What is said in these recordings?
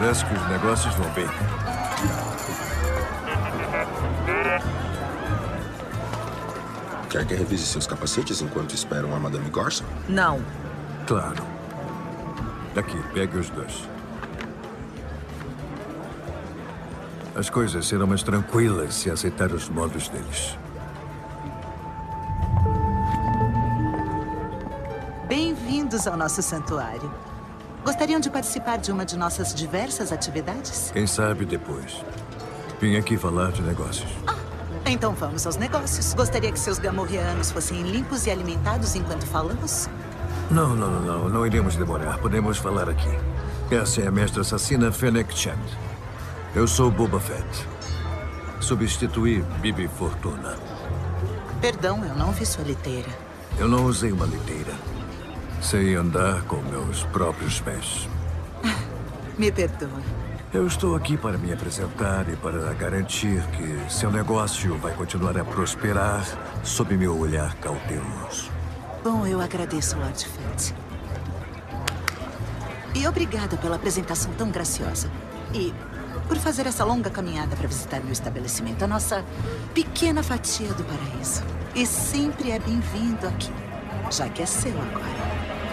Parece que os negócios vão bem. Quer que revise seus capacetes enquanto esperam a Madame Gorson? Não. Claro. Aqui, pegue os dois. As coisas serão mais tranquilas se aceitar os modos deles. Bem-vindos ao nosso santuário. Gostariam de participar de uma de nossas diversas atividades? Quem sabe depois. Vim aqui falar de negócios. Então vamos aos negócios. Gostaria que seus gamorreanos fossem limpos e alimentados enquanto falamos? Não iremos demorar. Podemos falar aqui. Essa é a mestra assassina Fennec Shand. Eu sou Boba Fett. Substituí Bibi Fortuna. Perdão, eu não vi sua liteira. Eu não usei uma liteira. Sei andar com meus próprios pés. Me perdoe. Eu estou aqui para me apresentar e para garantir que seu negócio vai continuar a prosperar sob meu olhar cauteloso. Bom, eu agradeço, Lord Fett. E obrigada pela apresentação tão graciosa. E por fazer essa longa caminhada para visitar meu estabelecimento, a nossa pequena fatia do paraíso. E sempre é bem-vindo aqui, já que é seu agora.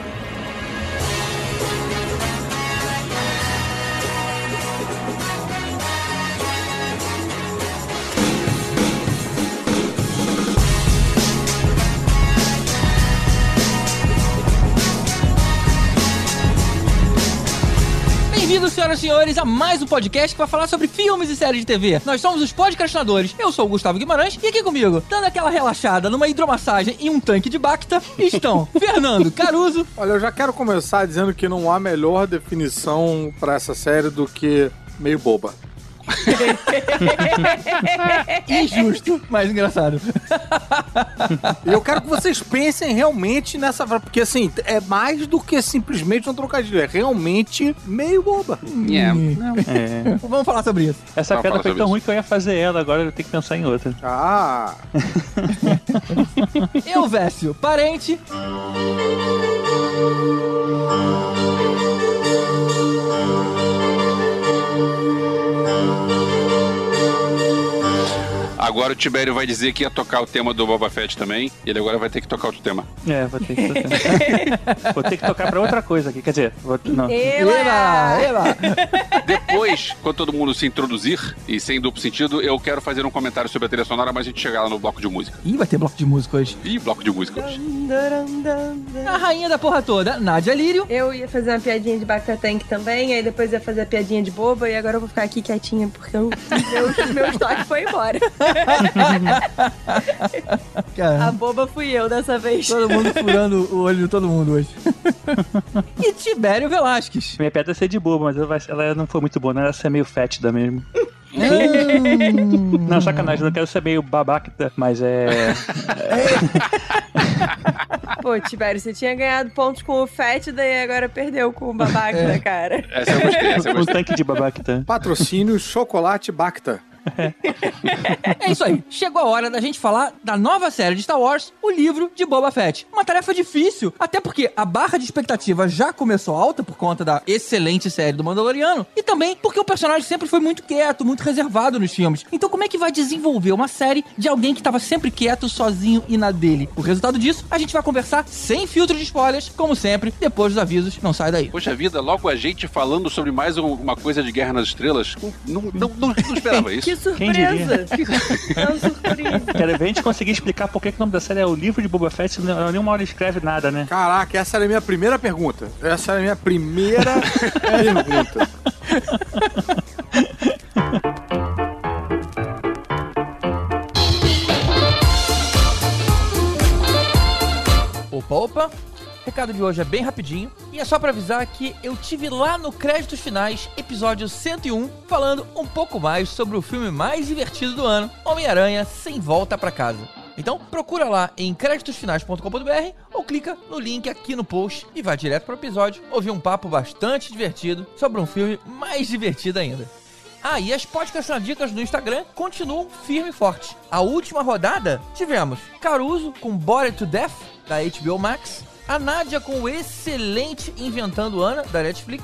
Bem-vindos, senhoras e senhores, a mais um podcast que vai falar sobre filmes e séries de TV. Nós somos os podcastinadores. Eu sou o Gustavo Guimarães e aqui comigo, dando aquela relaxada numa hidromassagem e um tanque de Bacta, estão Fernando Caruso. Olha, eu já quero começar dizendo que não há melhor definição pra essa série do que meio boba. Injusto, mas engraçado. E eu quero que vocês pensem realmente nessa... Porque, assim, é mais do que simplesmente um trocadilho. É realmente meio boba. Vamos falar sobre isso. Essa piada foi tão ruim que eu ia fazer ela, agora eu tenho que pensar em outra. Ah! Eu, Vécio, parente... Agora o Tibério vai dizer que ia tocar o tema do Boba Fett também, e ele agora vai ter que tocar outro tema. Vou ter que tocar. Vou ter que tocar pra outra coisa aqui, quer dizer... Não. Eba! Depois, quando todo mundo se introduzir, e sem duplo sentido, eu quero fazer um comentário sobre a trilha sonora, mas a gente chegar lá no bloco de música. Ih, vai ter bloco de música hoje. Bloco de música hoje. A rainha da porra toda, Nádia Lírio. Eu ia fazer uma piadinha de Bacta Tank também, aí depois ia fazer a piadinha de boba, e agora eu vou ficar aqui quietinha, porque meu estoque foi embora. A boba fui eu dessa vez. Todo mundo furando o olho de todo mundo hoje. E Tibério Velasquez. Minha piada ia ser de boba, mas ela não foi muito boa, né? Ela ia ser meio fétida mesmo. Não, sacanagem, eu não quero ser meio babacta, mas Pô, Tibério, você tinha ganhado pontos com o fétida e agora perdeu com o babacta, cara. Essa eu gostei. Um tanque de babacta. Patrocínio Chocolate Bacta. É isso aí. Chegou a hora da gente falar da nova série de Star Wars, o livro de Boba Fett. Uma tarefa difícil, até porque a barra de expectativa já começou alta por conta da excelente série do Mandaloriano e também porque o personagem sempre foi muito quieto, muito reservado nos filmes. Então como é que vai desenvolver uma série de alguém que estava sempre quieto, sozinho e na dele? O resultado disso, a gente vai conversar sem filtro de spoilers, como sempre, depois dos avisos. Não sai daí. Poxa vida, logo a gente falando sobre mais uma coisa de Guerra nas Estrelas. Não esperava isso. Que surpresa! É uma surpresa. Quero ver a gente conseguir explicar por que o nome da série é o livro de Boba Fett, nenhuma hora escreve nada, né? Caraca, essa era a minha primeira pergunta. Pergunta. Opa. O recado de hoje é bem rapidinho e é só pra avisar que eu tive lá no Créditos Finais, episódio 101, falando um pouco mais sobre o filme mais divertido do ano, Homem-Aranha Sem Volta Pra Casa. Então procura lá em creditosfinais.com.br ou clica no link aqui no post e vai direto pro episódio ouvir um papo bastante divertido sobre um filme mais divertido ainda. Ah, e as podcast dicas no Instagram continuam firme e forte. A última rodada tivemos Caruso com Bored to Death, da HBO Max, a Nádia com o excelente Inventando Ana, da Netflix,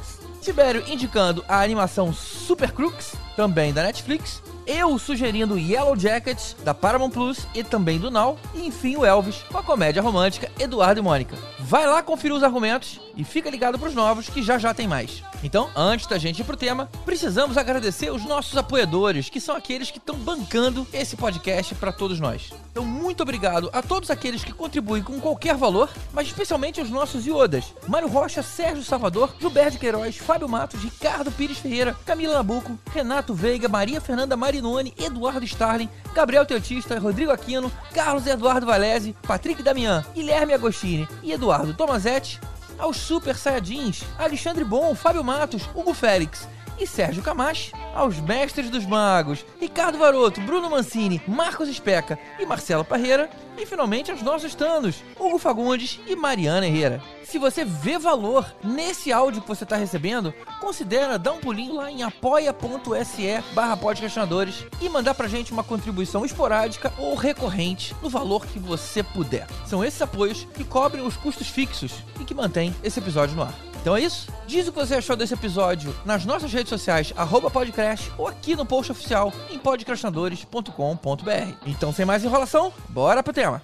Tibério indicando a animação Super Crooks, também da Netflix. Eu sugerindo Yellow Jackets, da Paramount Plus e também do Now. E enfim o Elvis, com a comédia romântica Eduardo e Mônica. Vai lá conferir os argumentos e fica ligado pros novos que já tem mais. Então, antes da gente ir pro tema, precisamos agradecer os nossos apoiadores, que são aqueles que estão bancando esse podcast para todos nós. Então, muito obrigado a todos aqueles que contribuem com qualquer valor, mas especialmente aos nossos iodas: Mário Rocha, Sérgio Salvador, Gilberto Queiroz, Fábio Matos, Ricardo Pires Ferreira, Camila Nabuco, Renato Veiga, Maria Fernanda Marinoni, Eduardo Starling, Gabriel Teotista, Rodrigo Aquino, Carlos Eduardo Valese, Patrick Damian, Guilherme Agostini e Eduardo Tomazetti. Aos Super Saiyajins, Alexandre Bom, Fábio Matos, Hugo Félix e Sérgio Camacho. Aos Mestres dos Magos, Ricardo Varoto, Bruno Mancini, Marcos Especa e Marcelo Parreira. E finalmente aos nossos tanos, Hugo Fagundes e Mariana Herrera. Se você vê valor nesse áudio que você está recebendo, considera dar um pulinho lá em apoia.se/podcastinadores e mandar pra gente uma contribuição esporádica ou recorrente no valor que você puder. São esses apoios que cobrem os custos fixos e que mantêm esse episódio no ar. Então é isso? Diz o que você achou desse episódio nas nossas redes sociais, @podcrash, ou aqui no post oficial em podcastinadores.com.br. Então, sem mais enrolação, bora pro tema!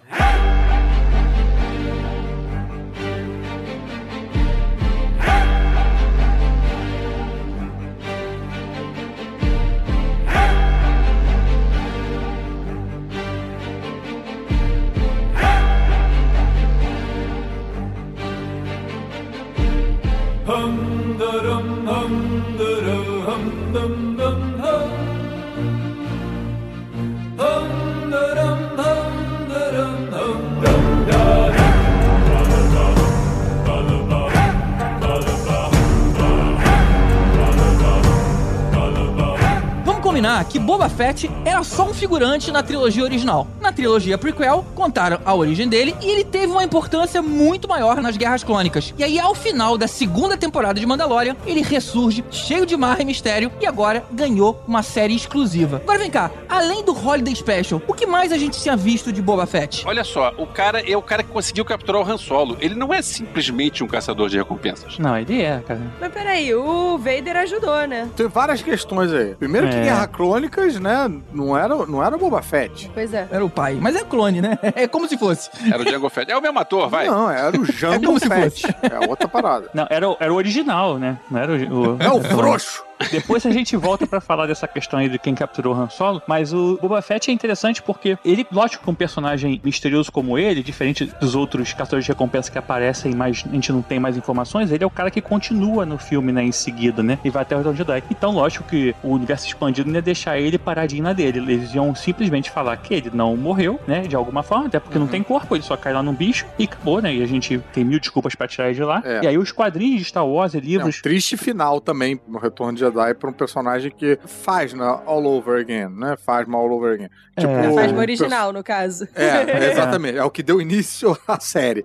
Que Boba Fett era só um figurante na trilogia original. Na trilogia prequel, contaram a origem dele e ele teve uma importância muito maior nas Guerras Clônicas. E aí, ao final da segunda temporada de Mandalorian, ele ressurge, cheio de marra e mistério, e agora ganhou uma série exclusiva. Agora vem cá, além do Holiday Special, o que mais a gente tinha visto de Boba Fett? Olha só, o cara é o cara que conseguiu capturar o Han Solo. Ele não é simplesmente um caçador de recompensas. Não, ele é, cara. Mas peraí, o Vader ajudou, né? Tem várias questões aí. Primeiro que Guerra Crônicas, né, não era Boba Fett. Pois é. Era o pai, mas é clone, né? É como se fosse. Era o Jango Fett. É o mesmo ator, vai. Não, era o Jango Fett. É outra parada. Não, era o original, né? Não era o É o frouxo. Depois a gente volta pra falar dessa questão aí de quem capturou o Han Solo, mas o Boba Fett é interessante porque ele, lógico que um personagem misterioso como ele, diferente dos outros caçadores de recompensa que aparecem, mas a gente não tem mais informações, ele é o cara que continua no filme, né, em seguida, né, e vai até o Retorno de Jedi. Então, lógico que o universo expandido não ia deixar ele paradinho na dele, eles iam simplesmente falar que ele não morreu, né, de alguma forma, até porque não tem corpo, ele só cai lá num bicho e acabou, né, e a gente tem mil desculpas pra tirar ele de lá. E aí os quadrinhos de Star Wars e livros... É um triste final também no Retorno de Jedi pra um personagem que faz, né, all over again, né? Faz mal all over again. Tipo, faz no original, no caso. Exatamente. É o que deu início à série.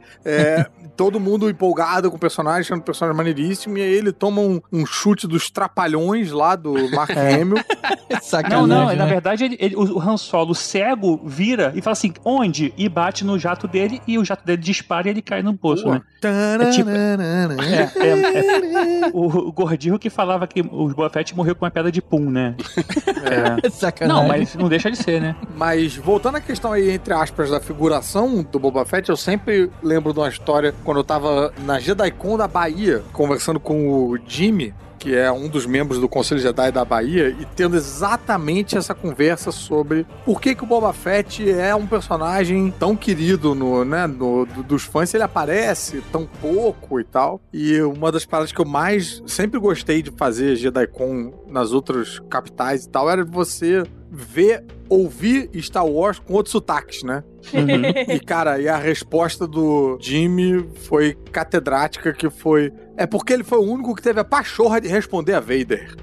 Todo mundo empolgado com o personagem, achando o personagem maneiríssimo, e aí ele toma um chute dos trapalhões lá do Mark Hamill. Sacanagem, não, né? Na verdade, o Han Solo cego vira e fala assim, onde? E bate no jato dele, e o jato dele dispara e ele cai no poço, né? O gordinho que falava que o Boba Fett morreu com uma pedra de pum, né? Sacanagem. Não, mas não deixa de ser, né? Mas voltando à questão aí, entre aspas, da figuração do Boba Fett, eu sempre lembro de uma história quando eu tava na JediCon da Bahia, conversando com o Jimmy, que é um dos membros do Conselho Jedi da Bahia, e tendo exatamente essa conversa sobre por que o Boba Fett é um personagem tão querido dos fãs, se ele aparece tão pouco e tal. E uma das paradas que eu mais sempre gostei de fazer JediCon nas outras capitais e tal, era você ouvir Star Wars com outros sotaques, né? E, cara, e a resposta do Jimmy foi catedrática, que foi... É porque ele foi o único que teve a pachorra de responder a Vader.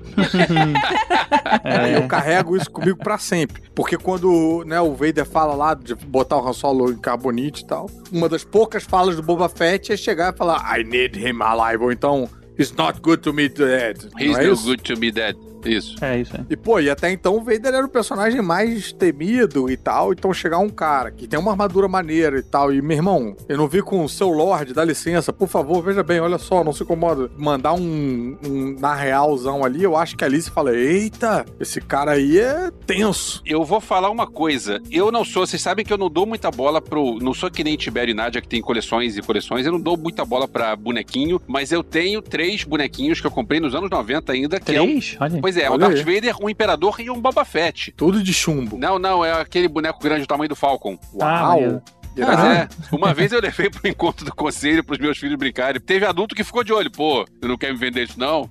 Eu carrego isso comigo pra sempre. Porque quando, né, o Vader fala lá de botar o Han Solo em carbonite e tal, uma das poucas falas do Boba Fett é chegar e falar I need him alive, ou então He's not good to me dead. He's no good to me dead. Isso. É isso aí. E, pô, e até então o Vader era o personagem mais temido e tal. Então chegar um cara que tem uma armadura maneira e tal, e, meu irmão, eu não vi com o seu Lorde, dá licença, por favor, veja bem, olha só, não se incomoda. Mandar um na realzão ali, eu acho que ali se fala, eita, esse cara aí é tenso. Eu vou falar uma coisa. Eu não sou, vocês sabem que eu não dou muita bola não sou que nem Tibério e Nádia, que tem coleções e coleções, eu não dou muita bola pra bonequinho, mas eu tenho 3 bonequinhos que eu comprei nos anos 90 ainda, que 3? Olha aí. Pois é, o Olha Darth aí. Vader, um Imperador e um Boba Fett. Tudo de chumbo. Não, é aquele boneco grande do tamanho do Falcon. Uau! maneiro. Mas Irado. uma vez eu levei pro encontro do conselho pros meus filhos brincarem. Teve adulto que ficou de olho. Pô, você não quer me vender isso, não?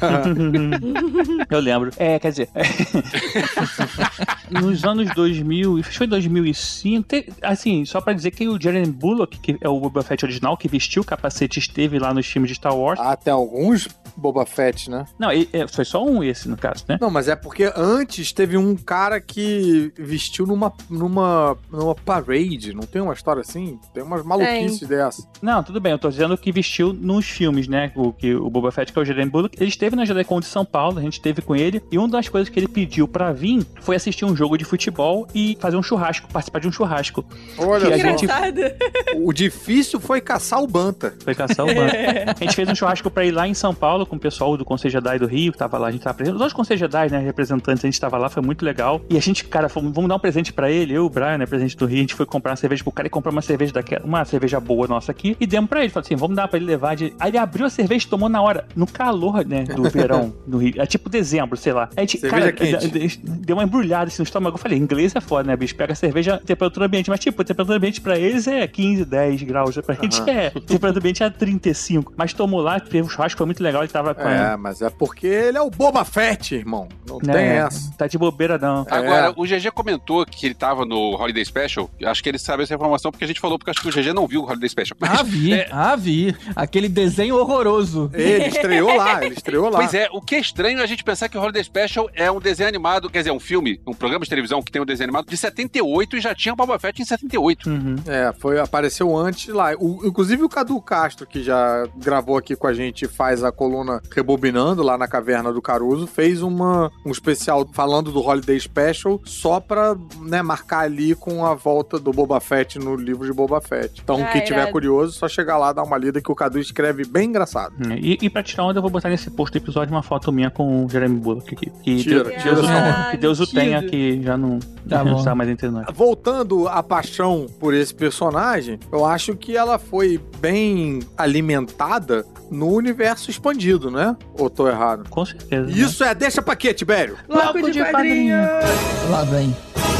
Eu lembro. Quer dizer... nos anos 2000, foi 2005, assim, só pra dizer que o Jeremy Bullock, que é o Boba Fett original, que vestiu o capacete, esteve lá nos filmes de Star Wars. Até alguns Boba Fett, né? Não, foi só um esse, no caso, né? Não, mas é porque antes teve um cara que vestiu numa parade, não tem uma história assim? Tem umas maluquices dessas. Não, tudo bem, eu tô dizendo que vestiu nos filmes, né? O Boba Fett, que é o Jeremy Bullock, ele esteve na JediCon de São Paulo, a gente esteve com ele, e uma das coisas que ele pediu pra vir foi assistir um jogo de futebol e fazer um churrasco, participar de um churrasco. Olha Que a só. gente- Engraçado. O difícil foi caçar o Banta. Foi caçar o banco. A gente fez um churrasco pra ir lá em São Paulo com o pessoal do Conselho Jedi do Rio, que tava lá, a gente tava presente. Os outros Conselhos Jedi, né, representantes, a gente tava lá, foi muito legal. E a gente, cara, vamos dar um presente pra ele, eu, o Brian, né, presente do Rio, a gente foi comprar uma cerveja pro cara e comprou uma cerveja daquela, uma cerveja boa nossa aqui, e demos pra ele. Falei assim, vamos dar pra ele levar. Aí ele abriu a cerveja e tomou na hora, no calor, né, do verão no Rio. É tipo dezembro, sei lá. A gente, Cerveja cara, quente. deu uma embrulhada assim no estômago. Eu falei, inglês é foda, né, bicho? Pega a cerveja, temperatura ambiente. Mas, tipo, a temperatura ambiente pra eles é 15, 10 graus. Pra gente temperatura ambiente é 35. Mas tomou lá, teve um churrasco, foi muito legal. Ele tava com Mas é porque ele é o Boba Fett, irmão. Não tem essa. Tá de bobeira, não. Agora, o GG comentou que ele tava no Holiday Special. Acho que ele sabe essa informação porque a gente falou, porque acho que o GG não viu o Holiday Special. Mas, Vi. Aquele desenho horroroso. Ele estreou lá. Pois é, o que é estranho é a gente pensar que o Holiday Special é um desenho animado, quer dizer, um filme, um programa de televisão que tem um desenho animado de 78 e já tinha o Boba Fett em 78. Apareceu antes lá. Inclusive o Cadu Castro, que já gravou aqui com a gente, faz a coluna Rebobinando lá na Caverna do Caruso, fez um especial falando do Holiday Special só pra, né, marcar ali com a volta do Boba Fett no livro de Boba Fett. Então, quem tiver irado. curioso, só chegar lá, dar uma lida que o Cadu escreve bem engraçado. E pra tirar onda, eu vou botar nesse post do episódio uma foto minha com o Jeremy Bullock aqui. Que Tira, Deus, tira Deus, essa que Deus o foto. tenha, que já não está mais entre nós. Voltando à paixão por esse personagem, eu acho que ela foi bem alimentada no universo expandido, né? Ou tô errado? Com certeza. Isso deixa pra quê, Tibério? Bloco de quadrinho. Lá vem.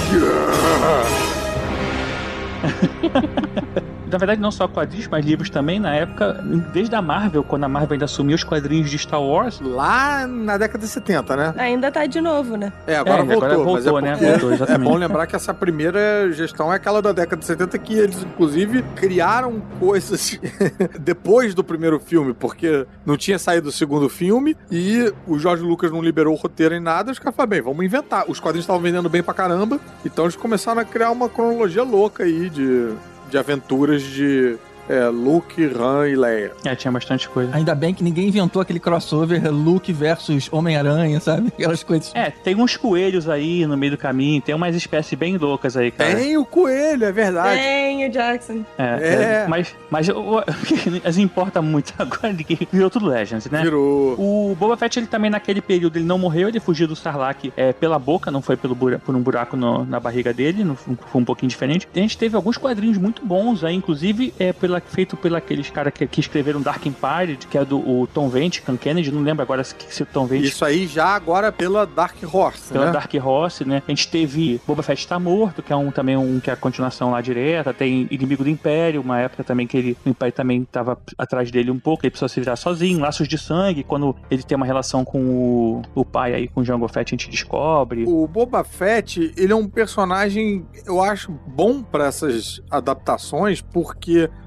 Na verdade, não só quadrinhos, mas livros também, na época, desde a Marvel, quando a Marvel ainda assumiu os quadrinhos de Star Wars. Lá na década de 70, né? Ainda tá de novo, né? Agora voltou, mas voltou, né? porque Voltou, é exatamente. bom lembrar que essa primeira gestão é aquela da década de 70 que eles, inclusive, criaram coisas depois do primeiro filme, porque não tinha saído o segundo filme e o George Lucas não liberou o roteiro em nada, os caras falaram, bem, vamos inventar. Os quadrinhos estavam vendendo bem pra caramba, então eles começaram a criar uma cronologia louca aí de aventuras de Luke, Han e Leia. Tinha bastante coisa. Ainda bem que ninguém inventou aquele crossover Luke versus Homem-Aranha, sabe? Aquelas coisas. Tem uns coelhos aí no meio do caminho, tem umas espécies bem loucas aí, cara. Tem o coelho, é verdade. Tem o Jackson. Mas as importa muito agora de que virou tudo Legends, né? Virou. O Boba Fett, ele também naquele período, ele não morreu, ele fugiu do Sarlacc pela boca, não foi por um buraco na barriga dele, foi um pouquinho diferente. A gente teve alguns quadrinhos muito bons aí, inclusive feito por aqueles caras que escreveram Dark Empire, que é o Tom Vente, Can Kennedy, não lembro agora se o Tom Vente... Isso aí já agora pela Dark Horse, Pela né? Dark Horse, né? A gente teve Boba Fett Tá Morto, que é também que é a continuação lá direta. Tem Inimigo do Império, uma época também que o Império também tava atrás dele um pouco, ele precisou se virar sozinho. Laços de Sangue, quando ele tem uma relação com o pai aí, com o Jango Fett, a gente descobre. O Boba Fett, ele é um personagem, eu acho, bom pra essas adaptações, porque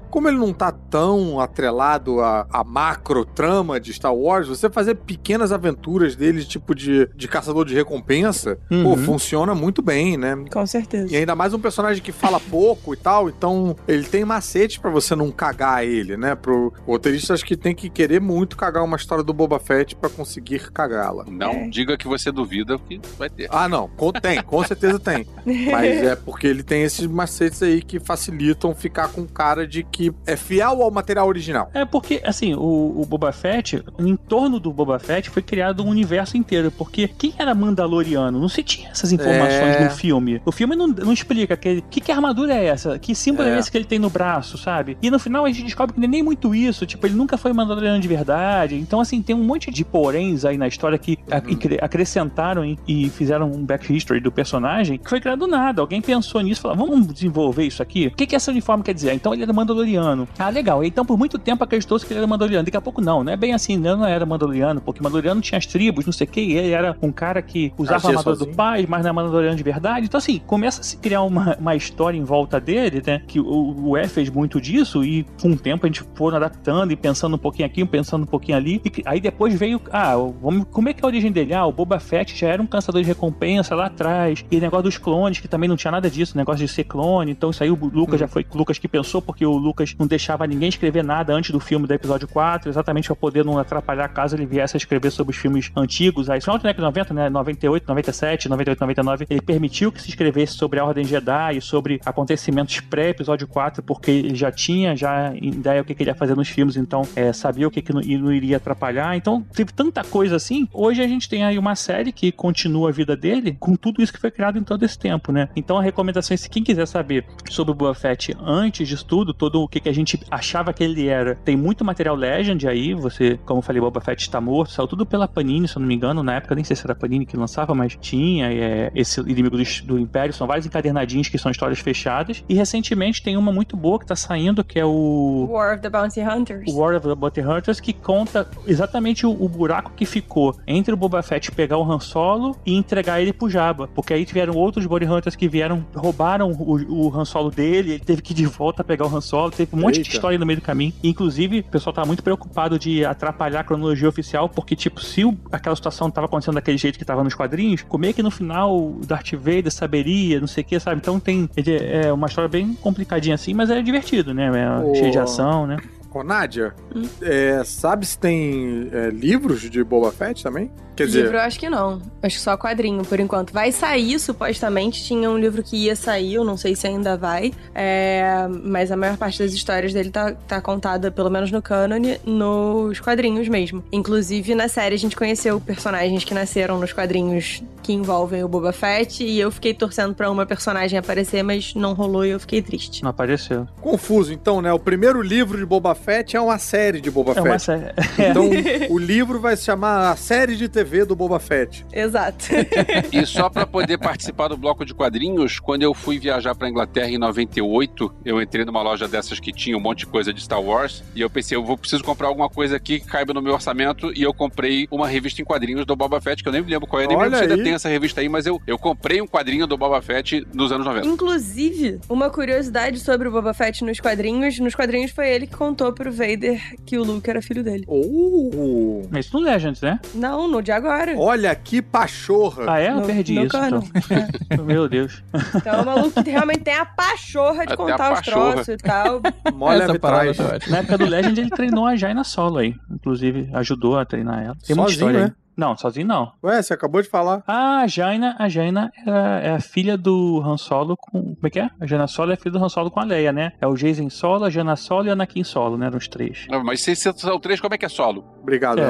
como ele não tá tão atrelado à macro trama de Star Wars, você fazer pequenas aventuras dele, tipo de caçador de recompensa, pô, funciona muito bem, né? Com certeza. E ainda mais um personagem que fala pouco e tal, então ele tem macete pra você não cagar ele, né? Pro roteirista, acho que tem que querer muito cagar uma história do Boba Fett pra conseguir cagá-la. Não diga que você duvida que vai ter. Ah, não. Tem, com certeza tem. Mas é porque ele tem esses macetes aí que facilitam ficar com cara de que é fiel ao material original. É porque, assim, o Boba Fett, em torno do Boba Fett foi criado um universo inteiro, porque quem era Mandaloriano? Não se tinha essas informações no filme. O filme não explica que armadura é essa, que símbolo é esse que ele tem no braço, sabe? E no final a gente descobre que nem muito isso, tipo, ele nunca foi Mandaloriano de verdade. Então, assim, tem um monte de poréns aí na história que acrescentaram e fizeram um back history do personagem que foi criado do nada. Alguém pensou nisso e falou, vamos desenvolver isso aqui? O que esse uniforme quer dizer? Então ele era Mandaloriano. Ah, legal. Então por muito tempo acreditou-se que ele era Mandaloriano. Daqui a pouco não é bem assim, não era Mandaloriano, porque Mandaloriano tinha as tribos, não sei o que, e ele era um cara que usava a armadura do pai, mas não é Mandaloriano de verdade. Então assim, começa a se criar uma história em volta dele, né, que o E fez muito disso, e com o tempo a gente foi adaptando e pensando um pouquinho aqui, pensando um pouquinho ali, e aí depois veio, como é que é a origem dele? O Boba Fett já era um caçador de recompensa lá atrás, e o negócio dos clones, que também não tinha nada disso, o negócio de ser clone, então isso aí o Lucas já foi o Lucas que pensou, porque o Lucas não deixava ninguém escrever nada antes do filme do episódio 4, exatamente pra poder não atrapalhar caso ele viesse a escrever sobre os filmes antigos, aí só na década de 90, né, 98, 97, 98, 99, ele permitiu que se escrevesse sobre a Ordem Jedi e sobre acontecimentos pré-episódio 4, porque ele já tinha ideia o que ele ia fazer nos filmes, então sabia o que não iria atrapalhar, então teve tanta coisa assim. Hoje a gente tem aí uma série que continua a vida dele com tudo isso que foi criado em todo esse tempo, né? Então a recomendação é, se quem quiser saber sobre o Boba Fett antes disso tudo, todo o que a gente achava que ele era, tem muito material Legend aí, você, como eu falei, Boba Fett está morto, saiu tudo pela Panini, se eu não me engano, na época nem sei se era a Panini que lançava, mas tinha esse inimigo do Império, são vários encadernadinhos que são histórias fechadas, e recentemente tem uma muito boa que tá saindo, que é o War of the Bounty Hunters. War of the Bounty Hunters, que conta exatamente o buraco que ficou entre o Boba Fett pegar o Han Solo e entregar ele pro Jabba, porque aí tiveram outros Bounty Hunters que roubaram o Han Solo dele, ele teve que ir de volta pegar o Han Solo, teve um monte de história no meio do caminho, inclusive o pessoal tá muito preocupado de atrapalhar a cronologia oficial, porque tipo, se aquela situação tava acontecendo daquele jeito que tava nos quadrinhos, como é que no final o Darth Vader saberia, não sei o que, sabe? Então é uma história bem complicadinha assim, mas é divertido, né? Cheio de ação, né? Ô, Nádia, sabe se tem livros de Boba Fett também? Quer dizer... Livro eu acho que não. Acho que só quadrinho, por enquanto. Vai sair, supostamente. Tinha um livro que ia sair, eu não sei se ainda vai. Mas a maior parte das histórias dele tá contada, pelo menos no cânone, nos quadrinhos mesmo. Inclusive, na série, a gente conheceu personagens que nasceram nos quadrinhos que envolvem o Boba Fett, e eu fiquei torcendo pra uma personagem aparecer, mas não rolou e eu fiquei triste. Não apareceu. Confuso, então, né? O primeiro livro de Boba Fett é uma série de Boba Fett. É uma série. Então, o livro vai se chamar A Série de TV do Boba Fett. Exato. E só pra poder participar do bloco de quadrinhos, quando eu fui viajar pra Inglaterra em 98, eu entrei numa loja dessas que tinha um monte de coisa de Star Wars, e eu pensei, preciso comprar alguma coisa aqui que caiba no meu orçamento, e eu comprei uma revista em quadrinhos do Boba Fett, que eu nem me lembro qual é, nem lembro se ainda tem essa revista aí, mas eu comprei um quadrinho do Boba Fett nos anos 90. Inclusive, uma curiosidade sobre o Boba Fett nos quadrinhos foi ele que contou pro Vader que o Luke era filho dele. Mas isso no Legends, né? Não, no de agora. Olha que pachorra. Ah, é? Eu perdi isso, então. Meu Deus. Então o maluco realmente tem a pachorra de contar os troços e tal. Molha a parada. Na época do Legend, ele treinou a Jaina Solo aí. Inclusive, ajudou a treinar ela. Tem muita Sozinho, história né? aí. Não, sozinho não. Ué, você acabou de falar. A Jaina é a filha do Han Solo com... Como é que é? A Jaina Solo é a filha do Han Solo com a Leia, né? É o Jacen Solo, a Jaina Solo e a Anakin Solo, né? Eram os três. Não, mas se são três, como é que é solo? Obrigado.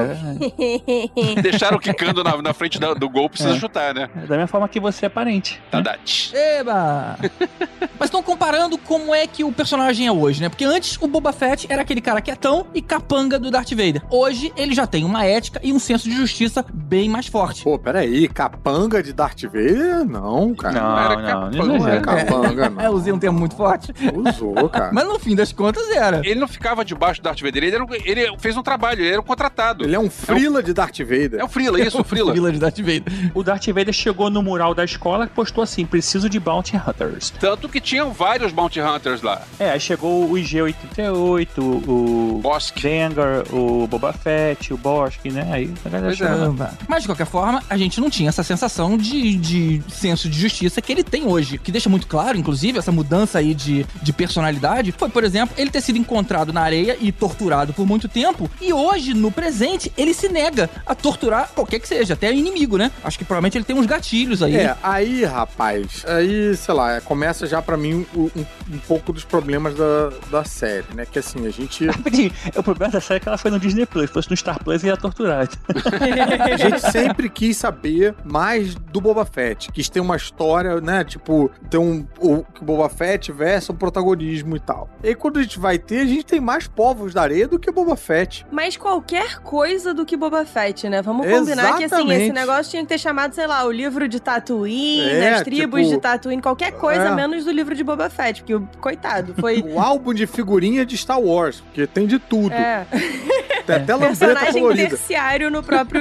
Deixaram quicando na frente do gol, precisa chutar, né? Da mesma forma que você é parente. Tadate. Eba! Mas estão comparando como é que o personagem é hoje, né? Porque antes o Boba Fett era aquele cara quietão e capanga do Darth Vader. Hoje ele já tem uma ética e um senso de justiça bem mais forte. Pô, peraí, capanga de Darth Vader? Não, cara. Não é capanga, não. Eu usei um termo muito forte. Usou, cara. Mas no fim das contas era. Ele não ficava debaixo do Darth Vader, ele fez um trabalho, ele era um contratado. tratado. Ele é um frila de Darth Vader. É o Frila, isso, o Frila. Frila de Darth Vader. O Darth Vader chegou no mural da escola e postou assim, preciso de Bounty Hunters. Tanto que tinham vários Bounty Hunters lá. Aí chegou o IG-88, o Bosk. Dengar, o Boba Fett, o Bosk, né? Aí a galera Pois é. chegou. Mas, de qualquer forma, a gente não tinha essa sensação de senso de justiça que ele tem hoje. Que deixa muito claro, inclusive, essa mudança aí de personalidade. Foi, por exemplo, ele ter sido encontrado na areia e torturado por muito tempo. E hoje, no presente, ele se nega a torturar qualquer que seja, até o inimigo, né? Acho que provavelmente ele tem uns gatilhos aí. Aí, rapaz, sei lá, começa já pra mim um pouco dos problemas da série, né? Que assim, a gente... O problema da série é que ela foi no Disney Plus. Se fosse no Star Plus, ia torturar. A gente sempre quis saber mais do Boba Fett. Quis ter uma história, né? Tipo, ter o Boba Fett tivesse um protagonismo e tal. E aí, quando a gente vai ter, a gente tem mais povos da areia do que Boba Fett. Mas qualquer coisa do que Boba Fett, né? Vamos combinar que, assim, Exatamente. esse negócio tinha que ter chamado, sei lá, o livro de Tatooine, as tribos tipo, de Tatooine, qualquer coisa menos do livro de Boba Fett, porque, coitado, foi... O álbum de figurinha de Star Wars, porque tem de tudo. Tem até lambreta Personagem colorida. terciário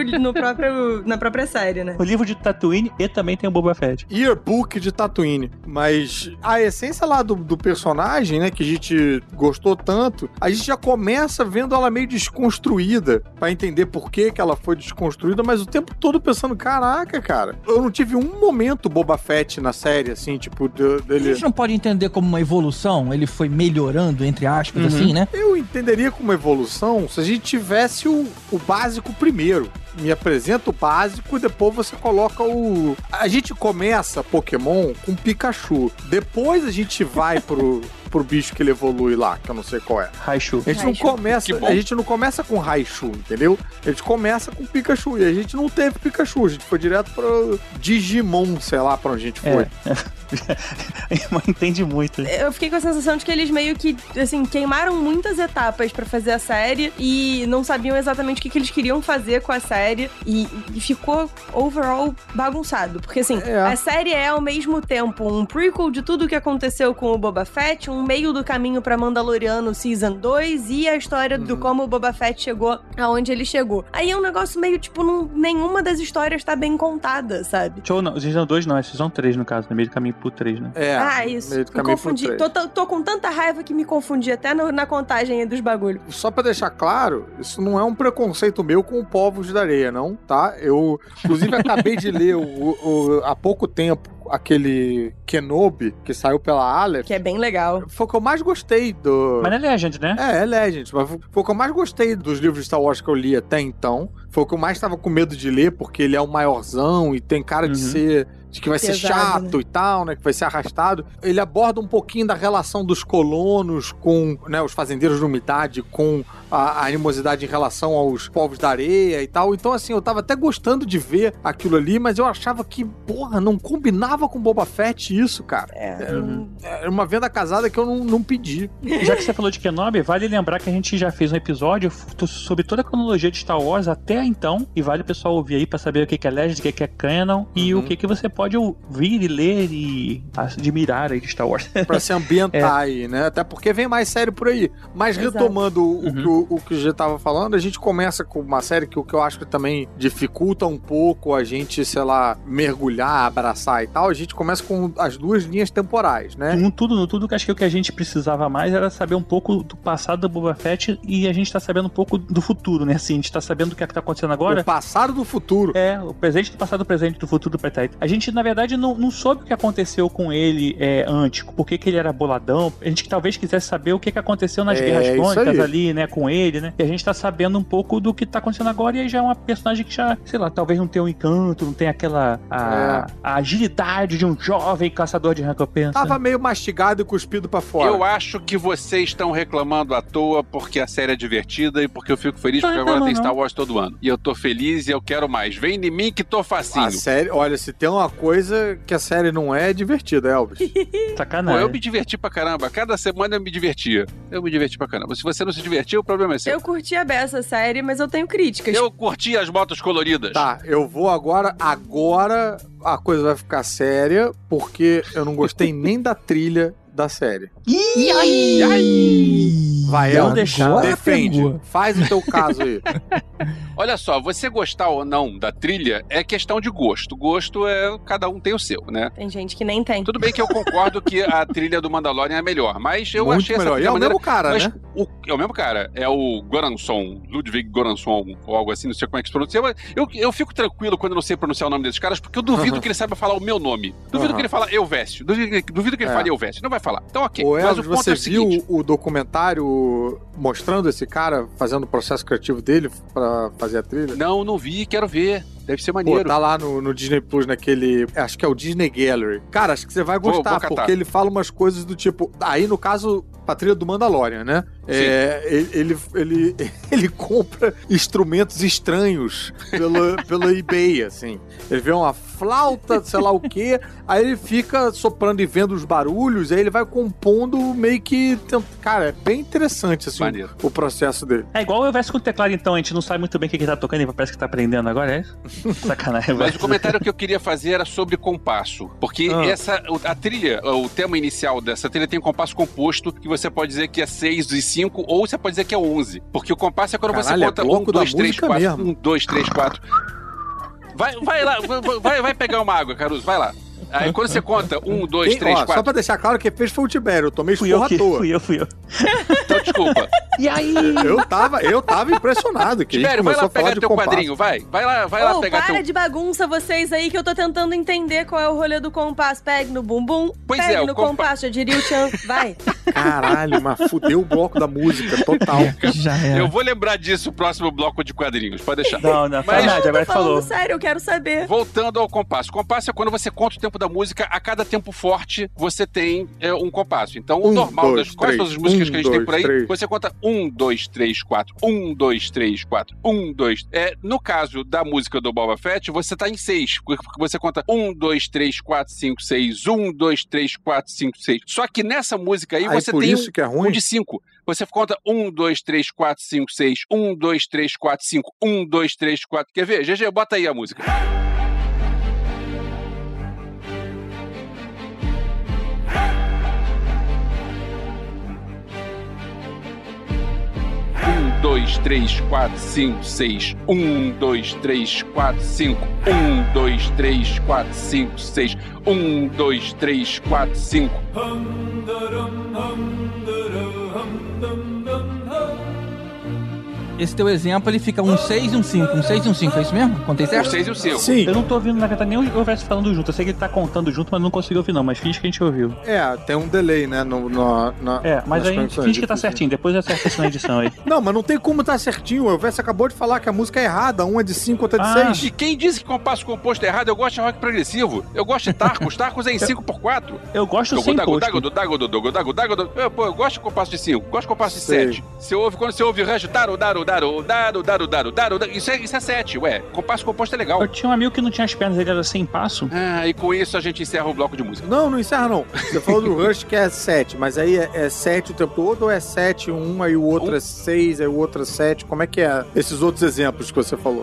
na própria série, né? O livro de Tatooine e também tem o Boba Fett. Yearbook de Tatooine. Mas a essência lá do personagem, né, que a gente gostou tanto, a gente já começa vendo ela meio desconstruída, pra entender por que ela foi desconstruída, mas o tempo todo pensando, caraca, cara, eu não tive um momento Boba Fett na série, assim, tipo, A dele... gente não pode entender como uma evolução, ele foi melhorando, entre aspas, assim, né? Eu entenderia como evolução se a gente tivesse o básico primeiro. Me apresenta o básico e depois você coloca o... A gente começa Pokémon com Pikachu. Depois a gente vai pro bicho que ele evolui lá, que eu não sei qual é. Raichu. A gente não começa, Que bom. a gente não começa com Raichu, entendeu? A gente começa com Pikachu e a gente não teve Pikachu, a gente foi direto pro Digimon, sei lá pra onde a gente foi. Entende muito. Eu fiquei com a sensação de que eles meio que, assim, queimaram muitas etapas pra fazer a série e não sabiam exatamente o que eles queriam fazer com a série e ficou, overall, bagunçado. Porque, assim, a série é, ao mesmo tempo, um prequel de tudo o que aconteceu com o Boba Fett, um meio do caminho pra Mandaloriano Season 2 e a história do como o Boba Fett chegou aonde ele chegou. Aí é um negócio meio, tipo, nenhuma das histórias tá bem contada, sabe? Show não, Season 2 não, é Season 3 no caso, no meio do caminho pro 3, né? Isso. meio do Me caminho pro confundi. três. Tô com tanta raiva que me confundi até na contagem aí dos bagulhos. Só pra deixar claro, isso não é um preconceito meu com o Povos da Areia, não, tá? Eu, inclusive, acabei de ler há pouco tempo aquele Kenobi, que saiu pela Aleph. Que é bem legal. Foi o que eu mais gostei do... Mas não é Legend, né? É Legend, mas foi o que eu mais gostei dos livros de Star Wars que eu li até então. Foi o que eu mais tava com medo de ler, porque ele é o maiorzão e tem cara de ser... de que vai ser Pesado, chato, né? e tal, né? Que vai ser arrastado. Ele aborda um pouquinho da relação dos colonos com, né, os fazendeiros de umidade, com a animosidade em relação aos povos da areia e tal. Então, assim, eu tava até gostando de ver aquilo ali, mas eu achava que, porra, não combinava com Boba Fett isso, cara. Era uma venda casada que eu não pedi. Já que você falou de Kenobi, vale lembrar que a gente já fez um episódio sobre toda a cronologia de Star Wars até então, e vale o pessoal ouvir aí pra saber o que é Legend, o que é Canon, e o que você pode ouvir e ler e admirar aí de Star Wars. Pra se ambientar aí, né? Até porque vem mais série por aí. Mas Exato. retomando o que o G tava falando, a gente começa com uma série que o que eu acho que também dificulta um pouco a gente, sei lá, mergulhar, abraçar e tal. A gente começa com as duas linhas temporais, né? No tudo, que acho que o que a gente precisava mais era saber um pouco do passado do Boba Fett, e a gente tá sabendo um pouco do futuro, né? Assim, a gente tá sabendo o que é que tá acontecendo agora. O passado do futuro. É, o presente do passado, o presente do futuro do pretérito. A gente, na verdade, não soube o que aconteceu com ele antes, por que ele era boladão. A gente talvez quisesse saber o que aconteceu nas Guerras Crônicas ali, né, com ele, né? E a gente tá sabendo um pouco do que tá acontecendo agora, e aí já é uma personagem que já, sei lá, talvez não tenha um encanto, não tenha aquela a agilidade de um jovem caçador de recompensa. Tava meio mastigado e cuspido pra fora. Eu acho que vocês estão reclamando à toa porque a série é divertida e porque eu fico feliz porque agora tem Star Wars todo ano. E eu tô feliz e eu quero mais. Vem em mim que tô facinho. A série, olha, se tem uma coisa que a série não é divertida, Elvis. Pô, Sacanagem. eu me diverti pra caramba. Cada semana eu me divertia. Eu me diverti pra caramba. Se você não se divertiu, o problema problema é seu. Eu curti a beça série, mas eu tenho críticas. Eu curti as motos coloridas. Tá, eu vou agora a coisa vai ficar séria, porque eu não gostei nem da trilha da série. Vai, Não El, deixar. defende. Pegou. Faz o teu caso aí. Olha só, você gostar ou não da trilha é questão de gosto. Gosto é... cada um tem o seu, né? Tem gente que nem tem. Tudo bem que eu concordo que a trilha do Mandalorian é melhor, mas eu Muito achei essa melhor. E trilha é o maneira. mesmo cara, Mas né? é o mesmo cara. É o Goranson, Ludwig Goranson, ou algo assim, não sei como é que se pronuncia. Mas eu fico tranquilo quando eu não sei pronunciar o nome desses caras, porque eu duvido que ele saiba falar o meu nome. Duvido que ele fale Elvésio. Duvido que ele fale Elvésio. Não vai falar. Então, ok. Ô, Mas Elvis, o ponto você é o seguinte. viu o documentário mostrando esse cara fazendo o processo criativo dele pra fazer a trilha? Não vi, quero ver. Deve ser Pô, maneiro. tá lá no Disney Plus, naquele... Acho que é o Disney Gallery. Cara, acho que você vai gostar, vou catar. porque ele fala umas coisas do tipo... Aí, no caso, a trilha do Mandalorian, né? Ele compra instrumentos estranhos pelo eBay, assim. Ele vê uma flauta, sei lá o quê, aí ele fica soprando e vendo os barulhos, aí ele vai compondo meio que... Cara, é bem interessante, assim, Maneiro. o processo dele. É igual o Elvis com o teclado, então. A gente não sabe muito bem o que ele tá tocando e parece que tá aprendendo agora, é isso? Sacanagem, Mas velho. o comentário que eu queria fazer era sobre compasso. Porque a trilha, o tema inicial dessa trilha tem um compasso composto que você pode dizer que é 6 e 5, ou você pode dizer que é 11. Porque o compasso é quando Caralho, você é conta 1, bloco da 2, 3, música 4. mesmo. 1, 2, 3, 4. Vai lá, vai pegar uma água, Caruso, vai lá. Aí quando você conta 1, 2, 3, 4. Só pra deixar claro que fez foi o Tibério, eu tomei Fui eu esporra à toa. fui eu. Então desculpa. E aí? Eu tava impressionado que Tibério, vai lá pegar teu quadrinho, vai lá pegar para teu... de bagunça vocês aí, que eu tô tentando entender qual é o rolê do compasso. Pegue no bumbum, Pois pegue é, no o compasso, já diria o Chan. Vai. Caralho, mas fudeu o bloco da música, total. Já é. Eu vou lembrar disso no próximo bloco de quadrinhos, pode deixar. Não, Mas- verdade, agora Tô que falou. falando sério, eu quero saber. Voltando ao compasso. Compasso é quando você conta o tempo da música, a cada tempo forte você tem um compasso. Então, o normal das quase todas as músicas que a gente tem por aí, você conta 1, 2, 3, 4, 1, 2, 3, 4, 1, 2. No caso da música do Boba Fett, você tá em 6, porque você conta 1, 2, 3, 4, 5, 6, 1, 2, 3, 4, 5, 6. Só que nessa música aí, você por tem isso que é ruim? um de 5. Você conta 1, 2, 3, 4, 5, 6, 1, 2, 3, 4, 5, 1, 2, 3, 4. Quer ver? GG, bota aí a música. Um, 2, 3, 4, 5, 6. 1, 2, 3, 4, 5. 1, 2, 3, 4, 5, 6. 1, 2, 3, 4, 5. Esse teu exemplo, ele fica um 6 e um 5. Um 6 e um 5, é isso mesmo? Contei O certo? 6 e o 5. Sim, Eu não tô ouvindo, na verdade, nem o Elvis falando junto. Eu sei que ele tá contando junto, mas não consigo ouvir, não. Mas finge que a gente ouviu. tem um delay, né? Mas nas aí conexões, finge que tá difícil. certinho. Depois acerta isso na edição aí. Não, mas não tem como tá certinho. O Elvis acabou de falar que a música é errada. Um é de 5, outra é de Ah. 6. E quem disse que compasso composto é errado? Eu gosto de rock progressivo. Eu gosto de Tarcos. Tarcos é em 5x4. Eu gosto sem posto. Eu gosto de compasso de 5. Gosto de compasso de Sei. 7. Quando você ouve Rush, isso é 7. Ué, compasso composto é legal. Eu tinha um amigo que não tinha as pernas, ele era sem passo. E com isso a gente encerra o bloco de música. Não encerra não. Você falou do Rush que é 7, mas aí é 7 o tempo todo ou é 7 um, aí o outro é 6, aí o outro é 7? Como é que é esses outros exemplos que você falou?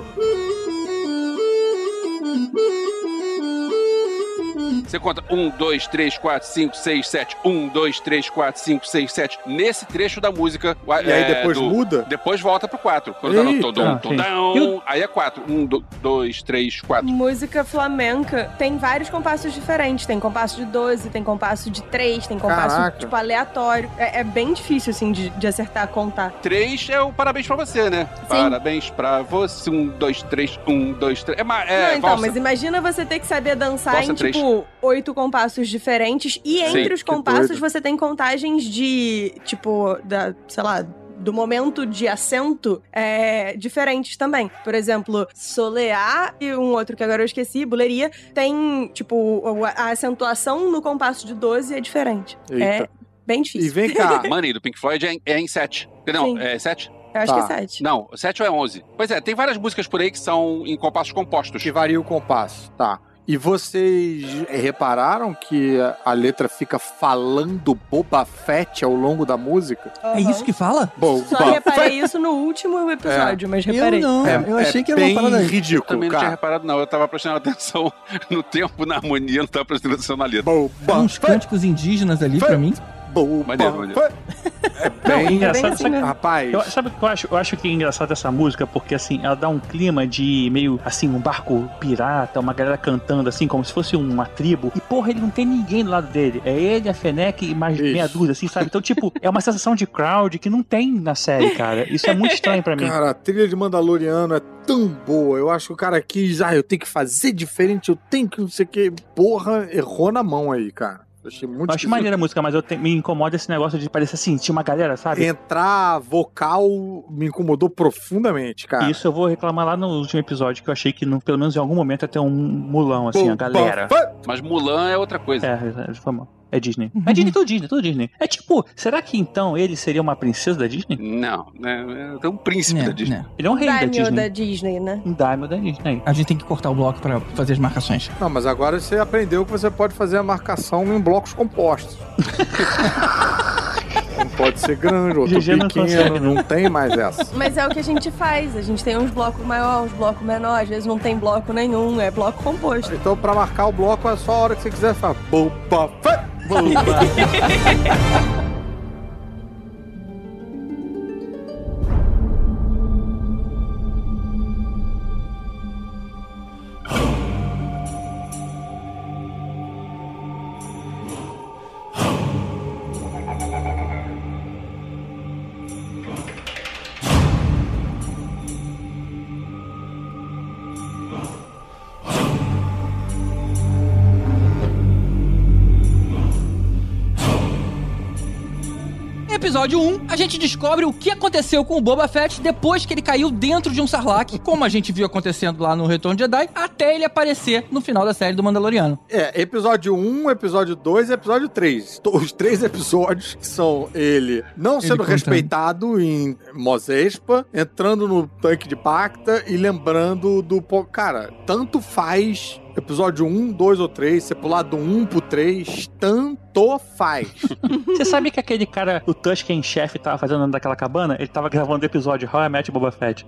Você conta 1, 2, 3, 4, 5, 6, 7. 1, 2, 3, 4, 5, 6, 7. Nesse trecho da música. E aí depois muda? Depois volta pro 4. Quando tá no Eita. todum, aí é 4. 1, 2, 3, 4. Música flamenca tem vários compassos diferentes. Tem compasso de 12, tem compasso de 3, tem compasso, Caraca. tipo, aleatório. É bem difícil, assim, de acertar, contar. 3 é o parabéns pra você, né? Parabéns pra você. 1, 2, 3, 1, 2, 3. Não, então, valsa. mas imagina você ter que saber dançar Valsa em, 3. tipo, 8 compassos diferentes. E entre os que compassos doido. você tem contagens de, tipo, sei lá, do momento de acento diferentes também. Por exemplo, solear e um outro que agora eu esqueci, buleria, tem, tipo, a acentuação no compasso de 12 é diferente. Eita. É bem E difícil. vem cá. Money do Pink Floyd é em 7. Não, Sim. é 7? Eu acho Tá. que é 7. Não, 7 ou é 11? Pois é, tem várias músicas por aí que são em compassos compostos. Que varia o compasso, tá. E vocês repararam que a letra fica falando Boba Fett ao longo da música? É isso que fala? Só reparei isso no último episódio, mas reparei. Eu não, eu achei que era bem uma parada ridículo, Também não tinha cara. reparado, não. Eu tava prestando atenção no tempo, na harmonia, não tava prestando atenção na letra. Boba uns cânticos indígenas ali pra mim. Boba Maneiro. Fett. É bem engraçado, assim mesmo. Rapaz, Sabe o que eu acho? Eu acho que é engraçado essa música, porque assim, ela dá um clima de meio assim, um barco pirata, uma galera cantando assim, como se fosse uma tribo. E porra, ele não tem ninguém do lado dele. É ele, a Fennec e mais meia dúzia, assim, sabe? Então, tipo, é uma sensação de crowd que não tem na série, cara. Isso é muito estranho pra mim. cara, a trilha de Mandaloriano é tão boa. Eu acho que o cara quis, eu tenho que fazer diferente, eu tenho que não sei o que. Porra, errou na mão aí, cara. Eu achei muito Eu acho maneira a música, mas me incomoda esse negócio de parecer assim, tinha uma galera, sabe? Entrar vocal me incomodou profundamente, cara. Isso eu vou reclamar lá no último episódio, que eu achei que pelo menos em algum momento ia ter um mulão, assim, a galera. Mas Mulan é outra coisa. Foi mal. É Disney. É Disney, tudo Disney. É tipo, será que então ele seria uma princesa da Disney? Não, né? É um príncipe da Disney. Né. Ele é um rei da Daimyo Disney. da Disney, né? Um daimyo da Disney. A gente tem que cortar o bloco pra fazer as marcações. Não, mas agora você aprendeu que você pode fazer a marcação em blocos compostos. Não pode ser grande, outro GG não pequeno, consegue, não tem mais essa. Mas é o que a gente faz. A gente tem uns blocos maiores, uns blocos menores. Às vezes não tem bloco nenhum, é bloco composto. Então, pra marcar o bloco, é só a hora que você quiser falar Boba Fett! Episódio 1, a gente descobre o que aconteceu com o Boba Fett depois que ele caiu dentro de um Sarlacc, como a gente viu acontecendo lá no Retorno de Jedi, até ele aparecer no final da série do Mandaloriano. Episódio 1, episódio 2 e episódio 3. Os 3 episódios que são ele não sendo contando. respeitado em Mos Espa, entrando no tanque de Bacta e lembrando do... Cara, tanto faz... Episódio 1, 2 ou 3, você pular do 1 pro 3, tanto faz. Você sabe que aquele cara, o Tusken chefe, tava fazendo daquela cabana? Ele tava gravando o episódio How I Met Boba Fett.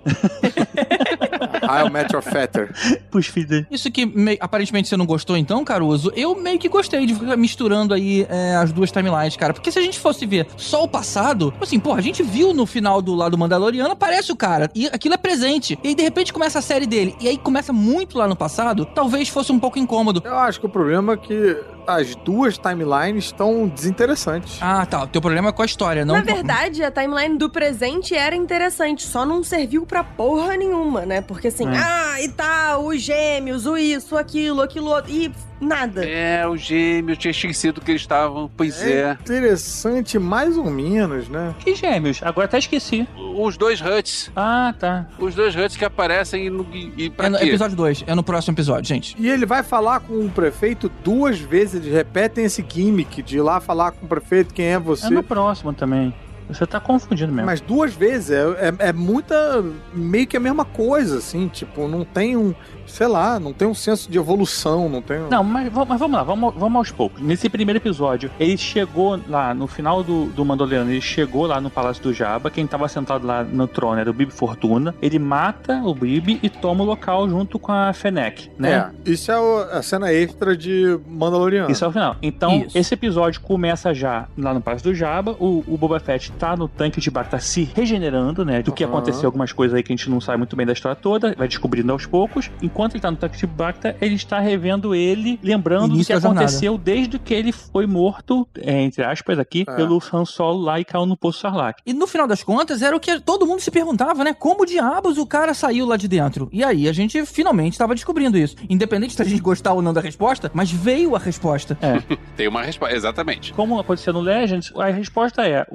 I'll match your fetter. Pros filhos dele. Isso que aparentemente você não gostou então, Caruso, eu meio que gostei de ficar misturando aí as duas timelines, cara. Porque se a gente fosse ver só o passado, assim, pô, a gente viu no final do lado Mandaloriano, aparece o cara, e aquilo é presente. E aí, de repente, começa a série dele, e aí começa muito lá no passado, talvez fosse um pouco incômodo. Eu acho que o problema é que as duas timelines estão desinteressantes. Ah, tá. O teu problema é com a história, não... Na verdade, a timeline do presente era interessante, só não serviu pra porra nenhuma, né? Porque assim, e tal, os gêmeos, o isso, aquilo outro, e nada. Os gêmeos, tinha esquecido que eles estavam, pois é. Interessante mais ou menos, né? Que gêmeos? Agora até esqueci. Os dois Hutts. Ah, tá. Os dois Hutts que aparecem e pra É no quê? episódio 2, é no próximo episódio, gente. E ele vai falar com o prefeito 2 vezes, eles repetem esse gimmick de ir lá falar com o prefeito quem é você. É no próximo também. Você tá confundindo mesmo. Mas 2 vezes, é muita, meio que a mesma coisa, assim, tipo, não tem um, sei lá, não tem um senso de evolução, não tem... Não, mas vamos lá, vamos aos poucos. Nesse primeiro episódio, ele chegou lá, no final do Mandaloriano, ele chegou lá no Palácio do Jabba, quem tava sentado lá no trono era o Bib Fortuna, ele mata o Bib e toma o local junto com a Fennec, né? Isso é a cena extra de Mandaloriano. Isso é o final. Então, Isso. esse episódio começa já lá no Palácio do Jabba, o Boba Fett tá no tanque de Bacta se regenerando, né? Do que aconteceu, algumas coisas aí que a gente não sabe muito bem da história toda, vai descobrindo aos poucos. Enquanto ele tá no tanque de Bacta, ele está revendo ele, lembrando do Início que da jornada. aconteceu desde que ele foi morto, entre aspas aqui, pelo Han Solo lá e caiu no Poço Sarlacc. E no final das contas, era o que todo mundo se perguntava, né? Como diabos o cara saiu lá de dentro? E aí, a gente finalmente estava descobrindo isso. Independente da gente gostar ou não da resposta, mas veio a resposta. Tem uma resposta, exatamente. Como aconteceu no Legends, a resposta é: a armadura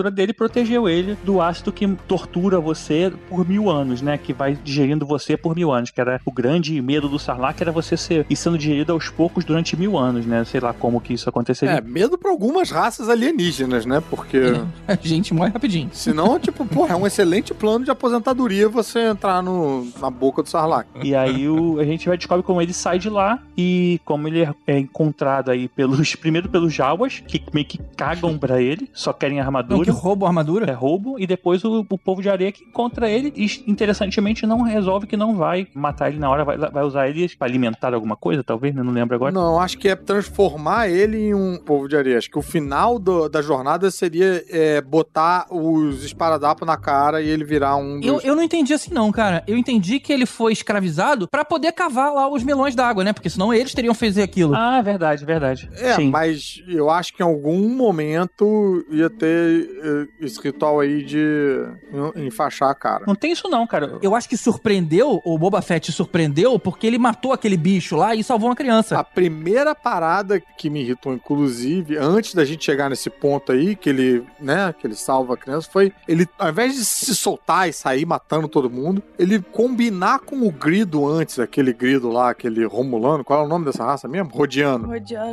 armadura dele protegeu ele do ácido que tortura você por 1000 anos, né? Que vai digerindo você por 1000 anos, que era o grande medo do Sarlacc, era você ir sendo digerido aos poucos durante 1000 anos, né? Sei lá como que isso aconteceria. Medo pra algumas raças alienígenas, né? Porque... A gente morre rapidinho. Senão, tipo, porra, é um excelente plano de aposentadoria você entrar na boca do Sarlacc. E aí a gente vai descobrir como ele sai de lá e como ele é encontrado aí primeiro pelos Jawas, que meio que cagam pra ele, só querem a armadura. Não, que roubam a armadura? É roubo, e depois o povo de areia que encontra ele e, interessantemente, não resolve que não vai matar ele na hora, vai usar ele pra alimentar alguma coisa, talvez, né? Não lembro agora. Não, acho que é transformar ele em um povo de areia. Acho que o final da jornada seria botar os esparadapos na cara e ele virar um dos... Eu não entendi assim não, cara. Eu entendi que ele foi escravizado pra poder cavar lá os melões d'água, né? Porque senão eles teriam feito aquilo. Ah, verdade. Sim. Mas eu acho que em algum momento ia ter esse ritual aí de enfaixar a cara. Não tem isso não, cara. Eu acho que surpreendeu, o Boba Fett surpreendeu porque ele matou aquele bicho lá e salvou uma criança. A primeira parada que me irritou, inclusive, antes da gente chegar nesse ponto aí, que ele salva a criança, foi ele, ao invés de se soltar e sair matando todo mundo, ele combinar com o Grido antes, aquele Grido lá, aquele Romulano, qual é o nome dessa raça mesmo? Rodiano.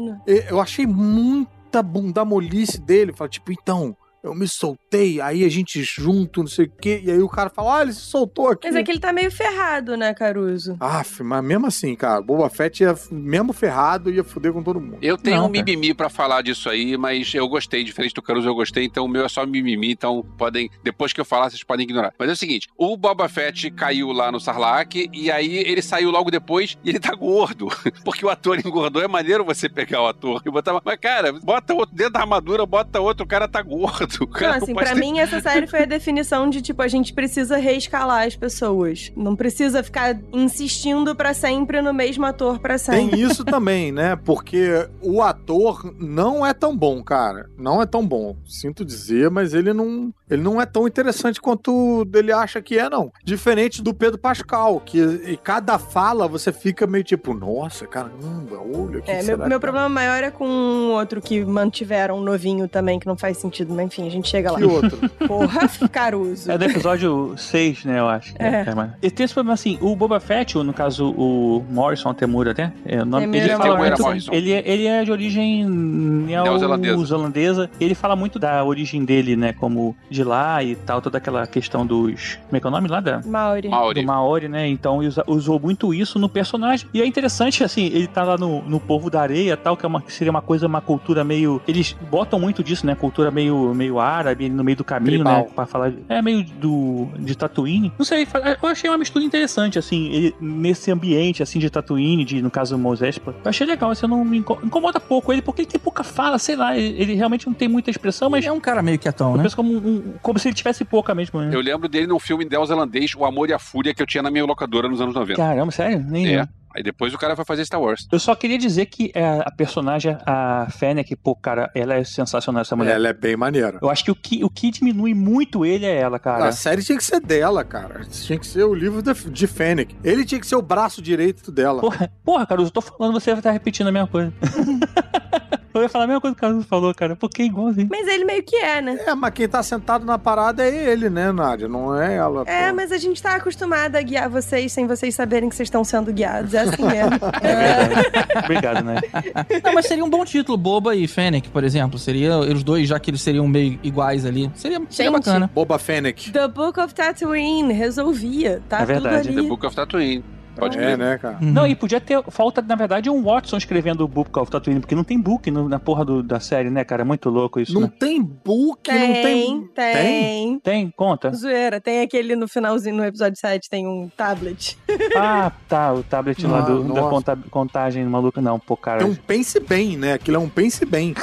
Eu achei muita bunda molice dele, fala, tipo, então... Eu me soltei, aí a gente junto, não sei o quê, e aí o cara fala, ele se soltou aqui. Mas é que ele tá meio ferrado, né, Caruso? Mas mesmo assim, cara, Boba Fett mesmo ferrado, ia foder com todo mundo. Eu tenho um mimimi pra falar disso aí, mas eu gostei, diferente do Caruso, eu gostei, então o meu é só mimimi, então depois que eu falar, vocês podem ignorar. Mas é o seguinte, o Boba Fett caiu lá no Sarlacc, e aí ele saiu logo depois, e ele tá gordo, porque o ator engordou, é maneiro você pegar o ator e botar, mas cara, bota outro dentro da armadura, bota outro, o cara tá gordo. Não, assim, pra mim essa série foi a definição de, tipo, a gente precisa reescalar as pessoas. Não precisa ficar insistindo pra sempre no mesmo ator pra sempre. Tem isso também, né? Porque o ator não é tão bom, cara. Não é tão bom. Sinto dizer, mas ele não é tão interessante quanto ele acha que é, não. Diferente do Pedro Pascal, que em cada fala você fica meio tipo, nossa, caramba, olha, que será meu problema maior é com um outro que mantiveram um novinho também, que não faz sentido, mas enfim, a gente chega lá. Que outro? Porra, Caruso. É do episódio 6, né, eu acho. E tem esse problema assim, o Boba Fett, no caso o Morrison Temura até, o nome dele fala muito, ele é de origem neozelandesa, ele fala muito da origem dele, né, como de lá e tal, toda aquela questão dos, como é que é o nome lá? Maori. Do Maori, né, então usou muito isso no personagem, e é interessante, assim, ele tá lá no povo da areia tal, que seria uma cultura meio, eles botam muito disso, né, cultura meio árabe, no meio do caminho, tribal, né, pra falar, meio de Tatooine, não sei, eu achei uma mistura interessante, assim, ele, nesse ambiente, assim, de Tatooine, no caso do Mos Espa, eu achei legal, assim, não me incomoda pouco ele, porque ele tem pouca fala, sei lá, ele realmente não tem muita expressão, mas... É um cara meio quietão, né? Eu penso como se ele tivesse pouca mesmo, né? Eu lembro dele num filme neozelandês, O Amor e a Fúria, que eu tinha na minha locadora nos anos 90. Caramba, sério? Nem eu. Aí depois o cara vai fazer Star Wars. Eu só queria dizer que a personagem, a Fennec, pô, cara, ela é sensacional, essa mulher. Ela é bem maneira. Eu acho que o que diminui muito ele é ela, cara. A série tinha que ser dela, cara. Tinha que ser o livro de Fennec. Ele tinha que ser o braço direito dela. Porra, Caruso, eu tô falando, você vai estar repetindo a mesma coisa. Eu ia falar a mesma coisa que o Caruso falou, cara, porque é igualzinho. Mas ele meio que é, né? Mas quem tá sentado na parada é ele, né, Nádia? Não é ela. Mas a gente tá acostumada a guiar vocês sem vocês saberem que vocês estão sendo guiados. É assim mesmo. Obrigado, né? Não, mas seria um bom título, Boba e Fennec, por exemplo. Seria os dois, já que eles seriam meio iguais ali. Seria bacana. Boba Fennec. The Book of Tatooine resolvia, tá? É verdade. Tudo ali. The Book of Tatooine. Pode ver. né, cara? Uhum. Não, e podia ter falta, na verdade, um Watson escrevendo o Book of Tatooine, porque não tem book na porra da série, né, cara? É muito louco isso, Não né? tem book, não tem... Tem. Tem? Conta. Zoeira, tem aquele no finalzinho, no episódio 7, tem um tablet. Ah, tá, o tablet lá da contagem maluca. Não, pô, cara. Tem um Pense Bem, né? Aquilo é um Pense Bem.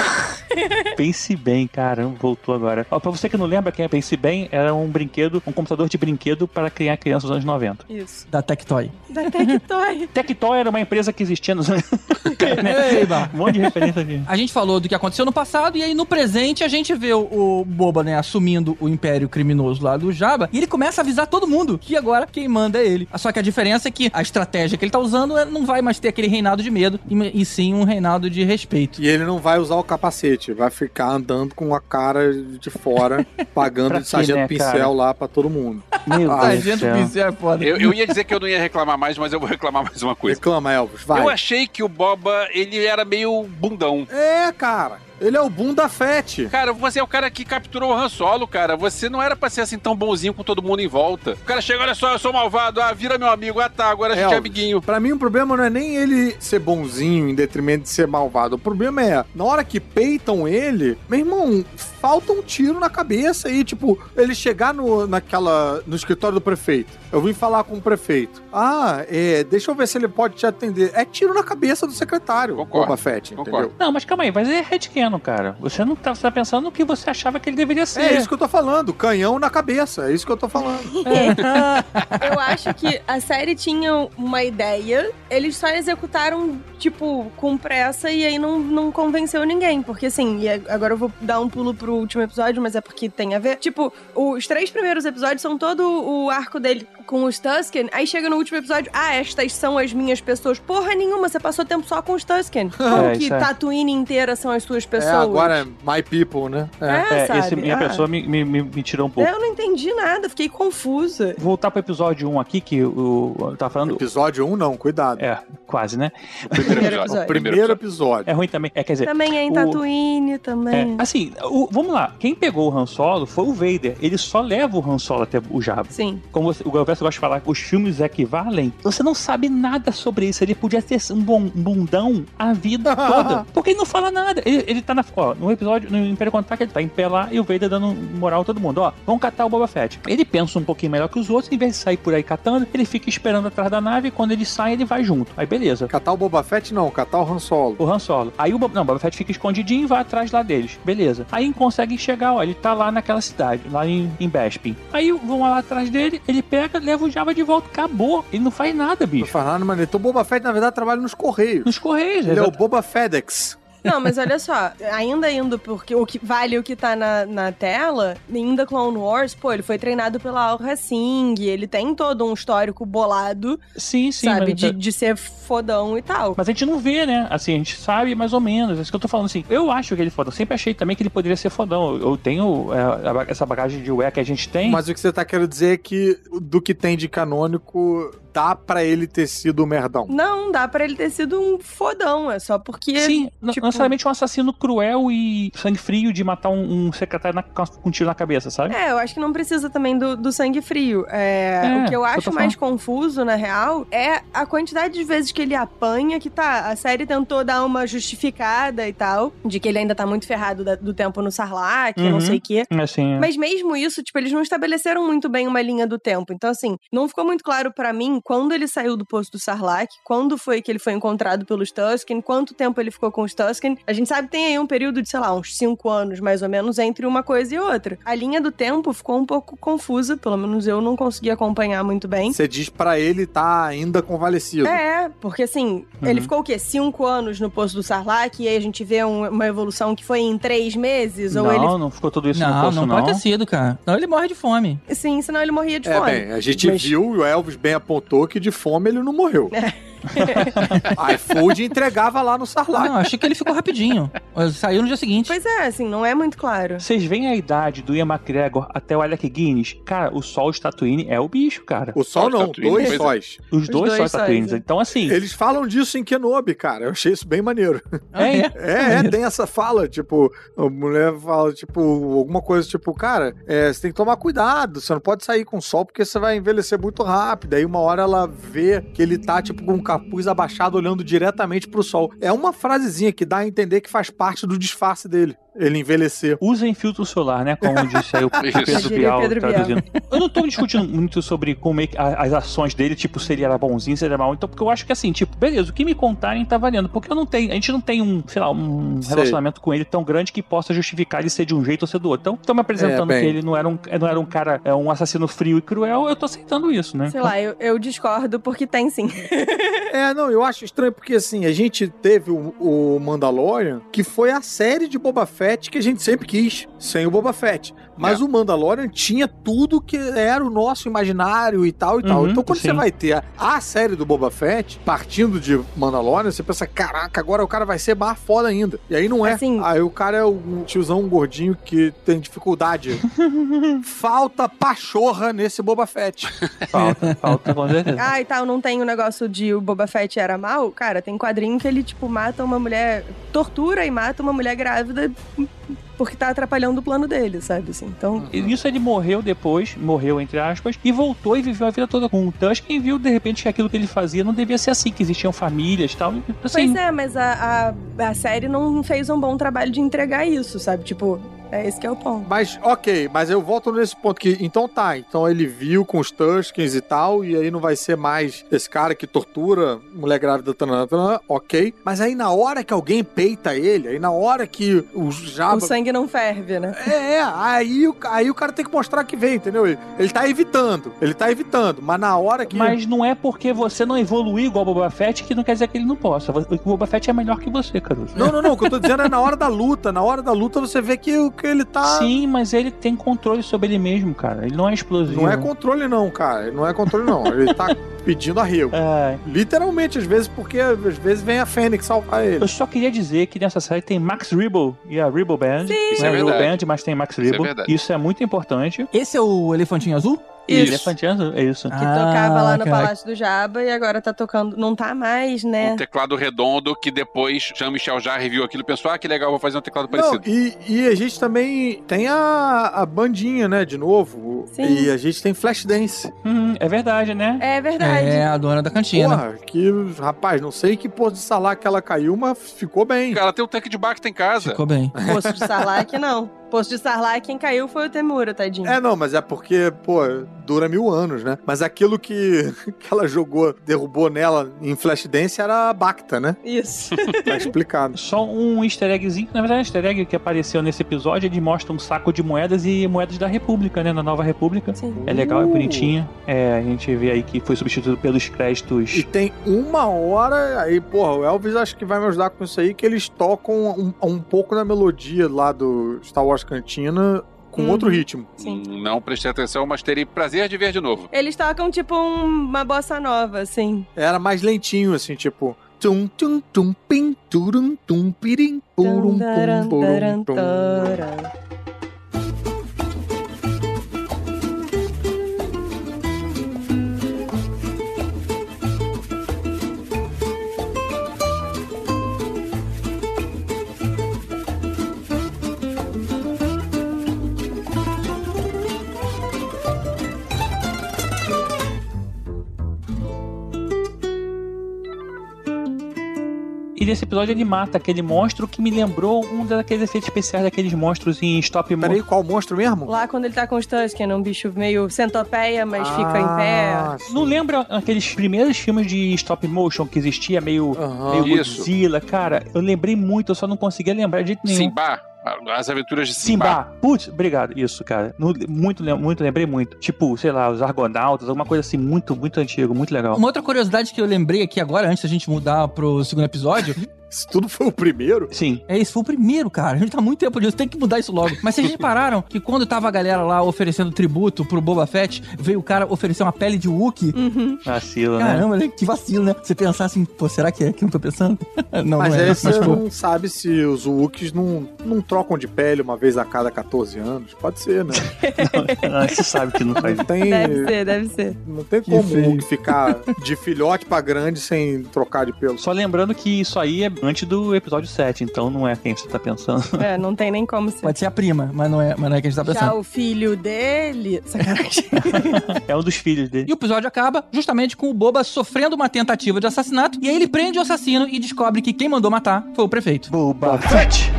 Pense Bem, caramba, voltou agora. Ó, pra você que não lembra quem é Pense Bem, era um brinquedo, um computador de brinquedo para criar crianças dos anos 90. Isso. Da Tectoy. Da Tectoy. Tectoy era uma empresa que existia nos anos... Um monte de referência aqui. A gente falou do que aconteceu no passado, e aí no presente a gente vê o Boba, né, assumindo o império criminoso lá do Jabba, e ele começa a avisar todo mundo que agora quem manda é ele. Só que a diferença é que a estratégia que ele tá usando não vai mais ter aquele reinado de medo, e sim um reinado de respeito. E ele não vai usar o capacete, vai ficar andando com a cara de fora, pagando de sargento né, pincel cara? lá pra todo mundo. Meu Deus do Sargento céu. Pincel é foda. Eu ia dizer que eu não ia reclamar mais, mas eu vou reclamar mais uma coisa. Reclama, Elvis, vai. Eu achei que o Boba, ele era meio bundão. É, cara. Ele é o Bunda Fett. Cara, você é o cara que capturou o Han Solo, cara. Você não era pra ser assim tão bonzinho com todo mundo em volta. O cara chega, olha só, eu sou malvado. Ah, vira meu amigo. Ah, tá, agora a gente é amiguinho. Pra mim, o problema não é nem ele ser bonzinho em detrimento de ser malvado. O problema é, na hora que peitam ele, meu irmão, falta um tiro na cabeça e, tipo, ele chegar no escritório do prefeito. Eu vim falar com o prefeito. Ah, deixa eu ver se ele pode te atender. É tiro na cabeça do secretário. Concordo. Boba Fett, Concordo. entendeu? Não, mas calma aí, mas é headcanon, cara. Você não tá pensando no que você achava que ele deveria ser. É isso que eu tô falando. Canhão na cabeça. É isso que eu tô falando. Eu acho que a série tinha uma ideia, eles só executaram, tipo, com pressa e aí não convenceu ninguém. Porque, assim, e agora eu vou dar um pulo pro último episódio, mas é porque tem a ver. Tipo, os 3 primeiros episódios são todo o arco dele com os Tusken, aí chega no último episódio, estas são as minhas pessoas. Porra nenhuma, você passou tempo só com os Tusken. Como que Tatooine inteira são as suas pessoas? Agora é My People, né? Sabe? Esse minha pessoa me tirou um pouco. Eu não entendi nada, fiquei confusa. Voltar pro episódio 1 aqui, que eu tava falando... Episódio 1 não, cuidado. Quase, né? O primeiro episódio. É ruim também. Quer dizer... Também é em Tatooine, também. Assim, vamos lá. Quem pegou o Han Solo foi o Vader. Ele só leva o Han Solo até o Jabba. Sim. Como o Galvez gosta de falar que os filmes equivalem, você não sabe nada sobre isso. Ele podia ter um bundão a vida toda. Porque ele não fala nada. Ele tá no episódio, no Império Contra-Ataca, ele tá em pé lá e o Vader dando moral a todo mundo. Ó, vamos catar o Boba Fett. Ele pensa um pouquinho melhor que os outros, em vez de sair por aí catando, ele fica esperando atrás da nave e quando ele sai, ele vai junto. Aí beleza. Catar o Boba Fett não, catar o Han Solo. O Han Solo. Aí o Boba Fett fica escondidinho e vai atrás lá deles. Beleza. Aí consegue chegar, ó, ele tá lá naquela cidade, lá em Bespin. Aí vão lá atrás dele, ele pega, leva o Jabba de volta, acabou. Ele não faz nada, bicho. Não faz nada, mano. Então o Boba Fett, na verdade, trabalha nos Correios. Nos Correios, Ele é o Boba FedEx. Não, mas olha só, ainda indo porque o que vale o que tá na tela, ainda Clone Wars, pô, ele foi treinado pela Aurra Singh, ele tem todo um histórico bolado, sim, sabe, de ser fodão e tal. Mas a gente não vê, né? Assim, a gente sabe mais ou menos, é isso que eu tô falando, assim, eu acho que ele é fodão, sempre achei também que ele poderia ser fodão, eu tenho essa bagagem de ué que a gente tem. Mas o que você tá querendo dizer é que do que tem de canônico, dá pra ele ter sido um merdão. Não, dá pra ele ter sido um fodão, é só porque... Sim, tipo... não necessariamente um assassino cruel e sangue frio de matar um secretário com um tiro na cabeça, sabe? Eu acho que não precisa também do sangue frio. O que eu acho mais confuso, na real, é a quantidade de vezes que ele apanha, que a série tentou dar uma justificada e tal, de que ele ainda tá muito ferrado do tempo no Sarlacc, não sei o quê. Assim, Mas mesmo isso, tipo, eles não estabeleceram muito bem uma linha do tempo. Então, assim, não ficou muito claro pra mim quando ele saiu do posto do Sarlacc, quando foi que ele foi encontrado pelos Tusken, quanto tempo ele ficou com os Tusken. A gente sabe que tem aí um período de, sei lá, uns 5 anos, mais ou menos, entre uma coisa e outra. A linha do tempo ficou um pouco confusa, pelo menos eu não consegui acompanhar muito bem. Você diz pra ele tá ainda convalescido. Porque assim, ele ficou o quê? 5 anos no posto do Sarlacc e aí a gente vê uma evolução que foi em 3 meses? Não ficou tudo isso no posto, não. Pode ter sido, cara. Senão ele morre de fome. Sim, senão ele morria de fome. Bem, a gente viu, e o Elvis bem apontou que de fome ele não morreu. iFood entregava lá no Sarlacc. Não, achei que ele ficou rapidinho. Saiu no dia seguinte. Pois é, assim, não é muito claro. Vocês veem a idade do Ian McGregor até o Alec Guinness? Cara, o Sol de Tatooine é o bicho, cara. O Sol não, 2 sóis. Os dois sóis Tatooine. Então, assim... Eles falam disso em Kenobi, cara. Eu achei isso bem maneiro. Tem essa fala, tipo, a mulher fala, tipo, alguma coisa, tipo, cara, você tem que tomar cuidado, você não pode sair com o sol porque você vai envelhecer muito rápido. Aí uma hora ela vê que ele tá, tipo, com um capuz abaixado olhando diretamente pro sol. É uma frasezinha que dá a entender que faz parte do disfarce dele. Ele envelhecer. Usem filtro solar, né? Como disse aí o Pedro Bial traduzindo. Eu não tô discutindo muito sobre como as ações dele, tipo, se ele era bonzinho, se ele era mal. Então, porque eu acho que assim, tipo, beleza, o que me contarem tá valendo. Porque a gente não tem um relacionamento com ele tão grande que possa justificar ele ser de um jeito ou ser do outro. Então, estão me apresentando que ele não era um cara, um assassino frio e cruel, eu tô aceitando isso, né? Sei lá, eu discordo porque tem sim. Não, eu acho estranho porque, assim, a gente teve o Mandalorian, que foi a série de Boba Fett que a gente sempre quis, sem o Boba Fett. Mas o Mandalorian tinha tudo que era o nosso imaginário e tal e tal. Então, quando você vai ter a série do Boba Fett, partindo de Mandalorian, você pensa, caraca, agora o cara vai ser mais foda ainda. E aí não é. Assim, aí o cara é um tiozão gordinho que tem dificuldade. Falta pachorra nesse Boba Fett. Falta com certeza. e tal, não tem o negócio de o Boba Fett era mal? Cara, tem quadrinho que ele, tipo, mata uma mulher, tortura e mata uma mulher grávida porque tá atrapalhando o plano dele, sabe, assim, então... Isso ele morreu depois, morreu entre aspas, e voltou e viveu a vida toda com o Tusken e viu, de repente, que aquilo que ele fazia não devia ser assim, que existiam famílias e tal, assim... Pois é, mas a série não fez um bom trabalho de entregar isso, sabe, tipo... É esse que é o ponto. Mas, ok, mas eu volto nesse ponto que, então ele viu com os Tuskens e tal, e aí não vai ser mais esse cara que tortura mulher grávida, ok, mas aí na hora que alguém peita ele, aí na hora que o Jabba... O sangue não ferve, né? Aí o cara tem que mostrar que veio, entendeu? Ele tá evitando, mas na hora que... Mas não é porque você não evoluiu igual o Boba Fett que não quer dizer que ele não possa. O Boba Fett é melhor que você, Caruso. Não, o que eu tô dizendo é na hora da luta você vê que ele tá... Sim, mas ele tem controle sobre ele mesmo, cara. Ele não é explosivo. Não é controle não, cara. Ele tá pedindo arrego. Literalmente, às vezes, porque às vezes vem a Fênix salvar ele. Eu só queria dizer que nessa série tem Max Rebo e a Rebo Band. Sim. Isso não é Rebo verdade. Band, mas tem Max Rebo. Isso é muito importante. Esse é o elefantinho azul? Isso. Elefantinho, é isso. Que tocava lá no caraca. Palácio do Jabba e agora tá tocando... Não tá mais, né? Um teclado redondo que depois Jean-Michel Jarre viu aquilo e pensou, que legal, vou fazer um teclado Não, parecido. e a gente também tem a bandinha, né, de novo. Sim. E a gente tem Flashdance. É verdade, né? É verdade. É, a dona da cantina. Porra, que, rapaz, não sei que posto de Sarlacc que ela caiu, mas ficou bem. Ela tem um tanque de Bacta em casa. Ficou bem. Poço de Sarlacc, não. Poço de Sarlacc, quem caiu foi o Temura, tadinho. Não, mas é porque, dura 1000 anos, né? Mas aquilo que ela derrubou nela em Flashdance era a Bacta, né? Isso. Tá explicado. Só um easter eggzinho, na verdade, um easter egg que apareceu nesse episódio, ele mostra um saco de moedas e moedas da República, né? Na Nova República. Sim. É legal, é bonitinho. A gente vê aí que foi substituído pelos créditos. E tem 1 hora, aí, o Elvis acho que vai me ajudar com isso aí, que eles tocam um pouco da melodia lá do Star Wars Cantina com outro ritmo. Sim. Não prestei atenção, mas terei prazer de ver de novo. Eles tocam tipo uma bossa nova, assim. Era mais lentinho, assim, tipo... Tum, tum, tum, pim, turum, tum, pirim, purum, pum, purum, tum. E nesse episódio ele mata aquele monstro que me lembrou um daqueles efeitos especiais daqueles monstros em stop motion. Peraí, qual monstro mesmo? Lá quando ele tá com os Tusken, um bicho meio centopeia, mas fica em pé. Não lembra aqueles primeiros filmes de stop motion que existia meio Isso. Godzilla? Cara, eu lembrei muito, eu só não conseguia lembrar de jeito nenhum. Simba. As aventuras de Simba. Simba. Putz, obrigado. Isso, cara. Muito, lembrei muito. Tipo, sei lá, os Argonautas, alguma coisa assim, muito, muito antigo, muito legal. Uma outra curiosidade que eu lembrei aqui agora, antes da gente mudar pro segundo episódio... Isso tudo foi o primeiro? Sim. Esse foi o primeiro, cara. A gente tá muito tempo disso, tem que mudar isso logo. Mas vocês repararam que quando tava a galera lá oferecendo tributo pro Boba Fett, veio o cara oferecer uma pele de Wookiee? Vacilo, né? Caramba, né? Que vacilo, né? Você pensar assim, será que é que eu não tô pensando? Não, mas não é. aí você não sabe se os Wookiees não trocam de pele uma vez a cada 14 anos. Pode ser, né? Não, você sabe que não faz isso. Deve ser. Não tem como o Wookiee ficar de filhote pra grande sem trocar de pelo. Só lembrando que isso aí é antes do episódio 7, então não é quem você tá pensando. Não tem nem como ser. Pode ser a prima, mas não é quem a gente tá pensando. Já o filho dele... Sacanagem. É um dos filhos dele. E o episódio acaba justamente com o Boba sofrendo uma tentativa de assassinato, e aí ele prende o assassino e descobre que quem mandou matar foi o prefeito. Boba Fett!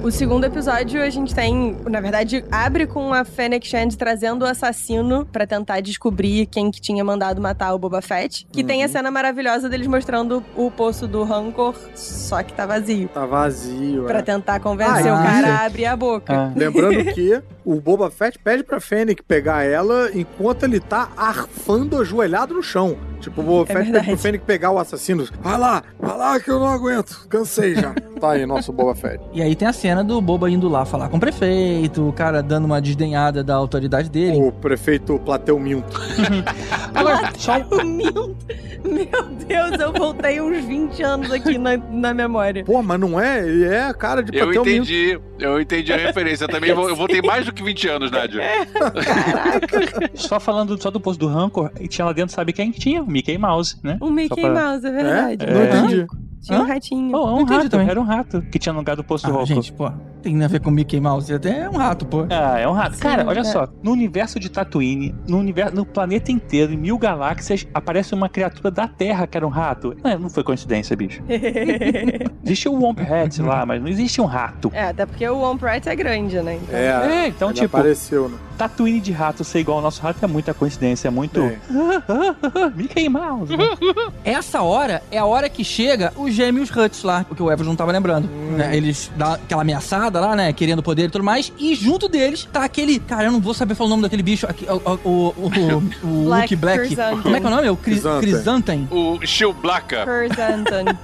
O segundo episódio a gente tem, na verdade, abre com a Fennec Shand trazendo o assassino pra tentar descobrir quem que tinha mandado matar o Boba Fett. Que tem a cena maravilhosa deles mostrando o poço do Rancor, só que tá vazio. Tá vazio, Pra tentar convencer o cara a abrir a boca. Lembrando que o Boba Fett pede pra Fennec pegar ela enquanto ele tá arfando ajoelhado no chão. Tipo, o Boba Fett pede pro Fennec pegar o assassino. Vai lá que eu não aguento. Cansei já. Tá aí, nosso Boba Fett. E aí tem a cena do Boba indo lá falar com o prefeito, o cara dando uma desdenhada da autoridade dele. O prefeito Plateu Minto. Agora, Minto. Meu Deus, eu voltei uns 20 anos aqui na memória. Pô, mas não é? Ele é a cara de Plateu Minto. Eu entendi a referência. Também eu voltei mais do que 20 anos, Nádia. Caraca. Só falando só do posto do Rancor, e tinha lá dentro, sabe quem que tinha? O Mickey Mouse, né? O Mickey Mouse, é verdade. Não entendi. Tinha um ratinho. Pô, um rato também. Era um rato que tinha no lugar do posto do Rancor. Gente, pô, tem a ver com Mickey Mouse. Até é um rato, pô. Ah, é um rato. Sim, cara, olha só. No universo de Tatooine, no planeta inteiro, em 1000 galáxias, aparece uma criatura da Terra que era um rato. Não foi coincidência, bicho. Existe o Womp Rat lá, mas não existe um rato. Até porque o Womp Rat é grande, né? Então, então ele tipo... apareceu, né? Tatooine de rato ser igual ao nosso rato é muita coincidência, é muito... Mickey Mouse. Né? Essa hora é a hora que chega os gêmeos Hutts lá, porque o Evans não tava lembrando. Né? Eles dão aquela ameaçada lá, né? Querendo poder e tudo mais. E junto deles tá aquele... Cara, eu não vou saber falar o nome daquele bicho. O Luke Black. Chrysanthemum. Como é que é o nome? O Chrysanthemum. O Chewbacca. Chrysanthemum.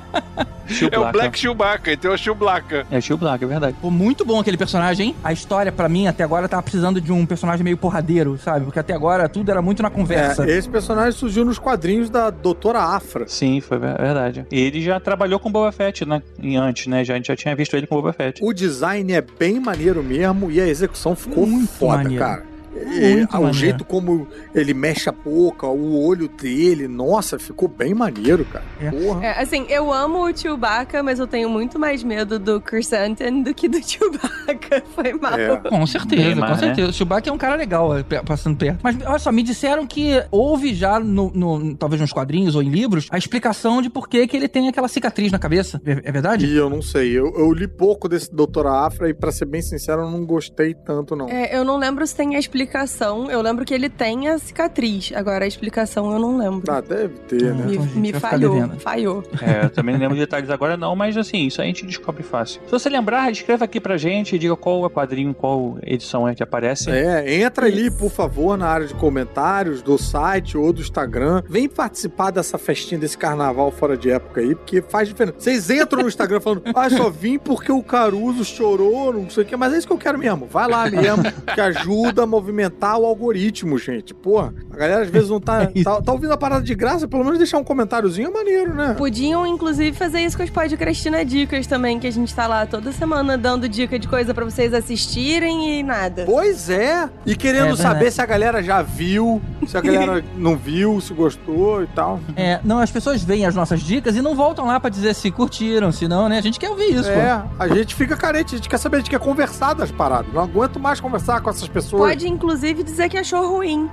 É o Black Chewbacca, então é o Chewbacca. É o Chewbacca, é verdade. Pô, muito bom aquele personagem, hein? A história, pra mim, até agora, tava precisando de um personagem meio porradeiro, sabe? Porque até agora tudo era muito na conversa. Esse personagem surgiu nos quadrinhos da Doutora Afra. Sim, foi verdade. Ele já trabalhou com Boba Fett, né? Antes, né? A gente já tinha visto ele com Boba Fett. O design é bem maneiro mesmo e a exeção ficou muito foda, maneiro. Cara. O jeito como ele mexe a boca, o olho dele, nossa, ficou bem maneiro, cara. Porra. Assim, eu amo o Chewbacca, mas eu tenho muito mais medo do Chrysanthemum do que do Chewbacca. Foi mal. Com certeza, com certeza. O Chewbacca é um cara legal, passando perto. Mas, olha só, me disseram que houve já, talvez nos quadrinhos ou em livros, a explicação de por que ele tem aquela cicatriz na cabeça. É verdade? E eu não sei. Eu li pouco desse Doutora Afra e, pra ser bem sincero, eu não gostei tanto, não. Eu não lembro se tem a explicação. Eu lembro que ele tem a cicatriz. Agora, a explicação eu não lembro. Deve ter, né? Me falhou. Eu também não lembro detalhes agora não, mas assim, isso a gente descobre fácil. Se você lembrar, escreva aqui pra gente e diga qual é o quadrinho, qual edição é que aparece. Entra ali, por favor, na área de comentários do site ou do Instagram. Vem participar dessa festinha, desse carnaval fora de época aí, porque faz diferença. Vocês entram no Instagram falando, só vim porque o Caruso chorou, não sei o que, mas é isso que eu quero mesmo. Vai lá mesmo, que ajuda a movimentar o algoritmo, gente. Porra, a galera às vezes não tá ouvindo a parada de graça, pelo menos deixar um comentáriozinho é maneiro, né? Podiam, inclusive, fazer isso com os Podcastina Dicas também, que a gente tá lá toda semana dando dica de coisa pra vocês assistirem e nada. Pois é. E querendo saber se a galera já viu, se a galera não viu, se gostou e tal. Não, as pessoas veem as nossas dicas e não voltam lá pra dizer se curtiram, se não, né? A gente quer ouvir isso, pô. A gente fica carente, a gente quer saber, a gente quer conversar das paradas. Não aguento mais conversar com essas pessoas. Pode, inclusive, dizer que achou ruim.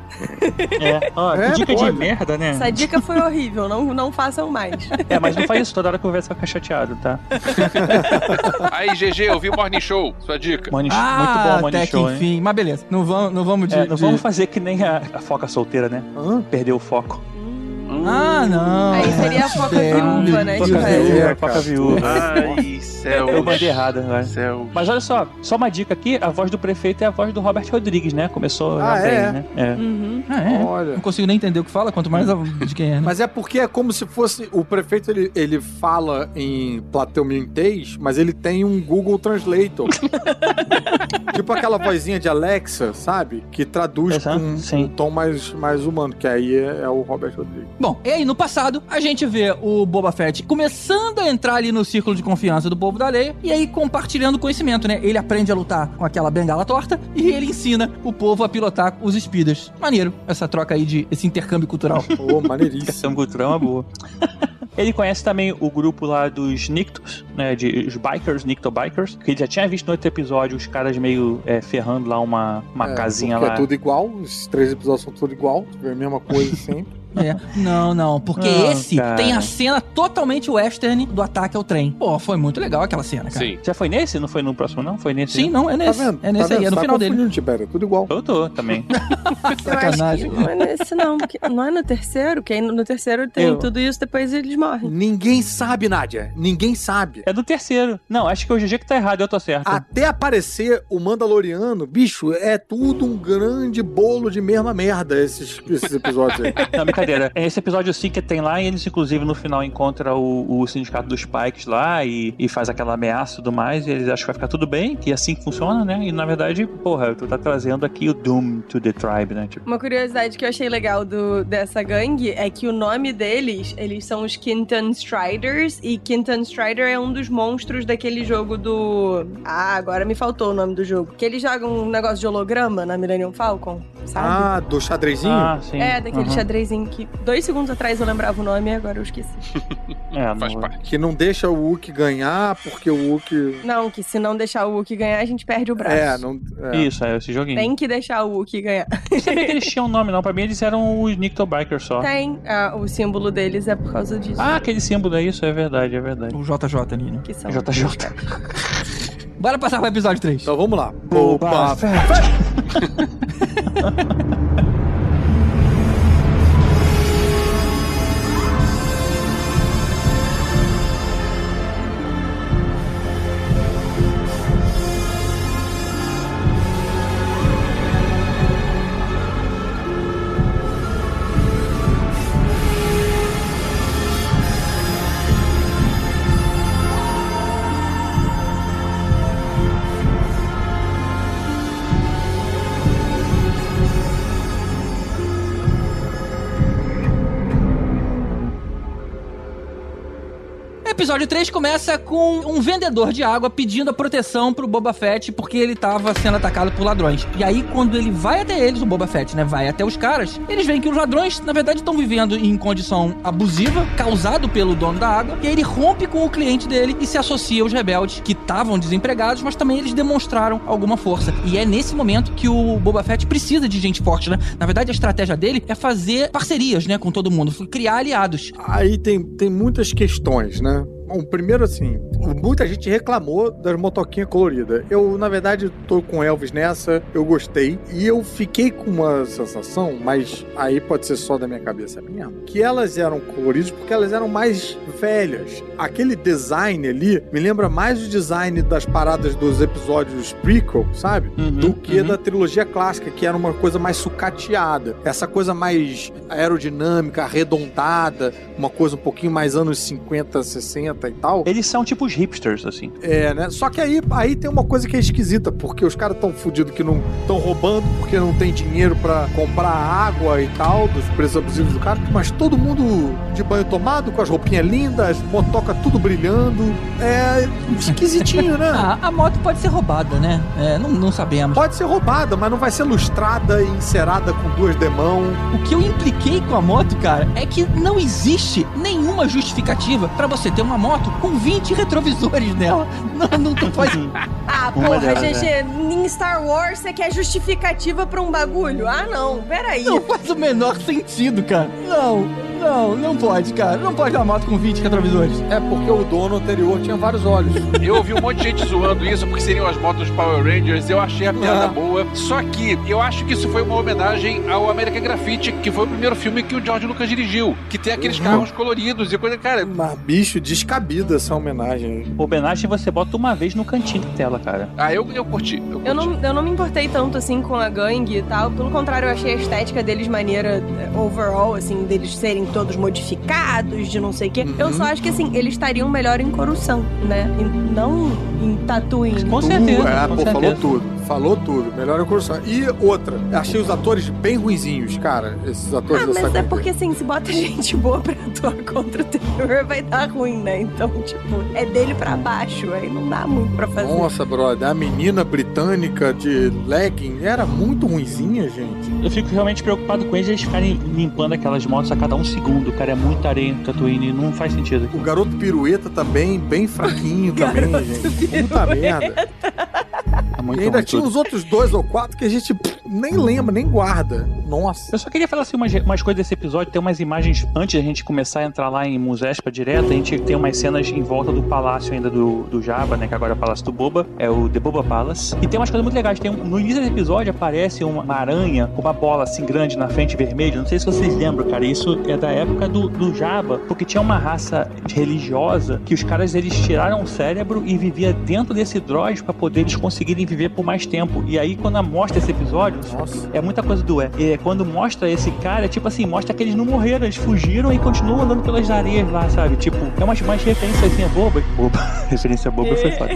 Que dica de merda, né? Essa dica foi horrível, não façam mais. Mas não faz isso, toda hora que eu ver, você vai ficar chateado, tá? Aí, GG, eu vi o Morning Show, sua dica. Morning Show, muito bom o Morning Show, enfim, hein? Mas beleza, não vamos não vamos fazer que nem a foca solteira, né? Perdeu o foco. Não. Aí seria a foca viúva, né? Foca viúva. Ai, céu. Eu mandei errado agora. Mas olha só uma dica aqui, a voz do prefeito é a voz do Robert Rodrigues, né? Começou bem, né? Olha. Não consigo nem entender o que fala, quanto mais de quem é. Né? Mas é porque é como se fosse... O prefeito, ele fala em plateumientês, mas ele tem um Google Translator. Tipo aquela vozinha de Alexa, sabe? Que traduz com um tom mais humano, que aí é o Robert Rodrigues. Bom, e aí no passado, a gente vê o Boba Fett começando a entrar ali no círculo de confiança do povo da Leia, e aí compartilhando conhecimento, né? Ele aprende a lutar com aquela bengala torta, e ele ensina o povo a pilotar os speeders. Maneiro, essa troca aí, esse intercâmbio cultural. Maneiríssimo. Intercâmbio cultural é uma boa. Ele conhece também o grupo lá dos Nictos, né, os Bikers, Nicto Bikers, que ele já tinha visto no outro episódio os caras meio ferrando lá uma casinha lá. É tudo igual, os 3 episódios são tudo igual, a mesma coisa sempre. Não, porque esse cara. tem a cena totalmente western do ataque ao trem. Pô, foi muito legal aquela cena, cara. Sim. Já foi nesse? Não foi no próximo, não? Foi nesse? Sim, não, é nesse. Tá vendo? É nesse aí, é no final dele. Tibério, tudo igual. Eu tô também. Eu acho que não é nesse, não. Porque não é no terceiro, que aí no terceiro tem tudo isso, depois eles morrem. Ninguém sabe, Nádia. Ninguém sabe. É do terceiro. Não, acho que o GG que tá errado, eu tô certo. Até aparecer o Mandaloriano, bicho, é tudo um grande bolo de mesma merda, esses episódios aí. Não, brincadeira. É esse episódio sim que tem lá e eles, inclusive, no final encontram o sindicato dos Pikes lá e faz aquela ameaça e tudo mais, e eles acham que vai ficar tudo bem, que assim que funciona, né? E na verdade, porra, tu tá trazendo aqui o Doom to the Tribe, né? Tipo. Uma curiosidade que eu achei legal dessa gangue é que o nome deles, eles são os Quinton Striders, e Quinton Strider é um dos monstros daquele jogo do... Ah, agora me faltou o nome do jogo. Que eles jogam um negócio de holograma na Millennium Falcon, sabe? Ah, do xadrezinho? Ah, sim. É, daquele xadrezinho que 2 segundos atrás eu lembrava o nome e agora eu esqueci. Faz parte. Que não deixa o Wookie ganhar, porque o Wookie... Não, que se não deixar o Wookie ganhar, a gente perde o braço. Isso, é esse joguinho. Tem que deixar o Wookie ganhar. Não sabia que eles tinham um nome, não. Pra mim, eles eram os Nickelbikers só. Tem. O símbolo deles é por causa disso. Ah, aquele símbolo é isso, é verdade, é verdade. O JJ ali, né? Que são JJ. Bora passar pro episódio 3. Então vamos lá. Boba Episódio 3 começa com um vendedor de água pedindo a proteção pro Boba Fett porque ele tava sendo atacado por ladrões. E aí, quando ele vai até eles, o Boba Fett, né, vai até os caras, eles veem que os ladrões, na verdade, estão vivendo em condição abusiva, causado pelo dono da água, e aí ele rompe com o cliente dele e se associa aos rebeldes que estavam desempregados, mas também eles demonstraram alguma força. E é nesse momento que o Boba Fett precisa de gente forte, né? Na verdade, a estratégia dele é fazer parcerias, né, com todo mundo, criar aliados. Aí tem muitas questões, né? Bom, primeiro assim, muita gente reclamou das motoquinhas coloridas. Eu, na verdade, tô com Elvis nessa, eu gostei. E eu fiquei com uma sensação, mas aí pode ser só da minha cabeça mesmo, que elas eram coloridas porque elas eram mais velhas. Aquele design ali me lembra mais o design das paradas dos episódios prequel, sabe? Do que da trilogia clássica, que era uma coisa mais sucateada. Essa coisa mais aerodinâmica, arredondada, uma coisa um pouquinho mais anos 50, 60 e tal. Eles são tipo os hipsters, assim. É, né? Só que aí tem uma coisa que é esquisita, porque os caras tão fodidos que não estão roubando porque não tem dinheiro pra comprar água e tal, dos preços abusivos do cara, mas todo mundo de banho tomado, com as roupinhas lindas, motoca tudo brilhando. É esquisitinho, né? A moto pode ser roubada, né? Não sabemos. Pode ser roubada, mas não vai ser lustrada e encerada com 2 demãos. O que eu impliquei com a moto, cara, é que não existe nenhuma justificativa pra você ter uma moto com 20 retrovisores nela. Não pode... porra, GG, em Star Wars você quer justificativa pra um bagulho? Ah, não, peraí. Não faz o menor sentido, cara. Não pode, cara. Não pode ter uma moto com 20 retrovisores. É porque o dono anterior tinha vários olhos. Eu ouvi um monte de gente zoando isso porque seriam as motos Power Rangers. Eu achei a piada boa. Só que eu acho que isso foi uma homenagem ao American Graffiti, que foi o primeiro filme que o George Lucas dirigiu. Que tem aqueles carros coloridos e coisa, cara. Mas, bicho, descabida essa homenagem. Homenagem você bota uma vez no cantinho da tela, cara. Ah, eu curti. Eu não me importei tanto, assim, com a gangue e tal. Pelo contrário, eu achei a estética deles maneira overall, assim, deles serem todos modificados, de não sei o quê. Eu só acho que, assim, eles estariam melhor em Coruscant, né? E não em Tatooine. Com certeza. Falou tudo. Melhor em Coruscant. E outra, achei os atores bem ruinzinhos, cara. Esses atores dessa mas gangue. Porque, assim, se bota gente boa pra atuar contra o terror, vai dar ruim, né? Então, tipo, é dele pra baixo. Aí não dá muito pra fazer. Nossa, brother, a menina britânica de legging era muito ruinzinha, gente. Eu fico realmente preocupado com eles ficarem limpando aquelas motos a cada 1 segundo. Cara, é muita areia no Tatooine, não faz sentido aqui. O garoto pirueta também, bem fraquinho também, gente. Puta merda. É muito E ainda tinha os outros 2 ou 4 que a gente nem lembra, nem guarda. Nossa. Eu só queria falar assim umas coisas desse episódio. Tem umas imagens, antes da gente começar a entrar lá em Mos Espa direto, a gente tem umas cenas em volta do palácio ainda do Jabba, né, que agora é o Palácio do Boba, é o The Boba Palace. E tem umas coisas muito legais. No início desse episódio aparece uma aranha com uma bola assim grande na frente, vermelha. Não sei se vocês lembram, cara, isso é da época do Jabba, porque tinha uma raça religiosa que os caras, eles tiraram o cérebro e vivia dentro desse droid pra poder eles conseguirem viver por mais tempo. E aí, quando mostra esse episódio, é muita coisa do quando mostra esse cara, tipo assim, mostra que eles não morreram, eles fugiram e continuam andando pelas areias lá, sabe? Tipo, é umas referências assim, boba. Referência boba foi foda.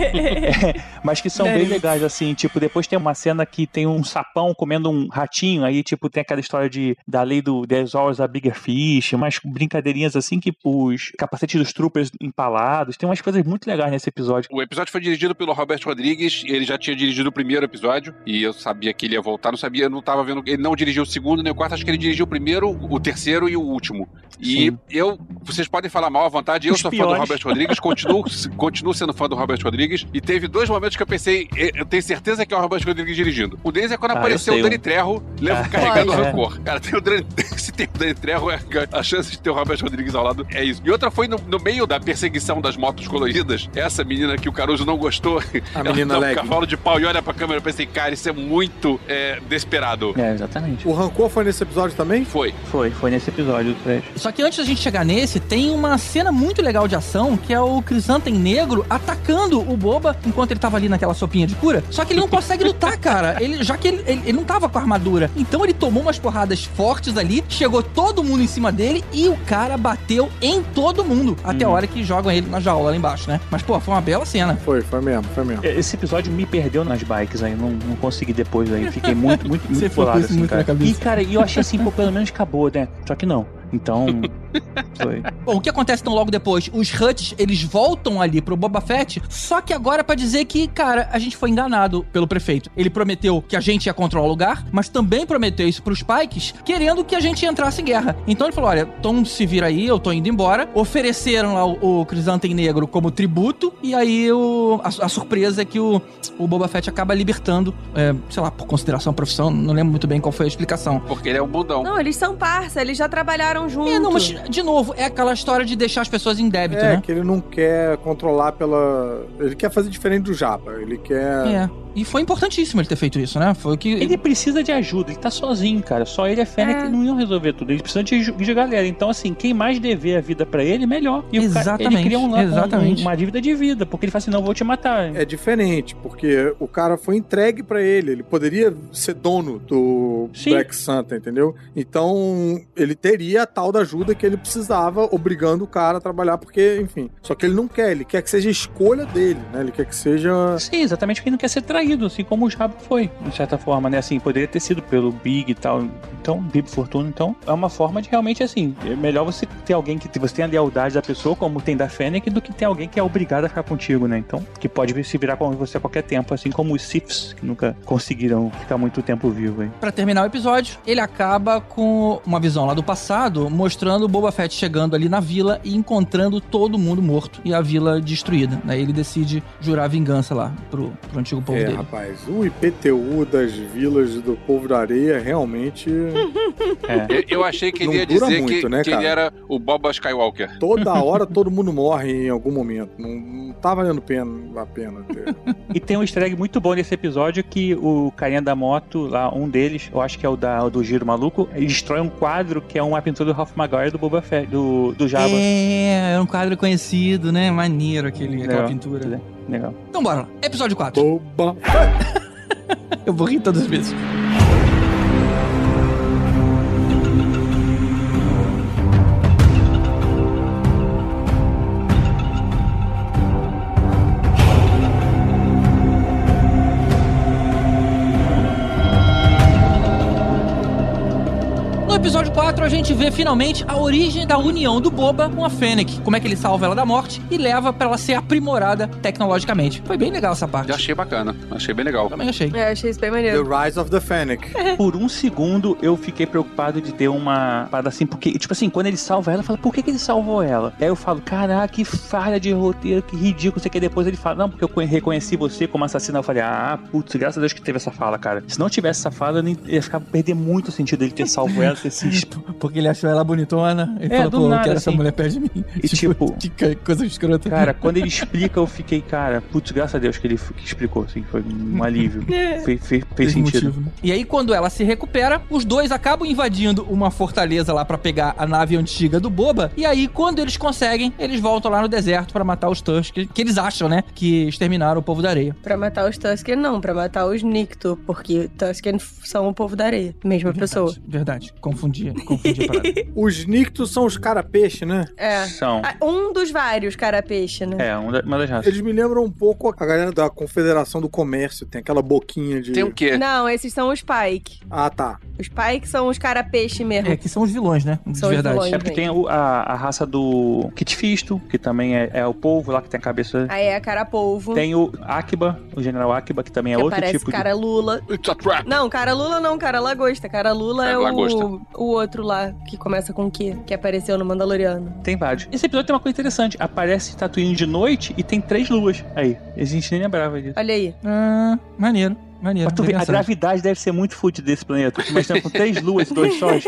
Mas que são bem legais, assim, tipo, depois tem uma cena que tem um sapão comendo um ratinho, aí, tipo, tem aquela história da lei do There's Always a Bigger Fish, umas brincadeirinhas assim, que os capacetes dos troopers empalados, tem umas coisas muito legais nesse episódio. O episódio foi dirigido pelo Robert Rodrigues, ele já tinha dirigido o primeiro episódio, e eu sabia que ele ia voltar, eu não tava vendo, ele não dirigiu o segundo nem o quarto, acho que ele dirigiu o primeiro, o terceiro e o último. E vocês podem falar mal à vontade, eu sou fã do Robert Rodrigues, continuo sendo fã do Robert Rodrigues, e teve 2 momentos que eu pensei, eu tenho certeza que é o Robert Rodrigues dirigindo. Um deles é quando apareceu o Danny Trejo carregando o Rancor. Cara, se tem o Danny Trejo, a chance de ter o Robert Rodrigues ao lado é isso. E outra foi no meio da perseguição das motos coloridas, essa menina que o Caruso não gostou, ela dá um cavalo de pau e olha pra câmera, eu pensei, cara, isso é muito desesperado. Exatamente. O Rancor foi nesse episódio também? Foi nesse episódio do Trash. Só que antes da gente chegar nesse, tem uma cena muito legal de ação, que é o Crisantem Negro atacando o Boba enquanto ele tava ali naquela sopinha de cura. Só que ele não consegue lutar, cara. Já que ele não tava com a armadura. Então ele tomou umas porradas fortes ali, chegou todo mundo em cima dele e o cara bateu em todo mundo. Até a hora que jogam ele na jaula lá embaixo, né? Mas, pô, foi uma bela cena. Foi mesmo. Esse episódio me perdeu nas bikes aí, não consegui depois aí. Fiquei muito bolado, assim, muito cara. Na cabeça. E, cara, eu achei assim, pô, pelo menos acabou, né? Só que não. Então, foi. Bom, o que acontece então logo depois? Os Hutts, eles voltam ali pro Boba Fett, só que agora pra dizer que, cara, a gente foi enganado pelo prefeito. Ele prometeu que a gente ia controlar o lugar, mas também prometeu isso pros Pikes, querendo que a gente entrasse em guerra. Então ele falou, olha, Tom se vira aí, eu tô indo embora. Ofereceram lá o Crisantem Negro como tributo, e aí a surpresa é que o Boba Fett acaba libertando, sei lá, por consideração à profissão, não lembro muito bem qual foi a explicação. Porque ele é um bundão. Não, eles são parça, eles já trabalharam juntos. Não, mas, de novo, é aquela história de deixar as pessoas em débito, né? Que ele não quer controlar ele quer fazer diferente do Jabba. Ele quer... E foi importantíssimo ele ter feito isso, né? Foi o que... Ele precisa de ajuda, ele tá sozinho, cara. Só ele e a Fennec não iam resolver tudo. Ele precisa de galera. Então, assim, quem mais dever a vida pra ele, melhor. E exatamente. Ele cria uma dívida de vida, porque ele fala assim, não, vou te matar. É diferente, porque o cara foi entregue pra ele. Ele poderia ser dono do Black Santa, entendeu? Então, ele teria a tal da ajuda que ele precisava, obrigando o cara a trabalhar, porque, enfim. Só que ele não quer, ele quer que seja escolha dele, né? Ele quer que seja... Sim, exatamente, porque ele não quer ser traído, assim como o Jabba foi, de certa forma, né? Assim, poderia ter sido pelo Big e tal. Então, Bib Fortuna, então, é uma forma de realmente, assim, é melhor você ter alguém que você tem a lealdade da pessoa, como tem da Fennec, do que ter alguém que é obrigado a ficar contigo, né? Então, que pode se virar com você a qualquer tempo, assim como os Siths, que nunca conseguiram ficar muito tempo vivo aí. Pra terminar o episódio, ele acaba com uma visão lá do passado, mostrando o Boba Fett chegando ali na vila e encontrando todo mundo morto e a vila destruída. Daí ele decide jurar vingança lá pro antigo povo dele. Rapaz, o IPTU das vilas do povo da areia realmente... Eu achei que ele ia dizer muito, que ele era o Boba Skywalker. Toda hora todo mundo morre em algum momento. Não tá valendo a pena ter. E tem um easter egg muito bom nesse episódio que o carinha da moto, lá, um deles, eu acho que é o do Giro Maluco, ele destrói um quadro que é uma pintura do Ralph Maguire do Boba Fett, do Jabba. É um quadro conhecido, né? Maneiro aquela pintura. Legal. Então bora lá. Episódio 4. Boba. Eu vou rir todas as vezes. No episódio 4, 4, a gente vê finalmente a origem da união do Boba com a Fennec. Como é que ele salva ela da morte e leva pra ela ser aprimorada tecnologicamente. Foi bem legal essa parte. Eu achei bacana. Achei bem legal. Também achei. Achei isso bem maneiro. The Rise of the Fennec. Por um segundo, eu fiquei preocupado de ter uma parada assim, porque, tipo assim, quando ele salva ela, fala, por que ele salvou ela? Aí eu falo, caraca, que falha de roteiro, que ridículo, sei que depois ele fala, não, porque eu reconheci você como assassino. Eu falei, putz, graças a Deus que teve essa fala, cara. Se não tivesse essa fala, eu ia perder muito o sentido dele ter salvo ela, ter se... Porque ele achou ela bonitona e falou, do nada, eu quero assim. essa mulher perto de mim. E tipo, que coisa escrota. Cara, quando ele explica, eu fiquei, cara, putz, graças a Deus que ele explicou, assim, foi um alívio. Fez sentido. Motivo, né? E aí, quando ela se recupera, os dois acabam invadindo uma fortaleza lá pra pegar a nave antiga do Boba. E aí, quando eles conseguem, eles voltam lá no deserto pra matar os Tusken, que eles acham, né, que exterminaram o povo da areia. Pra matar os Tusken, não. Pra matar os Nikto, porque Tusken são o povo da areia. Mesma pessoa. Verdade. Confundi a parada. Os Nictos são os cara-peixe, né? São. Um dos vários cara-peixe, né? Uma das raças. Eles me lembram um pouco a galera da Confederação do Comércio. Tem aquela boquinha de... Tem o quê? Não, esses são os Pike. Ah, tá. Os Pike são os cara-peixe mesmo. Que são os vilões, né? De São os verdade. vilões. É porque tem a raça do Kit Fisto, que também é o polvo lá que tem a cabeça. Aí é a cara-polvo. Tem o Akiba, o General Akiba, que também é que outro parece tipo cara Lula. It's a trap. Não, cara Lula não, cara Lagosta. Cara Lula é Lagosta. o outro lá, que começa com Q, que apareceu no Mandaloriano. Tem vários. Esse episódio tem uma coisa interessante. Aparece Tatooine de noite e tem 3 luas. Aí, a gente nem lembrava disso. Olha aí. Maneiro. Pra tu ver, a gravidade deve ser muito fútil desse planeta. Mas com 3 luas e 2 sóis.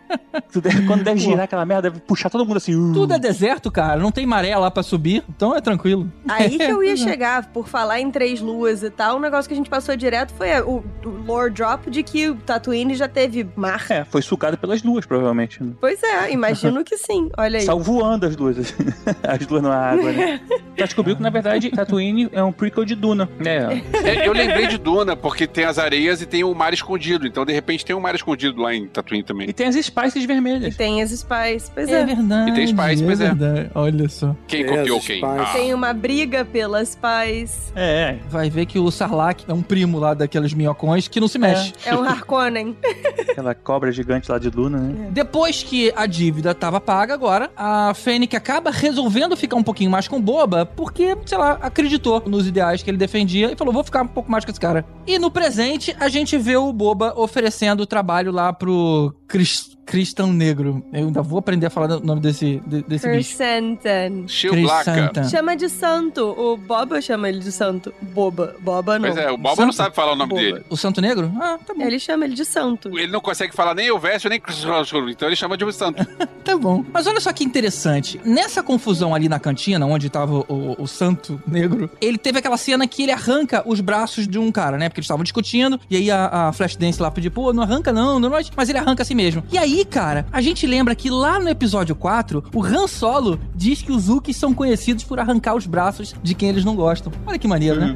Quando deve girar aquela merda, deve puxar todo mundo assim. Tudo é deserto, cara. Não tem maré lá pra subir, então é tranquilo. Aí que eu ia chegar, por falar em 3 luas e tal, um negócio que a gente passou direto foi o lore drop de que o Tatooine já teve mar. Foi sugado pelas luas, provavelmente. Né? Pois é, imagino que sim. Olha aí. Saiu voando as luas. As luas na água, né? Já descobriu que, na verdade, Tatooine é um prequel de Duna. Eu lembrei de Duna, porque tem as areias e tem o mar escondido. Então, de repente, tem um mar escondido lá em Tatooine também. E tem as Spices vermelhas. E tem as Spice, pois É é. verdade. E tem Spice, pois é. verdade. Olha só. Quem copiou as quem? Spice. Tem uma briga pelas Spice. Vai ver que o Sarlacc é um primo lá daqueles minhocões que não se mexe. É um Harkonnen. Aquela cobra gigante lá de Duna, né? Depois que a dívida tava paga agora, a Fennec acaba resolvendo ficar um pouquinho mais com o Boba, porque, sei lá, acreditou nos ideais que ele defendia e falou, vou ficar um pouco mais com esse cara. E no presente, a gente vê o Boba oferecendo trabalho lá pro Cristão Negro. Eu ainda vou aprender a falar o nome desse bicho. Chrysanthemum. Chewbacca. Chrysanthemum. Chama de santo. O Boba chama ele de santo. Boba não. Pois é, o Boba Santo? não sabe falar o nome Boba. dele. O Santo Negro? Ah, tá bom. Ele chama ele de santo. Ele não consegue falar nem Elvésio, nem então ele chama de santo. Tá bom. Mas olha só que interessante. Nessa confusão ali na cantina, onde tava o Santo Negro, ele teve aquela cena que ele arranca os braços de um cara, né? Porque eles estavam discutindo, e aí a Flashdance lá pediu, pô, não arranca não, mas ele arranca assim mesmo. E aí, cara, a gente lembra que lá no episódio 4, o Han Solo diz que os Wookiees são conhecidos por arrancar os braços de quem eles não gostam. Olha que maneiro, né?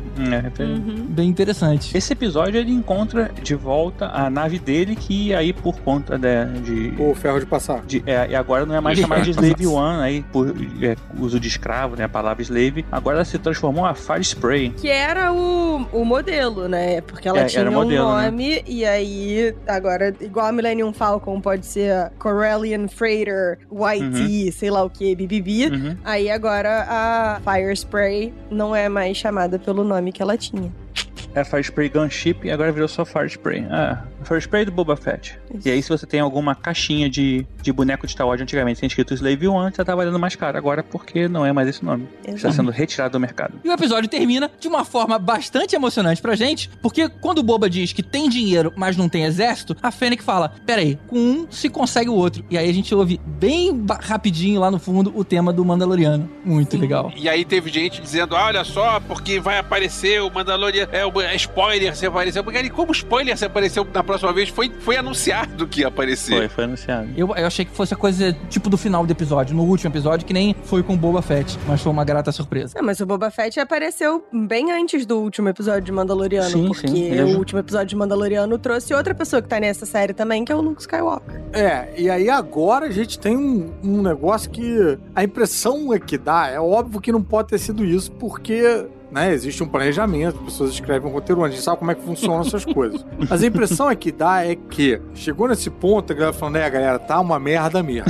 Bem interessante. Esse episódio ele encontra de volta a nave dele, que aí por conta de O ferro de passar. e agora não é mais chamada de Slave One, aí por uso de escravo, né? A palavra slave. Agora ela se transformou a Fire Spray. Que era o modelo, né? Porque ela tinha era modelo, um nome, e aí, agora, igual a Millennium Falcon pode ser a Corellian Freighter, YT, sei lá o que, BBB. Aí agora a Fire Spray não é mais chamada pelo nome que ela tinha. É a Fire Spray Gunship e agora virou só Fire Spray. Fire Spray do Boba Fett. Isso. E aí, se você tem alguma caixinha de boneco de Star Wars antigamente sem escrito Slave One, já tá valendo mais caro agora porque não é mais esse nome. Está sendo retirado do mercado. E o episódio termina de uma forma bastante emocionante pra gente, porque quando o Boba diz que tem dinheiro, mas não tem exército, a Fennec fala, peraí, com um se consegue o outro. E aí a gente ouve bem rapidinho lá no fundo o tema do Mandaloriano. Muito legal. E aí teve gente dizendo, olha só, porque vai aparecer o Mandaloriano, é spoiler se apareceu. Porque como spoiler se apareceu na próxima vez, foi anunciado que ia aparecer. Foi anunciado. Eu achei que fosse a coisa tipo do final do episódio, no último episódio, que nem foi com o Boba Fett, mas foi uma grata surpresa. Mas o Boba Fett apareceu bem antes do último episódio de Mandaloriano, Sim, porque sim, o último episódio de Mandaloriano trouxe outra pessoa que tá nessa série também, que é o Luke Skywalker. E aí agora a gente tem um negócio que a impressão é que dá, é óbvio que não pode ter sido isso, porque né? Existe um planejamento, as pessoas escrevem um roteiro, a gente sabe como é que funcionam essas coisas. Mas a impressão que dá é que chegou nesse ponto, a galera falando, galera, tá uma merda mesmo.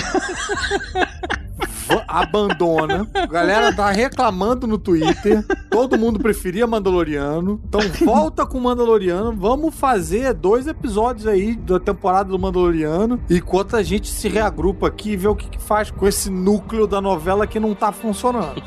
Abandona. A galera tá reclamando no Twitter. Todo mundo preferia Mandaloriano. Então volta com o Mandaloriano. Vamos fazer 2 episódios aí da temporada do Mandaloriano. Enquanto a gente se reagrupa aqui e vê o que faz com esse núcleo da novela que não tá funcionando.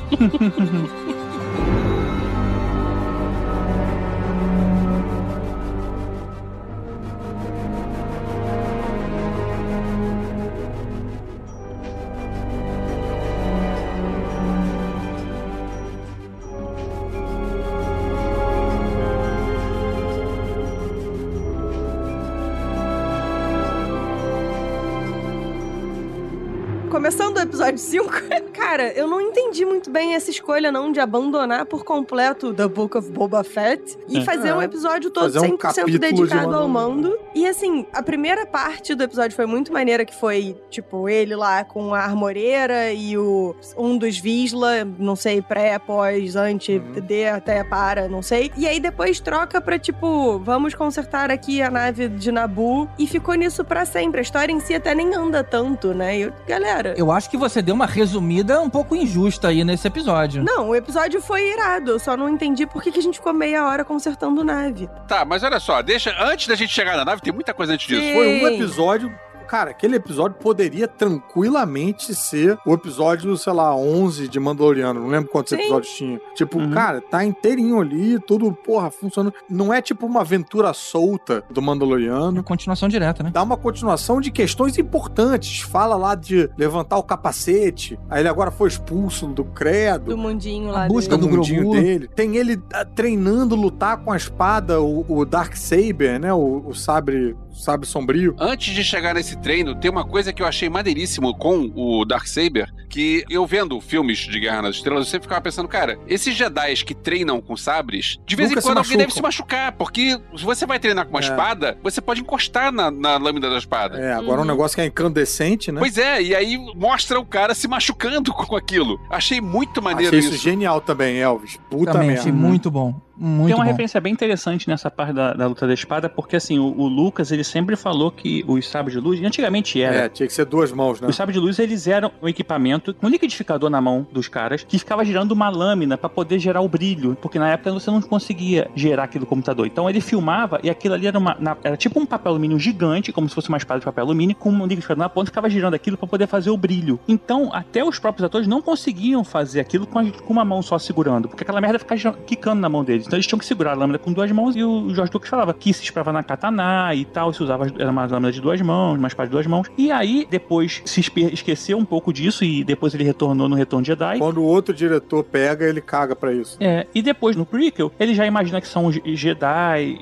Começando o episódio 5, cara, eu não entendi muito bem essa escolha, não, de abandonar por completo The Book of Boba Fett e fazer um episódio todo 100% dedicado ao Mando. E, assim, a primeira parte do episódio foi muito maneira, que foi, tipo, ele lá com a armoreira e um dos Vizsla, não sei, pré, pós, antes, de, até, para, não sei. E aí depois troca pra, tipo, vamos consertar aqui a nave de Naboo, e ficou nisso pra sempre. A história em si até nem anda tanto, né? E, galera... Eu acho que você deu uma resumida um pouco injusta aí nesse episódio. Não, o episódio foi irado. Eu só não entendi por que a gente ficou meia hora consertando nave. Tá, mas olha só, antes da gente chegar na nave, tem muita coisa antes disso. Sim. Foi um episódio... Cara, aquele episódio poderia tranquilamente ser o episódio, sei lá, 11 de Mandaloriano. Não lembro quantos episódios tinha. Tipo, cara, tá inteirinho ali, tudo, porra, funcionando. Não é tipo uma aventura solta do Mandaloriano. É continuação direta, né? Dá uma continuação de questões importantes. Fala lá de levantar o capacete. Aí ele agora foi expulso do credo. Do mundinho lá dele. Busca do mundinho dele. Tem ele treinando lutar com a espada, o Darksaber, né? O sabre sombrio. Antes de chegar nesse treino, tem uma coisa que eu achei maneiríssimo com o Darksaber, que eu vendo filmes de Guerra nas Estrelas, eu sempre ficava pensando, cara, esses Jedis que treinam com sabres, de vez em quando alguém deve se machucar, porque se você vai treinar com uma espada, você pode encostar na lâmina da espada. Agora um negócio que é incandescente, né? Pois é, e aí mostra o cara se machucando com aquilo. Achei muito maneiro isso. Achei isso genial também, Elvis. Puta também, merda. Achei muito bom. Muito Tem uma bom. referência bem interessante nessa parte da luta da espada, porque assim, o Lucas, ele sempre falou que os sabres de luz, antigamente era... tinha que ser 2 mãos, né? Os sabres de luz, eles eram um equipamento, um liquidificador na mão dos caras, que ficava girando uma lâmina pra poder gerar o brilho, porque na época você não conseguia gerar aquilo no computador. Então ele filmava, e aquilo ali era tipo um papel alumínio gigante, como se fosse uma espada de papel alumínio, com um liquidificador na ponta, ficava girando aquilo pra poder fazer o brilho. Então, até os próprios atores não conseguiam fazer aquilo com uma mão só segurando, porque aquela merda ficava quicando na mão deles. Então eles tinham que segurar a lâmina com 2 mãos, e o George Lucas falava que se esperava na katana e tal, se usava, era uma lâmina de 2 mãos, uma espada de 2 mãos. E aí, depois se esqueceu um pouco disso, e depois ele retornou no Retorno de Jedi. Quando o outro diretor pega, ele caga pra isso. E depois no prequel, ele já imagina que são os Jedi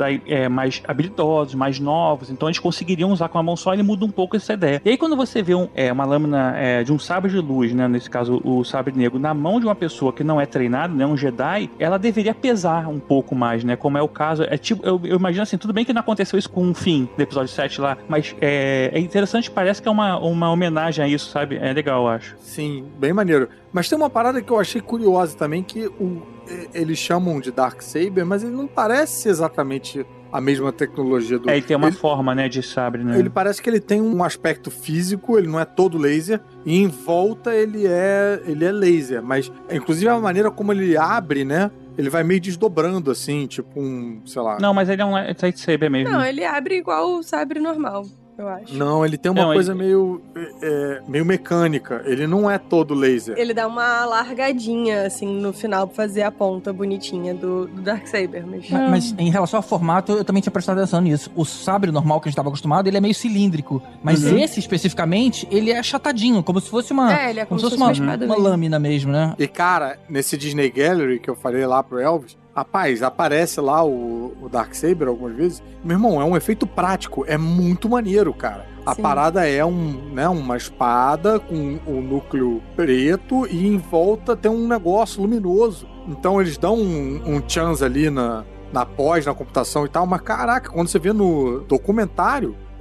mais habilidosos, mais novos, então eles conseguiriam usar com a mão só, ele muda um pouco essa ideia. E aí quando você vê uma lâmina de um sabre de luz, né, nesse caso o sabre negro, na mão de uma pessoa que não é treinada, né, um Jedi, ela deveria pesar um pouco mais, né, como é o caso, tipo, eu imagino assim, tudo bem que não aconteceu isso com o Finn, do episódio 7 lá, mas é interessante, parece que é uma homenagem a isso, sabe? É legal, eu acho. Sim, bem maneiro. Mas tem uma parada que eu achei curiosa também, que eles chamam de Darksaber, mas ele não parece exatamente a mesma tecnologia do... Ele tem uma forma, né, de sabre, né? Ele parece que ele tem um aspecto físico, ele não é todo laser, e em volta ele é laser, mas inclusive a maneira como ele abre, né, ele vai meio desdobrando, assim, tipo sei lá... Não, mas ele é um lightsaber mesmo. Não, ele abre igual o sabre normal, eu acho. Não, ele tem uma coisa meio mecânica. Ele não é todo laser. Ele dá uma largadinha, assim, no final pra fazer a ponta bonitinha do Darksaber. Mas em relação ao formato, eu também tinha prestado atenção nisso. O sabre normal que a gente estava acostumado, ele é meio cilíndrico. Mas esse, especificamente, ele é achatadinho, como se fosse uma... ele é como se fosse uma lâmina mesmo, né? E, cara, nesse Disney Gallery que eu falei lá pro Elvis, rapaz, aparece lá o Darksaber algumas vezes. Meu irmão, é um efeito prático. É muito maneiro, cara. A parada é uma espada com o núcleo preto e em volta tem um negócio luminoso. Então eles dão um chance ali na computação e tal. Mas, caraca, quando você vê no documentário,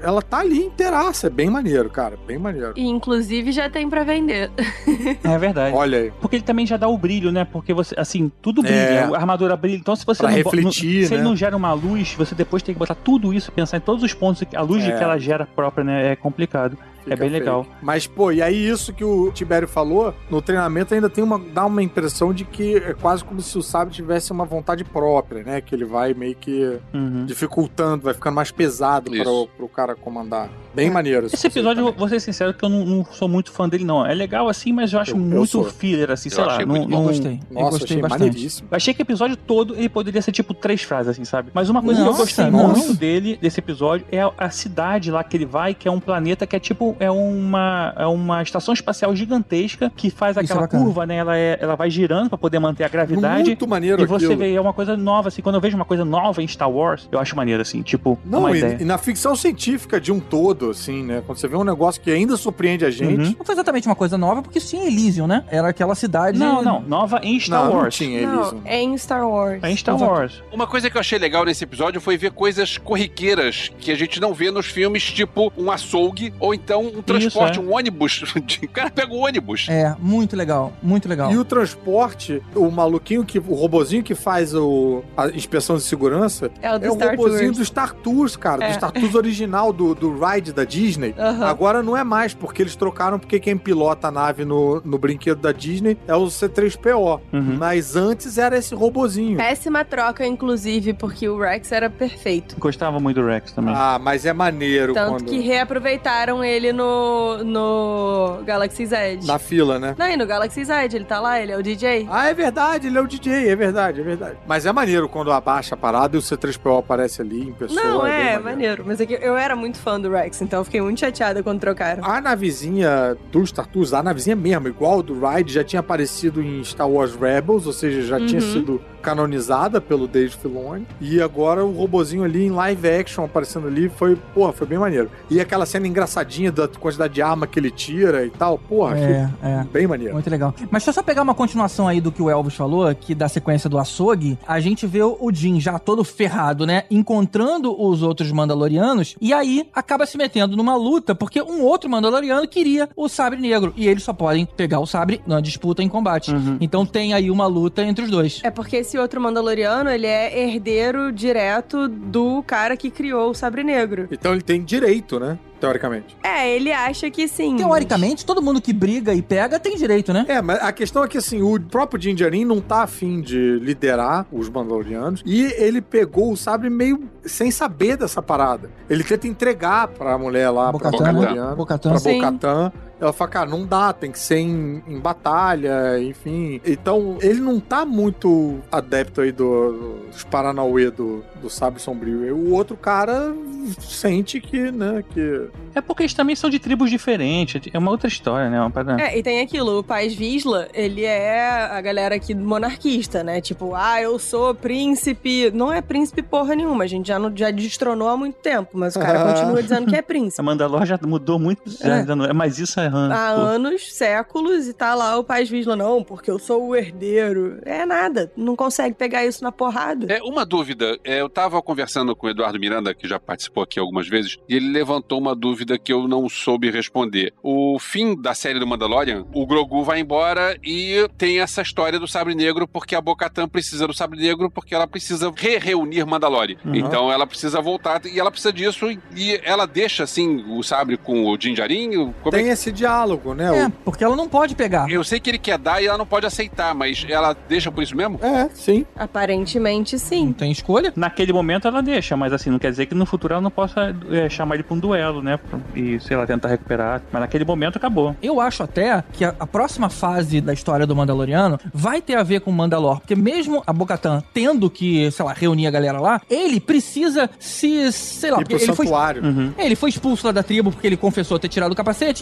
ela tá ali inteiraça. É bem maneiro, cara. Bem maneiro. E inclusive já tem pra vender. É verdade. Olha aí. Porque ele também já dá o brilho, né? Porque você, assim, tudo brilha. A armadura brilha. Então, se você pra não refletir, se ele não gera uma luz, você depois tem que botar tudo isso, pensar em todos os pontos. A luz que ela gera própria, né? É complicado. Fica é bem legal. Mas, pô, e aí isso que o Tibério falou, no treinamento ainda dá uma impressão de que é quase como se o sabre tivesse uma vontade própria, né? Que ele vai meio que dificultando, vai ficando mais pesado pro cara comandar. Bem maneiro. Esse episódio, vou ser sincero, que eu não sou muito fã dele, não. É legal assim, mas eu acho muito filler, assim, sei lá. Não gostei. Nossa, eu gostei bastante. maneiríssimo. Eu achei que o episódio todo ele poderia ser tipo 3 frases, assim, sabe? Mas uma coisa que eu gostei muito desse episódio é a cidade lá que ele vai, que é um planeta que é tipo, é uma estação espacial gigantesca que faz aquela curva, né? Ela vai girando pra poder manter a gravidade. Muito maneiro. E você vê, é uma coisa nova, assim. Quando eu vejo uma coisa nova em Star Wars, eu acho maneiro, assim, tipo, uma ideia. E na ficção científica de um todo, assim, né? Quando você vê um negócio que ainda surpreende a gente. Não foi exatamente uma coisa nova, porque tinha Elysium, né? Era aquela cidade... Não, nova em Star Wars. Não tinha Elysium. É em Star Wars. É em Star Wars. Uma coisa que eu achei legal nesse episódio foi ver coisas corriqueiras que a gente não vê nos filmes, tipo um açougue ou então um transporte, um ônibus. O cara pega um ônibus. É, muito legal, muito legal. E o transporte, o maluquinho, o robozinho que faz a inspeção de segurança, é o robozinho do Star Tours, cara. Do Star Tours original, do ride da Disney. Agora não é mais, porque eles trocaram, porque quem pilota a nave no brinquedo da Disney é o C-3PO. Mas antes era esse robozinho. Péssima troca, inclusive, porque o Rex era perfeito. Gostava muito do Rex também. Ah, mas é maneiro. Tanto que reaproveitaram ele no Galaxy Z. Na fila, né? Não, e no Galaxy Z, ele tá lá, ele é o DJ. Ah, é verdade, ele é o DJ, é verdade. Mas é maneiro quando abaixa a parada e o C-3PO aparece ali em pessoa. Não, é maneiro. Mas é que eu era muito fã do Rex, então eu fiquei muito chateada quando trocaram. A navezinha do Star Tours, a navezinha mesmo, igual do Ride, já tinha aparecido em Star Wars Rebels, ou seja, já tinha sido canonizada pelo Dave Filoni. E agora o robozinho ali em live action aparecendo ali foi bem maneiro. E aquela cena engraçadinha da quantidade de arma que ele tira e tal, bem maneiro. Muito legal. Mas deixa eu só pegar uma continuação aí do que o Elvis falou, aqui da sequência do açougue. A gente vê o Din já todo ferrado, né? Encontrando os outros Mandalorianos e aí acaba se metendo numa luta porque um outro Mandaloriano queria o sabre negro e eles só podem pegar o sabre na disputa em combate. Então tem aí uma luta entre os dois. É porque esse outro Mandaloriano, ele é herdeiro direto do cara que criou o sabre negro. Então ele tem direito, né? Teoricamente. É, ele acha que sim. Teoricamente, todo mundo que briga e pega tem direito, né? É, mas a questão é que, assim, o próprio Din Djarin não tá afim de liderar os Mandalorianos e ele pegou o sabre meio sem saber dessa parada. Ele tenta entregar pra mulher lá, pra Bo-Katan. Ela fala, cara, não dá, tem que ser em batalha, enfim. Então, ele não tá muito adepto aí dos Paranauê do Sabre Sombrio. E o outro cara sente que, né, que... É porque eles também são de tribos diferentes, é uma outra história, né? E tem aquilo, o Paz Vizsla, ele é a galera aqui monarquista, né? Tipo, eu sou príncipe. Não é príncipe porra nenhuma, a gente já destronou há muito tempo, mas o cara continua dizendo que é príncipe. A Mandalor já mudou muito, mas isso é há anos, séculos, e tá lá o Paz Vizsla, não, porque eu sou o herdeiro. É nada, não consegue pegar isso na porrada. Uma dúvida, eu tava conversando com o Eduardo Miranda, que já participou aqui algumas vezes, e ele levantou uma dúvida que eu não soube responder. O fim da série do Mandalorian, o Grogu vai embora e tem essa história do Sabre Negro, porque a Bo-Katan precisa do Sabre Negro, porque ela precisa reunir Mandalore. Então ela precisa voltar, e ela precisa disso, e ela deixa, assim, o sabre com o Din Djarin. Tem esse diálogo, né? Porque ela não pode pegar. Eu sei que ele quer dar e ela não pode aceitar, mas ela deixa por isso mesmo? Sim. Aparentemente, sim. Não tem escolha? Naquele momento ela deixa, mas assim, não quer dizer que no futuro ela não possa chamar ele pra um duelo, né? E, sei lá, tentar recuperar. Mas naquele momento acabou. Eu acho até que a próxima fase da história do Mandaloriano vai ter a ver com o Mandalor, porque mesmo a Bo-Katan tendo que, sei lá, reunir a galera lá, ele precisa se, sei lá, ir pro santuário. Ele foi expulso lá da tribo porque ele confessou ter tirado o capacete e a mulher falou,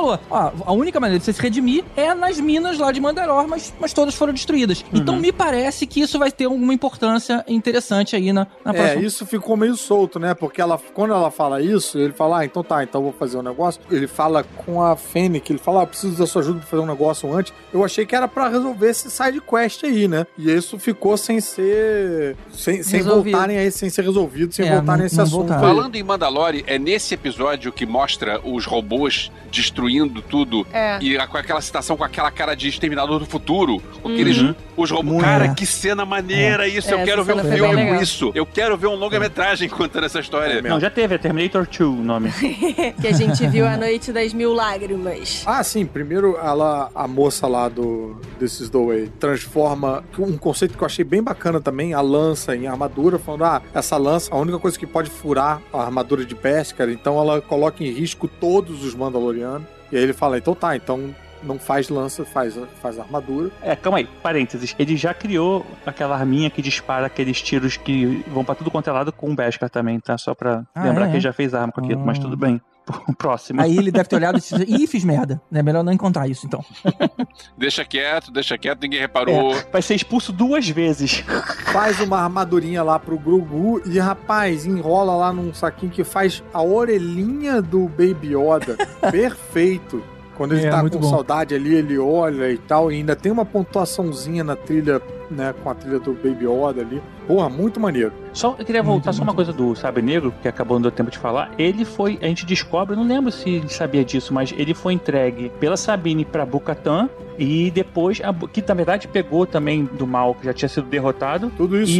falou, ó, a única maneira de você se redimir é nas minas lá de Mandalor, mas todas foram destruídas. Então me parece que isso vai ter alguma importância interessante aí na próxima. Isso ficou meio solto, né? Porque quando ela fala isso, ele fala, então eu vou fazer um negócio. Ele fala com a Fennec, ele fala, eu preciso da sua ajuda pra fazer um negócio antes. Eu achei que era pra resolver esse side quest aí, né? E isso ficou sem ser... sem voltarem aí, sem ser resolvido, sem voltarem a esse assunto. Falando em Mandalore, é nesse episódio que mostra os robôs destruindo tudo e com aquela citação, com aquela cara de Exterminador do Futuro, com aqueles os robôs. Cara, que cena maneira isso! Eu quero ver um filme com isso. Eu quero ver um longa-metragem contando essa história. Não, já teve, é Terminator 2 o nome. Que a gente viu A Noite das Mil Lágrimas. Ah, sim. Primeiro, a moça lá do This Is The Way transforma um conceito que eu achei bem bacana também, a lança em armadura, falando, essa lança, a única coisa que pode furar a armadura de Beskar, então ela coloca em risco todos os Mandalorianos. E aí ele fala, então não faz lança, faz armadura. Calma aí, parênteses. Ele já criou aquela arminha que dispara aqueles tiros que vão pra tudo quanto é lado com o Beskar também, tá? Só pra lembrar que ele já fez arma com aquilo, mas tudo bem. Próximo. Aí ele deve ter olhado e disse, ih, fiz merda. É melhor não encontrar isso, então. Deixa quieto, ninguém reparou. Vai ser expulso 2 vezes. Faz uma armadurinha lá pro Grogu e, rapaz, enrola lá num saquinho que faz a orelhinha do Baby Yoda. Perfeito. Quando ele tá com saudade ali, ele olha e tal, e ainda tem uma pontuaçãozinha na trilha, né, com a trilha do Baby Yoda ali. Porra, muito maneiro. Eu queria voltar só uma coisa do Sabre Negro, que acabou não deu tempo de falar. Ele foi, a gente descobre, eu não lembro se ele sabia disso, mas ele foi entregue pela Sabine pra Bo-Katan, e depois, que na verdade pegou também do mal, que já tinha sido derrotado. Tudo isso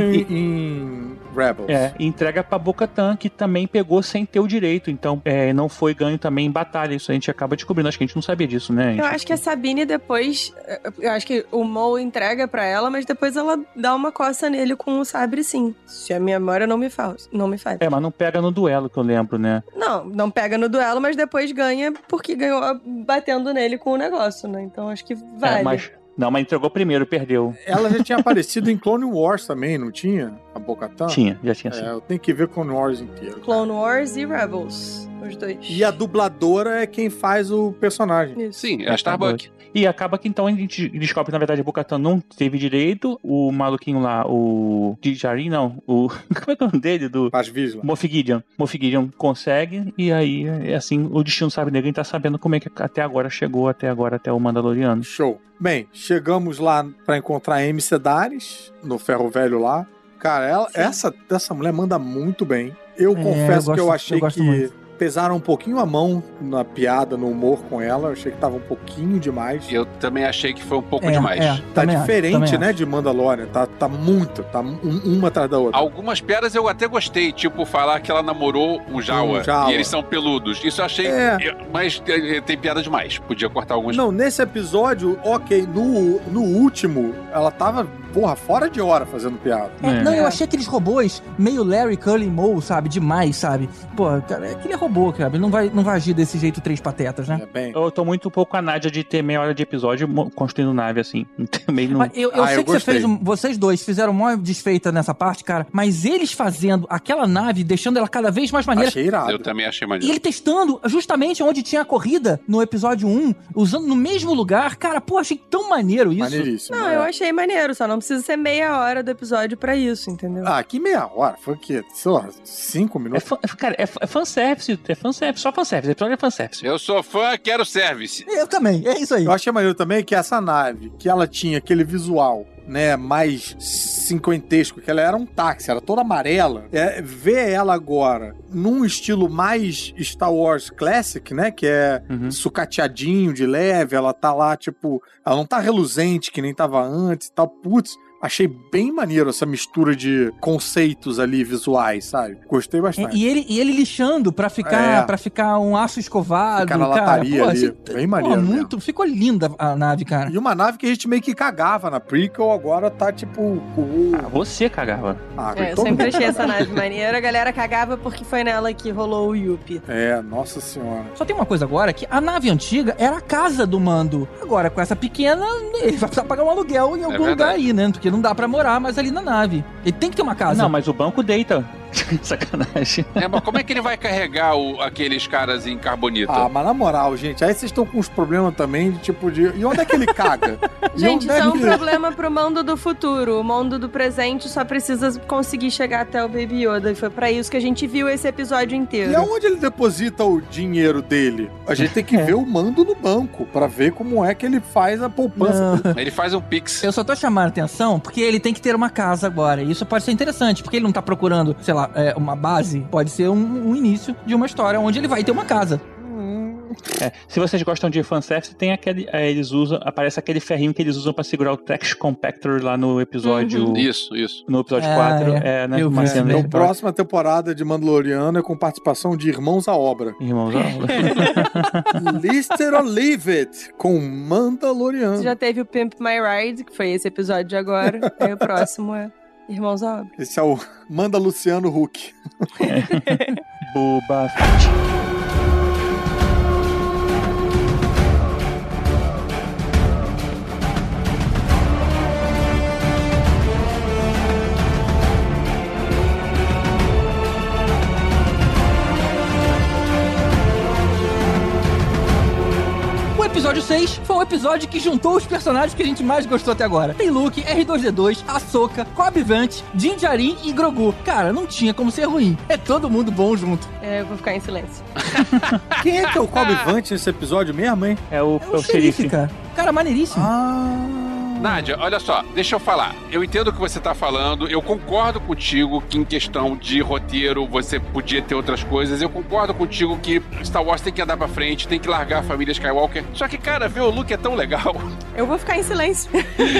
em Rebels. Entrega pra Bo-Katan, que também pegou sem ter o direito, então não foi ganho também em batalha. Isso a gente acaba descobrindo, acho que a gente não sabia disso, né? Eu acho que a Sabine depois, eu acho que o Maul entrega pra ela, mas depois ela dá uma coça nele com o sabre, sim. Se a minha memória não me falha. Mas não pega no duelo, que eu lembro, né? Não pega no duelo, mas depois ganha porque ganhou batendo nele com o negócio, né? Então acho que vale. Mas entregou primeiro, perdeu. Ela já tinha aparecido em Clone Wars também, não tinha? A Bo-Katan? Já tinha sim. Eu tenho que ver Clone Wars inteiro. Clone Wars e Rebels, os dois. E a dubladora é quem faz o personagem. Isso. Sim, é a Starbuck. E acaba que então a gente descobre que na verdade a Bo-Katan não teve direito, o maluquinho lá, o Djarin, não, o... como é que é o nome dele? Moff Gideon consegue, e aí, assim, o destino Sabre Negro, a gente tá sabendo como é que até agora chegou, até o Mandaloriano. Show. Bem, chegamos lá pra encontrar a Amy Sedaris, no Ferro Velho lá. Cara, essa mulher manda muito bem. Eu confesso que eu achei que... Muito. Pesaram um pouquinho a mão na piada, no humor com ela. Eu achei que tava um pouquinho demais. Eu também achei que foi um pouco demais. Tá diferente, né, de Mandalorian. Tá muito. Tá uma atrás da outra. Algumas piadas eu até gostei. Tipo, falar que ela namorou o Jawa. E eles são peludos. Isso eu achei... Mas tem piada demais. Podia cortar alguns... Não, nesse episódio, ok. No último, ela tava, fora de hora fazendo piada. Eu achei aqueles robôs meio Larry, Cullen, Moe, sabe? Demais, sabe? Pô, cara, aquele robô, cara. Ele não vai agir desse jeito 3 patetas, né? Eu tô muito pouco a Nádia de ter meia hora de episódio construindo nave, assim. Também não... Eu sei que vocês dois fizeram uma desfeita nessa parte, cara, mas eles fazendo aquela nave, deixando ela cada vez mais maneira. Achei irado. Eu também achei maneiro. E ele testando justamente onde tinha a corrida no episódio 1, usando no mesmo lugar. Cara, achei tão maneiro isso. Maneiríssimo. Não, eu achei maneiro, só não precisa ser meia hora do episódio pra isso, entendeu? Que meia hora? Foi o quê? Sei lá, 5 minutos? Cara, é fanservice. É fanservice, só fanservice. O episódio é fanservice. Eu sou fã, quero service. Eu também, é isso aí. Eu achei maneiro também que essa nave, que ela tinha aquele visual, né, mais cinquentesco, que ela era um táxi, era toda amarela. Ver ela agora num estilo mais Star Wars Classic, né, que é sucateadinho, de leve, ela tá lá, tipo, ela não tá reluzente que nem tava antes e tal, achei bem maneiro essa mistura de conceitos ali visuais, sabe? Gostei bastante. E ele lixando pra ficar um aço escovado. Ficar na lataria ali. Bem maneiro. Ficou linda a nave, cara. E uma nave que a gente meio que cagava na prequel, agora tá tipo... Você cagava. Eu sempre achei essa nave maneira. A galera cagava porque foi nela que rolou o Yuppie. Nossa senhora. Só tem uma coisa agora, que a nave antiga era a casa do Mando. Agora, com essa pequena, ele vai precisar pagar um aluguel em algum lugar aí, né? Porque não dá pra morar mais ali na nave. Ele tem que ter uma casa. Não, mas o banco deita. Sacanagem. Mas como é que ele vai carregar aqueles caras em carbonita? Ah, mas na moral, gente, aí vocês estão com uns problemas também de tipo de... E onde é que ele caga? Gente, isso é um problema pro mundo do futuro. O mundo do presente só precisa conseguir chegar até o Baby Yoda. E foi pra isso que a gente viu esse episódio inteiro. E aonde ele deposita o dinheiro dele? A gente tem que ver o mando no banco pra ver como é que ele faz a poupança. Ele faz um pix. Eu só tô chamando a atenção porque ele tem que ter uma casa agora. E isso pode ser interessante, porque ele não tá procurando, sei lá, uma base. Pode ser um início de uma história onde ele vai ter uma casa. Se vocês gostam de fanservice, tem aquele. Aparece aquele ferrinho que eles usam pra segurar o Trash Compactor lá no episódio. Isso. No episódio 4. Né? Uma cena Então, próxima temporada de Mandaloriano é com participação de Irmãos à Obra. Irmãos à Obra. Lister or Leave It com Mandaloriano. Você já teve o Pimp My Ride, que foi esse episódio de agora. Aí o próximo é Irmãos à Obra. Esse é o Manda Luciano Huck. Boba Fett. O episódio 6 foi um episódio que juntou os personagens que a gente mais gostou até agora. Tem Luke, R2-D2, Ahsoka, Cobb Vanth, Din Djarin e Grogu. Cara, não tinha como ser ruim. É todo mundo bom junto. Eu vou ficar em silêncio. Quem é que é o Cobb Vanth nesse episódio mesmo, hein? É o xerife, cara. Cara, maneiríssimo. Nádia, olha só, deixa eu falar. Eu entendo o que você tá falando, eu concordo contigo que em questão de roteiro você podia ter outras coisas, eu concordo contigo que Star Wars tem que andar pra frente, tem que largar a família Skywalker. Só que, cara, ver o Luke é tão legal. Eu vou ficar em silêncio.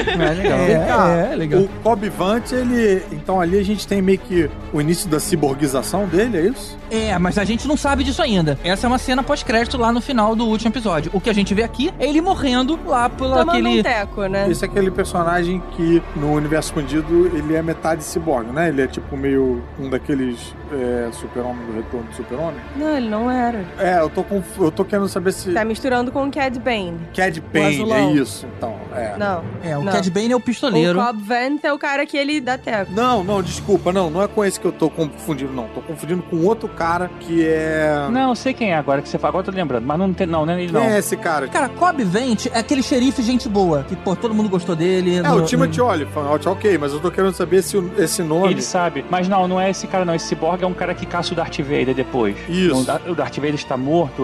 É legal. Legal. O Cobb Vanth, ele... Então ali a gente tem meio que o início da ciborguização dele, é isso? Mas a gente não sabe disso ainda. Essa é uma cena pós-crédito lá no final do último episódio. O que a gente vê aqui é ele morrendo lá por aquele... um teco, né? Esse é aquele personagem que no universo expandido ele é metade ciborgue, né? Ele é tipo meio um daqueles super-homem do Retorno do Super-Homem. Não, ele não era. Eu tô querendo saber se... Tá misturando com o Cad Bane. Cad Bane, é isso. Então, Não. O Cad Bane é o pistoleiro. O Cobb Vanth é o cara que ele dá teco. Não, desculpa, não é com esse que eu tô confundindo, não. Tô confundindo com outro cara que é... Não, eu sei quem é agora, que você fala, agora eu tô lembrando, mas não é ele não. Quem é esse cara? Cara, Cobb Vanth é aquele xerife gente boa, que, todo mundo gostou dele. O Timothy Olyphant, ok, mas eu tô querendo saber se esse nome... Ele sabe, mas não é esse cara não, esse ciborgue é um cara que caça o Darth Vader depois. Isso. O Darth Vader está morto,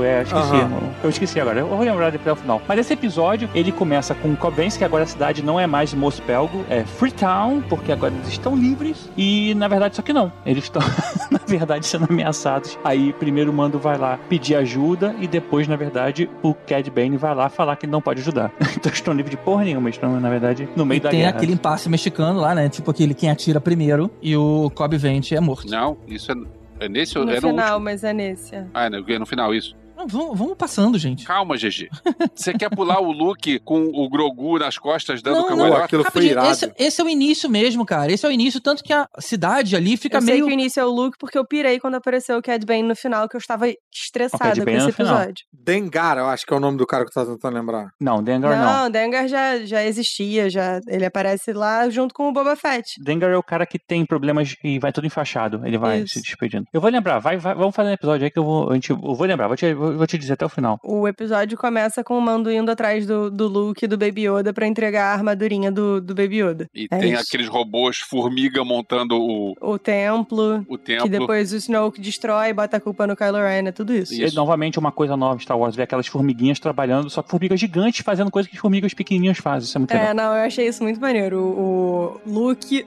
eu esqueci agora, eu vou lembrar depois do final. Mas esse episódio, ele começa com Cobb Vanth, que agora a cidade não é mais Mos Pelgo, é Freetown, porque agora eles estão livres, e na verdade, só que não, eles estão, na verdade, sendo ameaçados. Aí, primeiro o Mando vai lá pedir ajuda, e depois, na verdade, o Cad Bane vai lá falar que ele não pode ajudar. Então, estão livres de porra nenhuma, estão, na verdade, no meio da guerra. Tem aquele impasse mexicano lá, né? Tipo aquele quem atira primeiro e o Cobb Vanth é morto. Não, isso é nesse ou no é no final, último? mas é nesse. É no final isso. Não, vamos passando, gente. Calma, GG. Você quer pular o Luke com o Grogu nas costas dando Não, cambalhota? aquilo foi irado. Esse é o início mesmo, cara. Esse é o início, tanto que a cidade ali fica eu meio... sei que o início é o Luke, porque eu pirei quando apareceu o Cad Bane no final, que eu estava estressada com esse episódio. Dengar, eu acho que é o nome do cara que eu tô tentando lembrar. Não, Dengar não. Não, Dengar já existia, ele aparece lá junto com o Boba Fett. Dengar é o cara que tem problemas e vai todo enfaixado. Ele vai se despedindo. Eu vou lembrar, vamos fazer um episódio aí que eu vou lembrar, vou te dizer até o final. O episódio começa com o Mando indo atrás do Luke e do Baby Yoda pra entregar a armadurinha do Baby Yoda. E tem aqueles robôs formiga montando o templo. Que depois o Snoke destrói e bota a culpa no Kylo Ren, é tudo isso. E novamente uma coisa nova Star Wars, ver aquelas formiguinhas trabalhando, só que formigas gigantes fazendo coisas que formigas pequenininhas fazem. Isso é muito legal. Não, eu achei isso muito maneiro. O Luke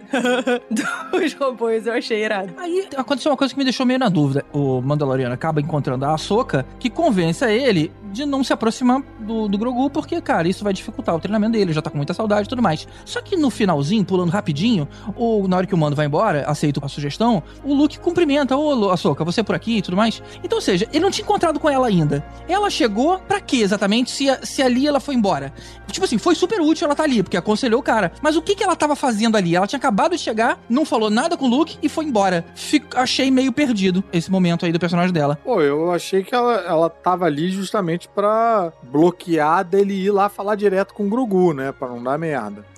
dos robôs eu achei irado. Aí aconteceu uma coisa que me deixou meio na dúvida. O Mandaloriano acaba encontrando a Ahsoka, que convence a ele de não se aproximar do Grogu, porque, cara, isso vai dificultar o treinamento dele, já tá com muita saudade e tudo mais. Só que no finalzinho, pulando rapidinho, na hora que o Mando vai embora, aceita a sugestão, o Luke cumprimenta, ô Ahsoka, você por aqui e tudo mais. Então, ou seja, ele não tinha encontrado com ela ainda. Ela chegou pra quê exatamente, se ali ela foi embora? Tipo assim, foi super útil ela tá ali, porque aconselhou o cara. Mas o que ela tava fazendo ali? Ela tinha acabado de chegar, não falou nada com o Luke e foi embora. Achei meio perdido esse momento aí do personagem dela. Pô, eu achei que ela tava ali justamente pra bloquear dele ir lá falar direto com o Grogu, né? Pra não dar merda.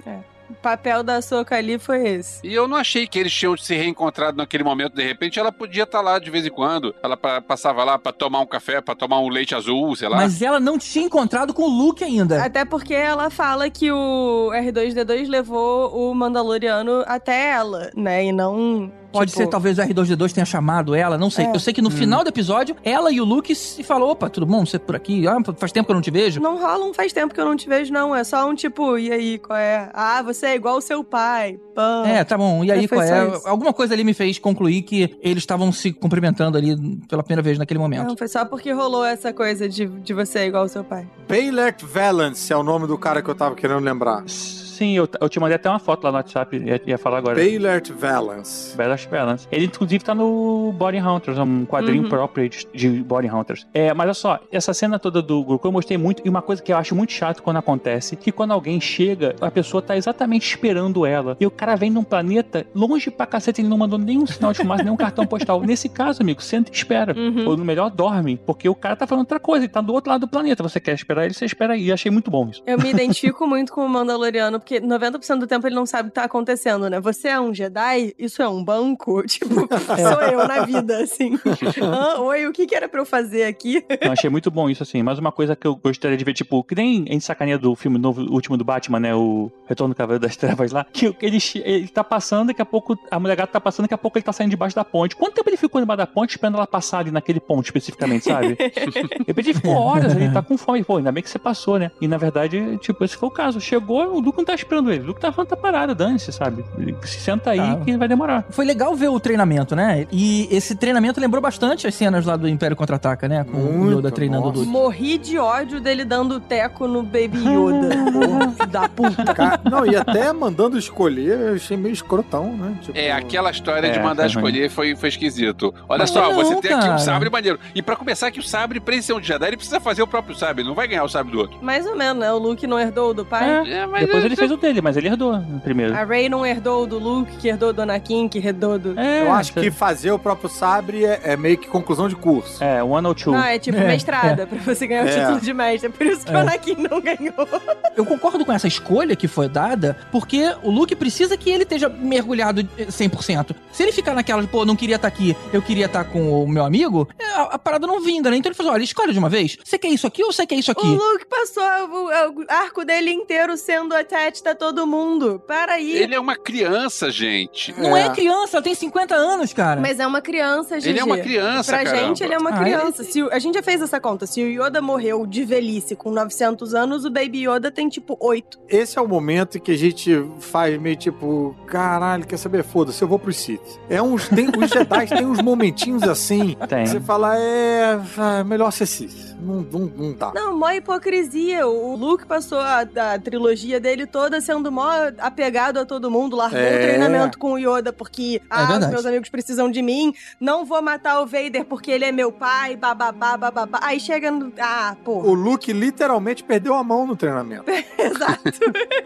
O papel da Ahsoka ali foi esse. E eu não achei que eles tinham se reencontrado naquele momento. De repente, ela podia estar lá de vez em quando. Ela passava lá pra tomar um café, pra tomar um leite azul, sei lá. Mas ela não tinha encontrado com o Luke ainda. Até porque ela fala que o R2-D2 levou o Mandaloriano até ela, né? E não... Pode ser, talvez o R2-D2 tenha chamado ela, não sei. Eu sei que no final do episódio, ela e o Luke se falou, opa, tudo bom? Você por aqui? Ah, faz tempo que eu não te vejo. Não rola um faz tempo que eu não te vejo, não. É só um tipo, e aí, qual é? Ah, você é igual o seu pai. Pã. Tá bom. E aí, qual é? Isso. Alguma coisa ali me fez concluir que eles estavam se cumprimentando ali pela primeira vez naquele momento. Não, foi só porque rolou essa coisa de você é igual o seu pai. Baylert Valance é o nome do cara que eu tava querendo lembrar. Sim, eu te mandei até uma foto lá no WhatsApp, ia falar agora. Baylert Valance. Baylert Valance. Ele, inclusive, tá no Body Hunters, um quadrinho próprio de Body Hunters. Mas olha só, essa cena toda do Grogu eu mostrei muito, e uma coisa que eu acho muito chato quando acontece, que quando alguém chega, a pessoa tá exatamente esperando ela, e o cara vem num planeta longe pra cacete, ele não mandou nenhum sinal de fumaça, nenhum cartão postal. Nesse caso, amigo, senta e espera. Ou no melhor, dorme, porque o cara tá falando outra coisa, ele tá do outro lado do planeta. Você quer esperar ele, você espera aí. E achei muito bom isso. Eu me identifico muito com o Mandaloriano, porque 90% do tempo ele não sabe o que tá acontecendo, né? Você é um Jedi? Isso é um banco? Tipo, sou eu na vida, assim. Oi, o que era pra eu fazer aqui? Eu achei muito bom isso, assim. Mas uma coisa que eu gostaria de ver, tipo, que nem a gente sacaneia do filme novo, último do Batman, né? O Retorno do Cavaleiro das Trevas lá, que ele tá passando, daqui a pouco a mulher gata tá passando, daqui a pouco ele tá saindo debaixo da ponte. Quanto tempo ele ficou debaixo da ponte esperando ela passar ali naquele ponto especificamente, sabe? Ele ficou horas ali, tá com fome. Pô, ainda bem que você passou, né? E na verdade, tipo, esse foi o caso. Chegou, o Luke não tá esperando ele. O Luke tá falando, tá parado, dane-se, sabe? Se senta aí que vai demorar. Foi legal ver o treinamento, né? E esse treinamento lembrou bastante as cenas lá do Império Contra-Ataca, né? Com o Yoda treinando o Luke. Morri de ódio dele dando teco no Baby Yoda. Filho da puta. Não, e até mandando escolher, eu achei meio escrotão, né? Tipo... Aquela história de mandar escolher foi esquisito. Olha só, você tem aqui um sabre maneiro. E pra começar que o sabre, pra ele ser um Jedi, ele precisa fazer o próprio sabre. Ele não vai ganhar o sabre do outro. Mais ou menos, né? O Luke não herdou do pai. Depois ele fez o dele, mas ele herdou primeiro. A Rey não herdou do Luke, que herdou do Anakin, que herdou do... Eu acho que fazer o próprio sabre é meio que conclusão de curso. One or two. Não, é tipo mestrada, pra você ganhar o título de mestre. Por isso que o Anakin não ganhou. Eu concordo com essa escolha que foi dada, porque o Luke precisa que ele esteja mergulhado 100%. Se ele ficar naquela, pô, não queria estar aqui, eu queria estar com o meu amigo, a parada não vinga, né? Então ele falou, olha, escolhe de uma vez. Você quer isso aqui ou você quer isso aqui? O Luke passou o arco dele inteiro sendo attached a todo mundo. Para aí. Ele é uma criança, gente. Não é criança, ela tem 50 anos, cara. Mas é uma criança, gente. Ele é uma criança, Pra caramba. gente, ele é uma criança. A gente já fez essa conta. Se o Yoda morreu de velhice com 900 anos, o Baby Yoda tem, tipo, 8. Esse é o momento em que a gente faz meio tipo, caralho, quer saber? Foda-se, eu vou pro Sith. Os Jedi tem uns momentinhos assim, Tem. que você fala, melhor ser Sith. Não dá. Não, mó hipocrisia. O Luke passou a trilogia dele toda sendo mó apegado a todo mundo, largou o treinamento com o Yoda porque, os meus amigos precisam de mim, não vou matar o Vader porque ele é meu pai, bababá, bababá. Aí chega no... O Luke literalmente perdeu a mão no treinamento. Exato.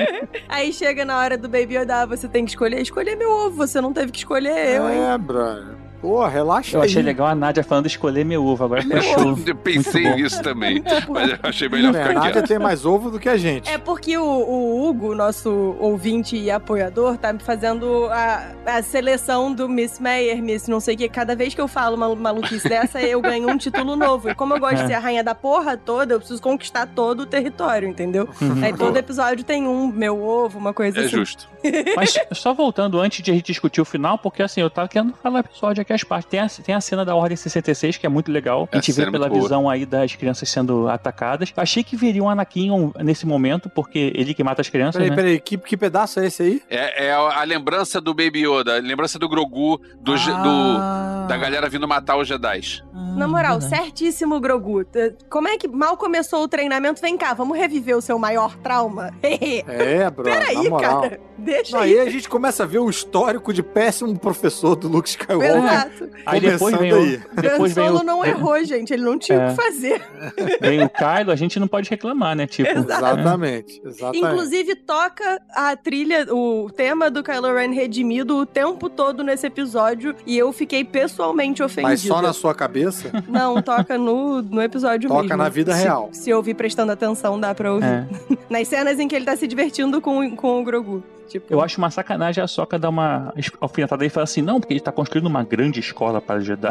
Aí chega na hora do Baby Yoda, você tem que escolher meu ovo, você não teve que escolher eu, hein? Brother. Pô, relaxa Eu aí. achei legal a Nádia falando escolher meu ovo, agora fechou. Eu pensei nisso também, mas eu achei melhor ficar A Nádia quieto. tem mais ovo do que a gente. É porque o Hugo, nosso ouvinte e apoiador, tá fazendo a seleção do Miss Meyer, Miss não sei o que. Cada vez que eu falo uma maluquice dessa, eu ganho um título novo. E como eu gosto de ser a rainha da porra toda, eu preciso conquistar todo o território, entendeu? Aí todo episódio tem meu ovo, uma coisa assim. É justo. Mas só voltando antes de a gente discutir o final, porque assim, eu tava querendo falar o episódio aqui as partes. Tem a cena da Ordem 66, que é muito legal. A gente vê pela visão aí das crianças sendo atacadas. Achei que viria um Anakin nesse momento, porque ele que mata as crianças, né? Peraí, que pedaço é esse aí? É a lembrança do Baby Yoda, a lembrança do Grogu, da galera vindo matar os Jedi. Na moral, certíssimo, Grogu. Como é que mal começou o treinamento? Vem cá, vamos reviver o seu maior trauma? Bro, Peraí, na moral. cara. Deixa aí a gente começa a ver o histórico de péssimo professor do Luke Skywalker. Exato. Aí depois vem Han Solo não errou, gente. Ele não tinha o que fazer. Vem o Kylo, a gente não pode reclamar, né? Tipo, Exatamente. Inclusive, toca a trilha, o tema do Kylo Ren redimido o tempo todo nesse episódio e eu fiquei pessoalmente ofendida. Mas só na sua cabeça? Não, toca no episódio mesmo. Toca na vida real. Se eu ouvir prestando atenção, dá pra ouvir. Nas cenas em que ele tá se divertindo com o Grogu. Tipo... Eu acho uma sacanagem a Sokka dar uma alfinetada e falar assim, não, porque ele tá construindo uma grande escola para Jedi.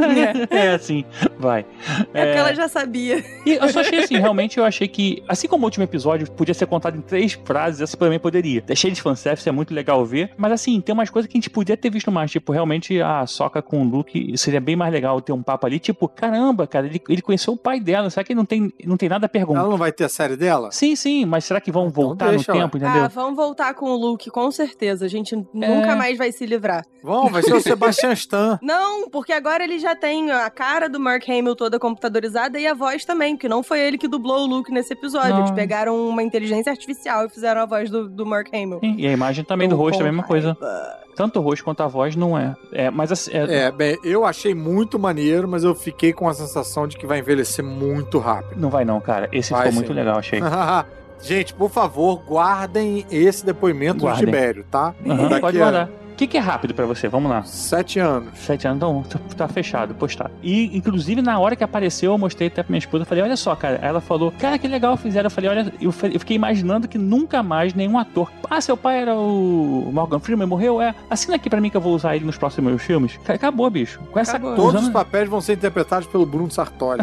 Assim, vai. É porque ela já sabia. E eu só achei assim, realmente eu achei que, assim como o último episódio podia ser contado em 3 frases, essa também poderia. É cheio de fanservice, é muito legal ver, mas assim, tem umas coisas que a gente podia ter visto mais, tipo, realmente a Sokka com o Luke, seria bem mais legal ter um papo ali, tipo, caramba, cara, ele conheceu o pai dela, será que não tem nada a perguntar? Ela não vai ter a série dela? Sim, mas será que vão voltar no tempo, entendeu? Vão voltar com o Luke, com certeza, a gente nunca mais vai se livrar. Vai ser o Sebastian Stan. Não, porque agora ele já tem a cara do Mark Hamill toda computadorizada e a voz também, porque não foi ele que dublou o Luke nesse episódio. Eles pegaram uma inteligência artificial e fizeram a voz do Mark Hamill. Sim, e a imagem também do rosto é a mesma coisa. Tanto o rosto quanto a voz não é. Mas assim, bem, eu achei muito maneiro, mas eu fiquei com a sensação de que vai envelhecer muito rápido. Não vai não, cara. Esse ficou muito legal, achei. Gente, por favor, guardem esse depoimento do Tibério, tá? Pode guardar. O que é rápido pra você? Vamos lá. 7 anos. 7 anos, então tá fechado, postado. E, inclusive, na hora que apareceu, eu mostrei até pra minha esposa, eu falei, olha só, cara. Aí ela falou, cara, que legal fizeram. Eu falei, olha, eu fiquei imaginando que nunca mais nenhum ator... seu pai era o Morgan Freeman, morreu? Assina aqui pra mim que eu vou usar ele nos próximos filmes. Acabou, bicho. Todos os papéis vão ser interpretados pelo Bruno Sartori.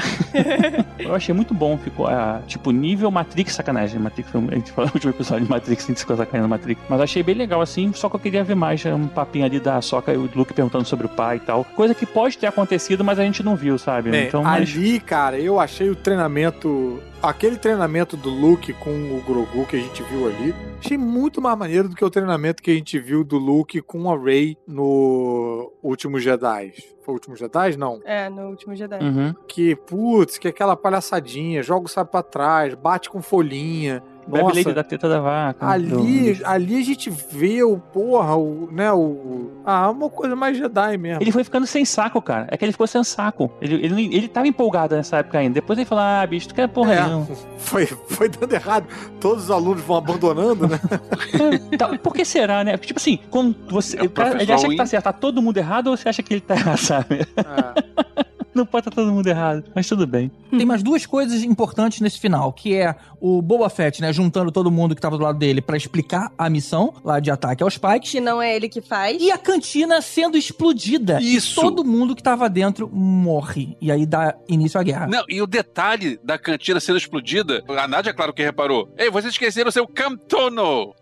Eu achei muito bom, ficou, tipo, nível Matrix sacanagem. Matrix, a gente falou no último episódio de Matrix, a gente ficou sacanagem no Matrix. Mas eu achei bem legal, assim, só que eu queria ver mais um papinho ali da Sokka e o Luke perguntando sobre o pai e tal. Coisa que pode ter acontecido, mas a gente não viu, sabe? Então, ali, cara, eu achei o treinamento... Aquele treinamento do Luke com o Grogu que a gente viu ali, achei muito mais maneiro do que o treinamento que a gente viu do Luke com a Rey no Último Jedi. Foi o Último Jedi? Não. No Último Jedi. Que é aquela palhaçadinha, joga o sabe pra trás, bate com folhinha. Bebe leite da teta da vaca. Ali a gente vê uma coisa mais Jedi mesmo. Ele foi ficando sem saco, cara. É que ele ficou sem saco. Ele tava empolgado nessa época ainda. Depois ele falou, bicho, tu quer porra não. Foi dando errado. Todos os alunos vão abandonando, né? Por que será, né? Tipo assim, quando você... ele acha que tá certo, tá todo mundo errado ou você acha que ele tá errado, sabe? Não pode estar todo mundo errado, mas tudo bem. Tem mais 2 coisas importantes nesse final, que é o Boba Fett, né, juntando todo mundo que tava do lado dele pra explicar a missão lá de ataque aos Pikes. Que não é ele que faz. E a cantina sendo explodida. Isso. E todo mundo que tava dentro morre. E aí dá início à guerra. Não, e o detalhe da cantina sendo explodida, a Nádia, claro que reparou. Ei, vocês esqueceram o seu Camtono!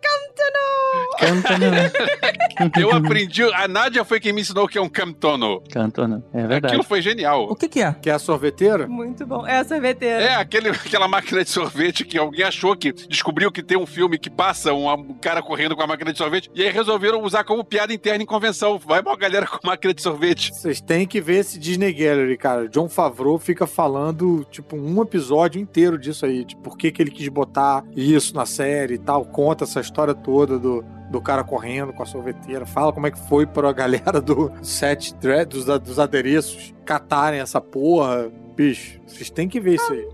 Eu aprendi, a Nádia foi quem me ensinou o que é um Camtono. Camtono, é verdade. Aquilo foi genial. O que é? Que é a sorveteira? Muito bom. É a sorveteira. É, aquela máquina de sorvete que alguém achou que descobriu que tem um filme que passa um cara correndo com a máquina de sorvete e aí resolveram usar como piada interna em convenção. Vai uma galera com máquina de sorvete. Vocês têm que ver esse Disney Gallery, cara. John Favreau fica falando, tipo, um episódio inteiro disso aí, de por que ele quis botar isso na série e tal. Conta essa história toda do cara correndo com a sorveteira. Fala como é que foi pra galera do set dos adereços catarem essa porra. Bicho, vocês têm que ver isso aí.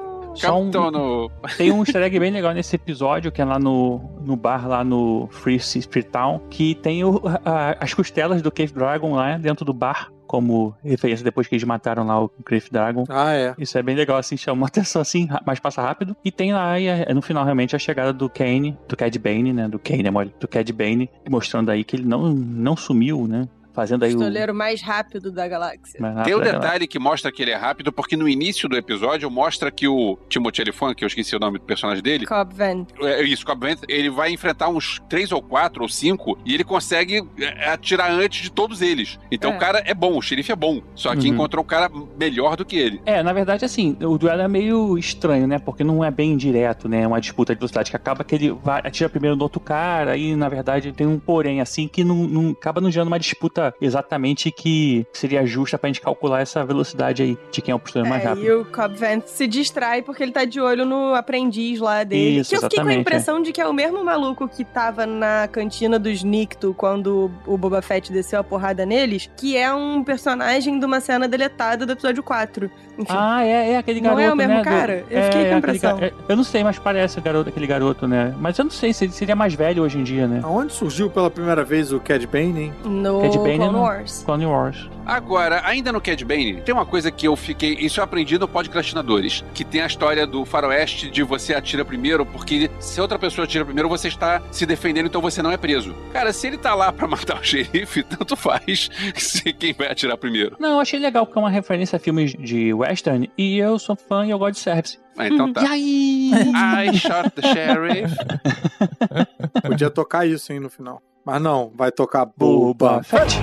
Tem um easter egg bem legal nesse episódio, que é lá no bar, lá no Free Spirit Town, que tem as costelas do Cave Dragon lá dentro do bar, como referência depois que eles mataram lá o Cave Dragon. Isso é bem legal, assim, chama uma atenção assim, mas passa rápido. E tem lá, no final, realmente, a chegada do Cad Bane, né? Do Cad Bane, mostrando aí que ele não sumiu, né? Fazendo aí pistoleiro mais rápido da galáxia. Tem um detalhe que mostra que ele é rápido, porque no início do episódio mostra que o Timothy Olyphant, que eu esqueci o nome do personagem dele. Cobb Vanth. Cobb Vanth, ele vai enfrentar uns 3 ou 4 ou 5 e ele consegue atirar antes de todos eles. Então o cara é bom, o xerife é bom. Só que encontrou um cara melhor do que ele. Na verdade, assim, o duelo é meio estranho, né? Porque não é bem direto, né? É uma disputa de velocidade que acaba que ele atira primeiro no outro cara e, na verdade, tem um porém, assim, que não acaba não gerando uma disputa exatamente que seria justa pra gente calcular essa velocidade aí de quem é o pistoleiro mais rápido. E o Cobb Vanth se distrai porque ele tá de olho no aprendiz lá dele. Isso, que eu fiquei com a impressão de que é o mesmo maluco que tava na cantina dos Nikto quando o Boba Fett desceu a porrada neles, que é um personagem de uma cena deletada do episódio 4. Enfim. É aquele garoto, não é o mesmo né, cara? Eu fiquei com a impressão. Eu não sei, mas parece aquele garoto, né? Mas eu não sei se ele seria mais velho hoje em dia, né? Aonde surgiu pela primeira vez o Cad Bane, hein? No Cad Bane Bane Clone no Wars. Clone Wars. Agora, ainda no Cad Bane, tem uma coisa que eu fiquei... Isso eu aprendi no Podcastinadores, que tem a história do faroeste de você atira primeiro, porque se outra pessoa atira primeiro, você está se defendendo, então você não é preso. Cara, se ele tá lá pra matar o xerife, tanto faz se quem vai atirar primeiro. Não, eu achei legal, porque é uma referência a filmes de western, e eu sou fã e eu gosto de service. Ah, então tá. E aí? I shot the sheriff. Podia tocar isso, hein, no final. Mas não, vai tocar Boba Boba Fett.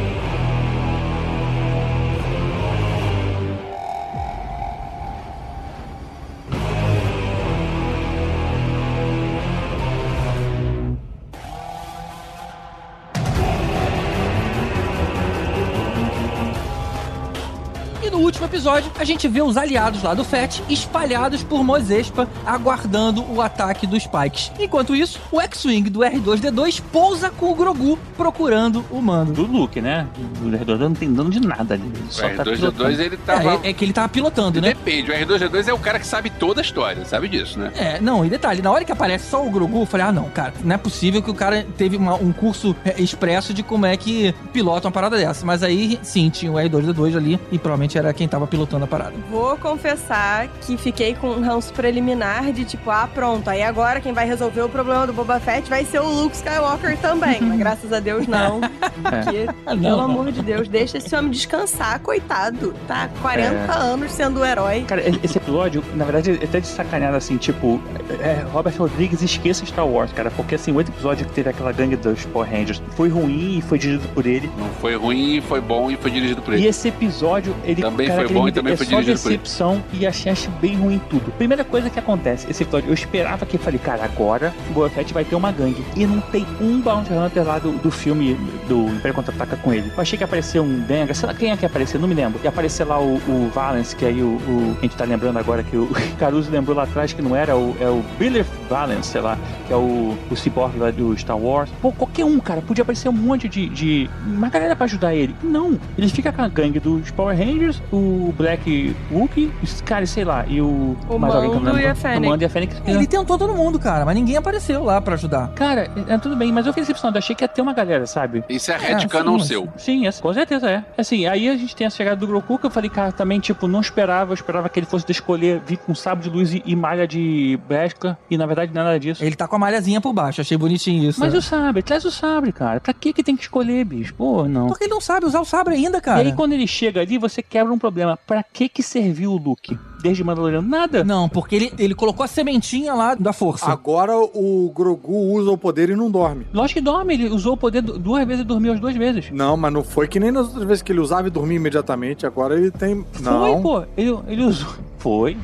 No último episódio, a gente vê os aliados lá do Fett espalhados por Mos Espa, aguardando o ataque dos Pikes. Enquanto isso, o X-Wing do R2-D2 pousa com o Grogu, procurando o mando. Do Luke, né? O R2 não tem dano de nada ali. O R2-D2, ele tava... É que ele tava pilotando, né? Depende, o R2-D2 é o cara que sabe toda a história, sabe disso, né? Não, e detalhe, na hora que aparece só o Grogu, eu falei, não, cara, não é possível que o cara teve um curso expresso de como é que pilota uma parada dessa. Mas aí, sim, tinha o R2-D2 ali e provavelmente era quem tava pilotando a parada. Vou confessar que fiquei com um ranço preliminar de tipo, pronto, aí agora quem vai resolver o problema do Boba Fett vai ser o Luke Skywalker também. Mas graças a Deus não. Porque, pelo amor de Deus, deixa esse homem descansar, coitado. Tá 40 anos sendo o herói. Cara, esse episódio, na verdade, é até de sacaneada assim, tipo, Robert Rodrigues esqueça Star Wars, cara, porque assim, o outro episódio que teve aquela gangue dos Power Rangers foi ruim e foi dirigido por ele. Não foi ruim, foi bom e foi dirigido por ele. E esse episódio, ele também foi bom e também foi dirigido por ele. Decepção e achei bem ruim tudo. Primeira coisa que acontece, esse episódio, eu esperava que eu falei, cara, agora o Boba Fett vai ter uma gangue. E não tem um Bounty Hunter lá do filme do Império Contra-Ataca com ele. Eu achei que ia aparecer um Benga, sei lá quem é que ia aparecer, não me lembro. Ia aparecer lá o Valance, que aí a gente tá lembrando agora que o Caruso lembrou lá atrás que não era, é o Biller Valance, sei lá, que é o Cyborg lá do Star Wars. Pô, qualquer um, cara, podia aparecer um monte de uma galera pra ajudar ele. Não, ele fica com a gangue dos Power Rangers, o Black Wookiee, cara, sei lá, e o mais alguém que eu não Mando lembro. e a Fennec. O Mando e a Fennec. Ele tentou todo mundo, cara, mas ninguém apareceu lá pra ajudar. Cara, tudo bem, mas eu fiquei decepcionado, achei que ia ter uma galera, sabe? Isso é retcanon sim, seu. Sim, com certeza é. Assim, aí a gente tem a chegada do Grogu, que eu falei, cara, também, tipo, não esperava, eu esperava que ele fosse escolher vir com sabre de luz e malha de Beskar, e na verdade não é nada disso. Ele tá com a malhazinha por baixo, achei bonitinho isso. Mas o sabre, traz o sabre, cara. Pra que tem que escolher, bicho? Pô, não. Porque ele não sabe usar o sabre ainda, cara. E aí quando ele chega ali, você quebra um problema. Pra que serviu o Luke? Desde Mandaloriano, nada. Não, porque ele colocou a sementinha lá da força. Agora o Grogu usa o poder e não dorme. Lógico que dorme, ele usou o poder 2 vezes e dormiu as 2 vezes. Não, mas não foi que nem nas outras vezes que ele usava e dormia imediatamente. Agora ele tem... Não. Foi, pô. Ele usou. Foi.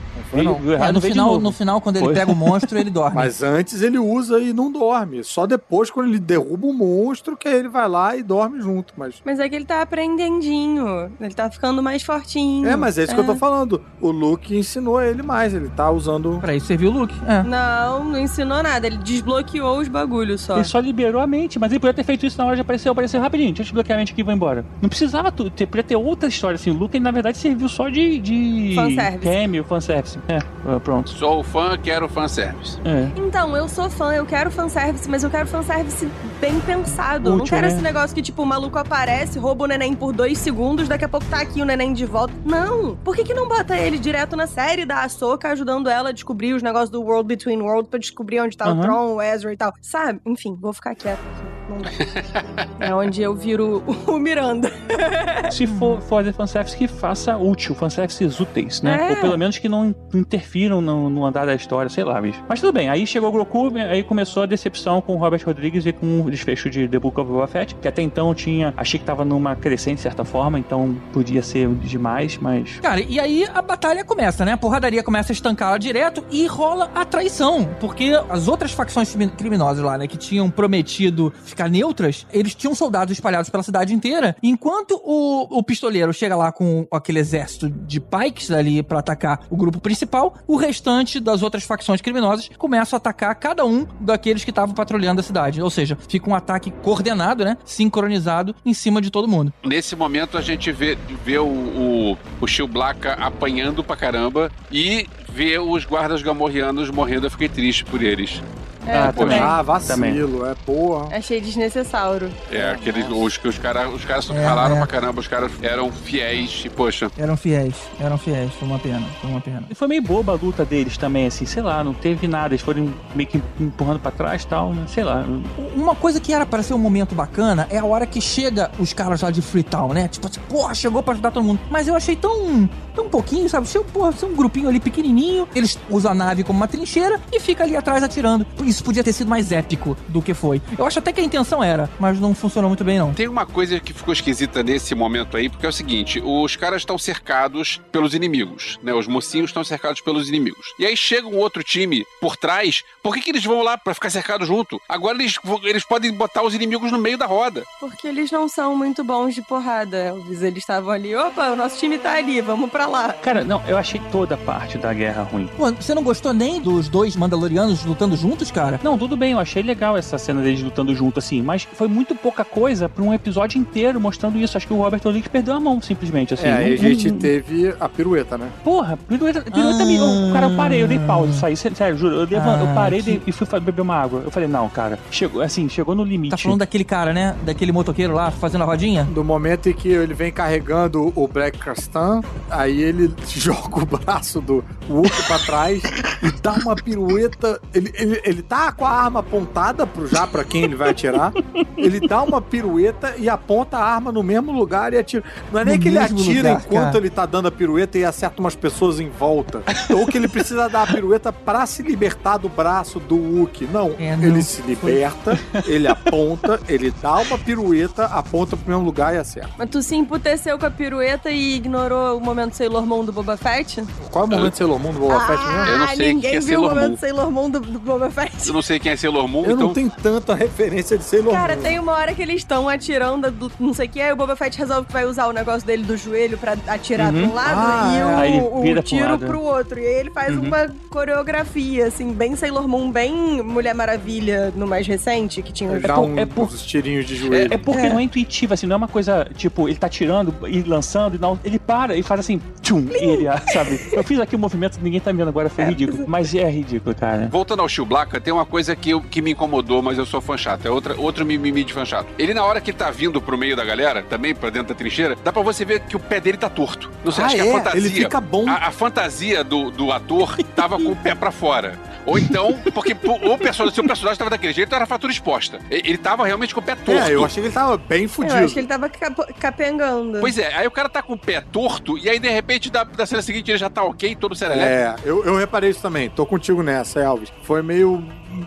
No final, quando ele pega o monstro, ele dorme. Mas antes ele usa e não dorme. Só depois, quando ele derruba o monstro, que aí ele vai lá e dorme junto. Mas é que ele tá aprendendinho. Ele tá ficando mais fortinho. Mas é isso que eu tô falando. O Luke ensinou ele mais. Ele tá usando... Pra isso serviu o Luke. Não ensinou nada. Ele desbloqueou os bagulhos só. Ele só liberou a mente. Mas ele podia ter feito isso na hora de aparecer rapidinho. Deixa eu desbloquear a mente aqui e vou embora. Não precisava podia ter outra história assim. O Luke, na verdade, serviu só de... fanservice. Cameo, fanservice. Pronto. Sou fã, quero fanservice. Então, eu sou fã, eu quero fanservice, mas eu quero fanservice bem pensado. Útil, eu não quero né? esse negócio que, tipo, o maluco aparece, rouba o neném por 2 segundos, daqui a pouco tá aqui o neném de volta. Não! Por que não bota ele direto na série da Ahsoka, ajudando ela a descobrir os negócios do World Between Worlds pra descobrir onde tá o Tron, o Ezra e tal? Sabe? Enfim, vou ficar quieto aqui. Não dá. É onde eu viro o Miranda. Se for fazer fanservice, que faça útil, fanservices úteis, né? Ou pelo menos que não interfiram no andar da história, sei lá, bicho. Mas tudo bem, aí chegou o Grogu, aí começou a decepção com o Robert Rodrigues e com o desfecho de The Book of Boba Fett, que até então achei que tava numa crescente de certa forma, então podia ser demais, mas... Cara, e aí a batalha começa, né? A porradaria começa a estancar direto e rola a traição, porque as outras facções criminosas lá, né, que tinham prometido ficar neutras, eles tinham soldados espalhados pela cidade inteira, enquanto o pistoleiro chega lá com aquele exército de Pikes ali pra atacar o grupo principal, o restante das outras facções criminosas começam a atacar cada um daqueles que estavam patrulhando a cidade. Ou seja, fica um ataque coordenado, né? Sincronizado em cima de todo mundo. Nesse momento a gente vê o Chewbacca apanhando pra caramba e vê os guardas gamorreanos morrendo. Eu fiquei triste por eles. também. Vacilo, é porra. Achei desnecessário. Os caras falaram pra caramba, os caras eram fiéis e, poxa. Eram fiéis, foi uma pena. E foi meio boba a luta deles também, assim, sei lá, não teve nada, eles foram meio que empurrando pra trás e tal, né? Sei lá. Uma coisa que era pra ser um momento bacana é a hora que chega os caras lá de Freetown, né? Tipo assim, porra, chegou pra ajudar todo mundo. Mas eu achei tão pouquinho, sabe? Ser um grupinho ali pequenininho, eles usam a nave como uma trincheira e fica ali atrás atirando. Isso podia ter sido mais épico do que foi. Eu acho até que a intenção era, mas não funcionou muito bem, não. Tem uma coisa que ficou esquisita nesse momento aí, porque é o seguinte, os caras estão cercados pelos inimigos, né? Os mocinhos estão cercados pelos inimigos. E aí chega um outro time por trás, por que eles vão lá pra ficar cercados junto? Agora eles podem botar os inimigos no meio da roda. Porque eles não são muito bons de porrada, Elvis. Eles estavam ali, opa, o nosso time tá ali, vamos pra lá. Cara, não, eu achei toda a parte da guerra ruim. Pô, você não gostou nem dos dois Mandalorianos lutando juntos, cara? Não, tudo bem, eu achei legal essa cena deles lutando junto, assim, mas foi muito pouca coisa pra um episódio inteiro mostrando isso. Acho que o Robert Rodrigues perdeu a mão, simplesmente, assim. Aí a gente teve a pirueta, né? Porra, pirueta também. Cara, eu parei, eu dei pausa, saí, sério, juro, eu parei e fui beber uma água. Eu falei, não, cara, chegou no limite. Tá falando daquele cara, né? Daquele motoqueiro lá, fazendo a rodinha? Do momento em que ele vem carregando o Black Krrsantan, aí ele joga o braço do Wookiee pra trás e dá uma pirueta. Ele tá com a arma apontada pra quem ele vai atirar. Ele dá uma pirueta e aponta a arma no mesmo lugar e atira. Não é nem que ele atira enquanto ele tá dando a pirueta e acerta umas pessoas em volta. Ou que ele precisa dar a pirueta pra se libertar do braço do Wookiee. Não, ele se liberta, ele aponta, ele dá uma pirueta, aponta pro mesmo lugar e acerta. Mas tu se emputeceu com a pirueta e ignorou o momento Sailor Moon do Boba Fett? Qual é o momento Sailor Moon do Boba Fett mesmo? Eu não sei ninguém quem é viu Sailor o momento Moon. Sailor Moon do Boba Fett. Eu não sei quem é Sailor Moon, Eu então... não tenho tanta referência de Sailor Moon. Cara, tem uma hora que eles estão atirando do não sei o que, aí o Boba Fett resolve que vai usar o negócio dele do joelho pra atirar pra um lado e o tiro pro outro. E aí ele faz uma coreografia, assim, bem Sailor Moon, bem Mulher Maravilha no mais recente, que tinha... uns tirinhos de joelho. É porque não é intuitivo, assim, não é uma coisa, tipo, ele tá tirando e lançando e não, ele para e faz assim, tchum, e ele, sabe? Eu fiz aqui o movimento, ninguém tá me vendo agora, foi ridículo, mas é ridículo, cara. Voltando ao Chewbacca, tem uma coisa que me incomodou, mas eu sou fã chato, é outro mimimi de fã chato. Ele, na hora que ele tá vindo pro meio da galera, também pra dentro da trincheira, dá pra você ver que o pé dele tá torto. Não sei, acho que a fantasia... Ele fica bom. A fantasia do ator tava com o pé pra fora. Ou então, porque se o personagem tava daquele jeito, era a fratura exposta. Ele tava realmente com o pé torto. Eu achei que ele tava bem fudido. Eu acho que ele tava capengando. Pois é, aí o cara tá com o pé torto, e aí de repente, da cena seguinte, ele já tá ok, todo serelepe. Eu reparei isso também. Tô contigo nessa, Elvis. Foi meio...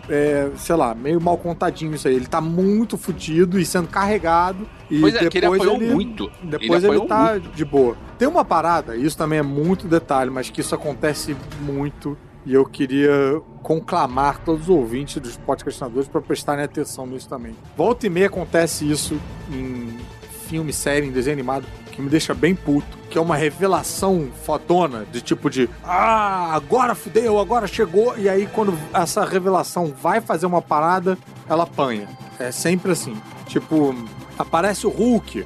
sei lá, meio mal contadinho isso aí. Ele tá muito fudido e sendo carregado. E pois depois que ele apanhou muito. Depois ele tá de boa. Tem uma parada, isso também é muito detalhe, mas que isso acontece muito. E eu queria conclamar todos os ouvintes dos podcastinadores para prestarem atenção nisso também. Volta e meia acontece isso em filme, série, em desenho animado, que me deixa bem puto, que é uma revelação fodona, de tipo de agora fudeu, agora chegou, e aí quando essa revelação vai fazer uma parada, ela apanha. É sempre assim. Tipo, aparece o Hulk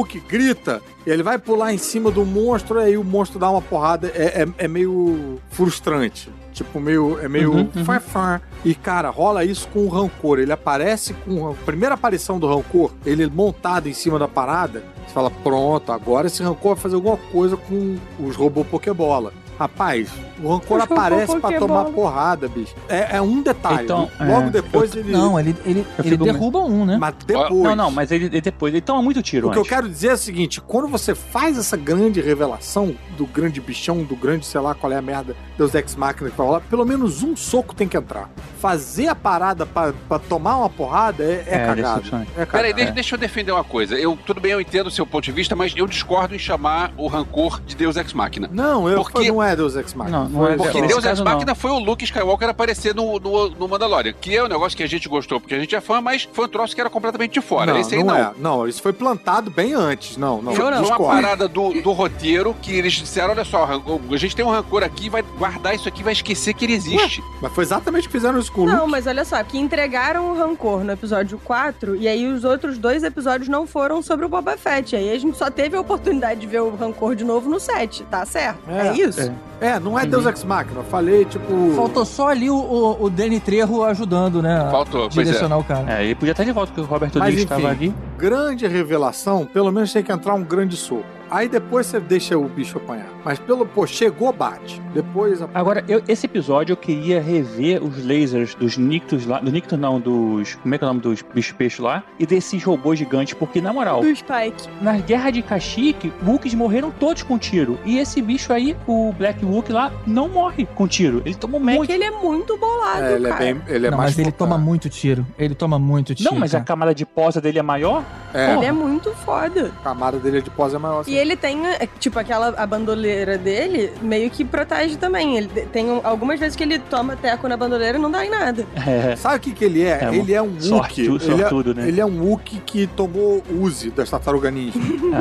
grita, e ele vai pular em cima do monstro, e aí o monstro dá uma porrada, é meio frustrante. Tipo, meio farfar. E, cara, rola isso com o Rancor. Ele aparece com a primeira aparição do Rancor, ele montado em cima da parada. Você fala, pronto, agora esse Rancor vai fazer alguma coisa com os robôs Pokébola. Rapaz, o Rancor aparece pra tomar porrada, bicho. É um detalhe. Então, logo depois ele... Não, ele derruba um, né? Mas depois... Não, mas ele depois... Ele toma muito tiro O que eu quero dizer é o seguinte, quando você faz essa grande revelação do grande bichão, do grande, sei lá, qual é a merda, Deus Ex Machina que vai rolar, pelo menos um soco tem que entrar. Fazer a parada pra tomar uma porrada é cagado. Peraí, deixa eu defender uma coisa. Tudo bem, eu entendo o seu ponto de vista, mas eu discordo em chamar o Rancor de Deus Ex Machina. Não, não é Deus Ex Machina. Não é porque Deus Ex Machina foi o Luke Skywalker aparecer no Mandalorian, que é um negócio que a gente gostou porque a gente é fã, mas foi um troço que era completamente de fora. Esse aí não. Não, isso foi plantado bem antes. Não. Foi uma parada do roteiro que eles disseram, olha só, a gente tem um Rancor aqui, vai guardar isso aqui, vai esquecer que ele existe. Mas foi exatamente o que fizeram isso com o Luke. Não, mas olha só, que entregaram o Rancor no episódio 4, e aí os outros 2 episódios não foram sobre o Boba Fett. Aí a gente só teve a oportunidade de ver o Rancor de novo no 7, tá certo? É isso. Não é Deus Ex Machina. Eu falei, tipo... Faltou só ali o Danny Trejo ajudando, né? Faltou, pois direcionar o cara. Ele podia estar de volta, porque o Robert Rodrigues estava ali. Grande revelação, pelo menos tem que entrar um grande soco. Aí depois você deixa o bicho apanhar. Mas chegou, bate. Depois... Agora, esse episódio eu queria rever os lasers dos Nictus lá. Do Nictus não, dos... Como é que é o nome dos bichos-peixes lá? E desses robôs gigantes, porque, na moral... Do Spike. Na Guerra de Kashyyyk, Wookiees morreram todos com tiro. E esse bicho aí, o Black Wookiee lá, não morre com tiro. Ele tomou muito... É que ele é muito bolado, cara. Ele é não, mais mas ele focado. toma muito tiro. Ele toma muito tiro. Não, mas a camada de posa dele é maior? Ele é muito foda. A camada dele de pós é maior. Assim. E ele tem, tipo, a bandoleira dele meio que protege também. Ele tem algumas vezes que ele toma teco na bandoleira e não dá em nada. Sabe o que ele é? Ele é um Wookiee. Sortudo, né? Ele é um Wookiee que tomou Uzi das Tartaruga Ninja.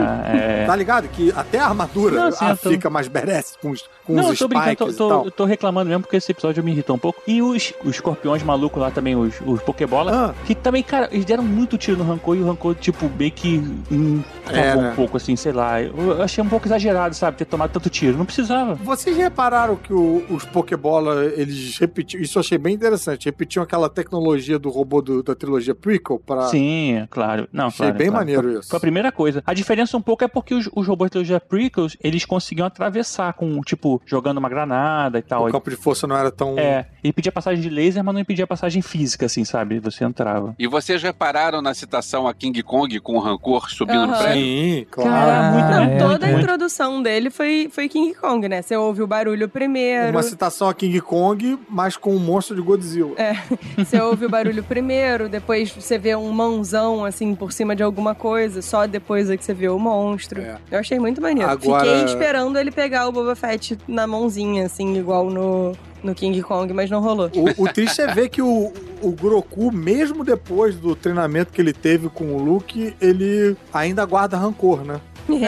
Tá ligado? Que até a armadura fica mais badass com os spikes e tal. Eu tô reclamando mesmo porque esse episódio me irritou um pouco. E os escorpiões malucos lá também, os Pokébola, que também, cara, eles deram muito tiro no Rancor e o Rancor, tipo, meio que travou um pouco, assim, sei lá. Eu achei um pouco exagerado, sabe, ter tomado tanto tiro. Não precisava. Vocês repararam que os Pokébola, eles repetiam, isso eu achei bem interessante, repetiam aquela tecnologia do robô da trilogia prequel para... Sim, claro. Não, achei bem maneiro isso. Foi a primeira coisa. A diferença um pouco é porque os robôs da trilogia prequels, eles conseguiam atravessar com, tipo, jogando uma granada e tal. O campo de força não era tão... Ele pedia passagem de laser, mas não impedia passagem física, assim, sabe? Você entrava. E vocês repararam na citação a King Kong com o Rancor subindo no prédio? Sim, claro. Toda a introdução dele foi King Kong, né? Você ouve o barulho primeiro. Uma citação a King Kong, mas com um monstro de Godzilla. Você ouve o barulho primeiro, depois você vê um mãozão, assim, por cima de alguma coisa, só depois é que você vê o monstro. Eu achei muito maneiro. Agora... Fiquei esperando ele pegar o Boba Fett na mãozinha, assim, igual no King Kong, mas não rolou. O triste é ver que o Grogu, mesmo depois do treinamento que ele teve com o Luke, ele ainda guarda rancor, né?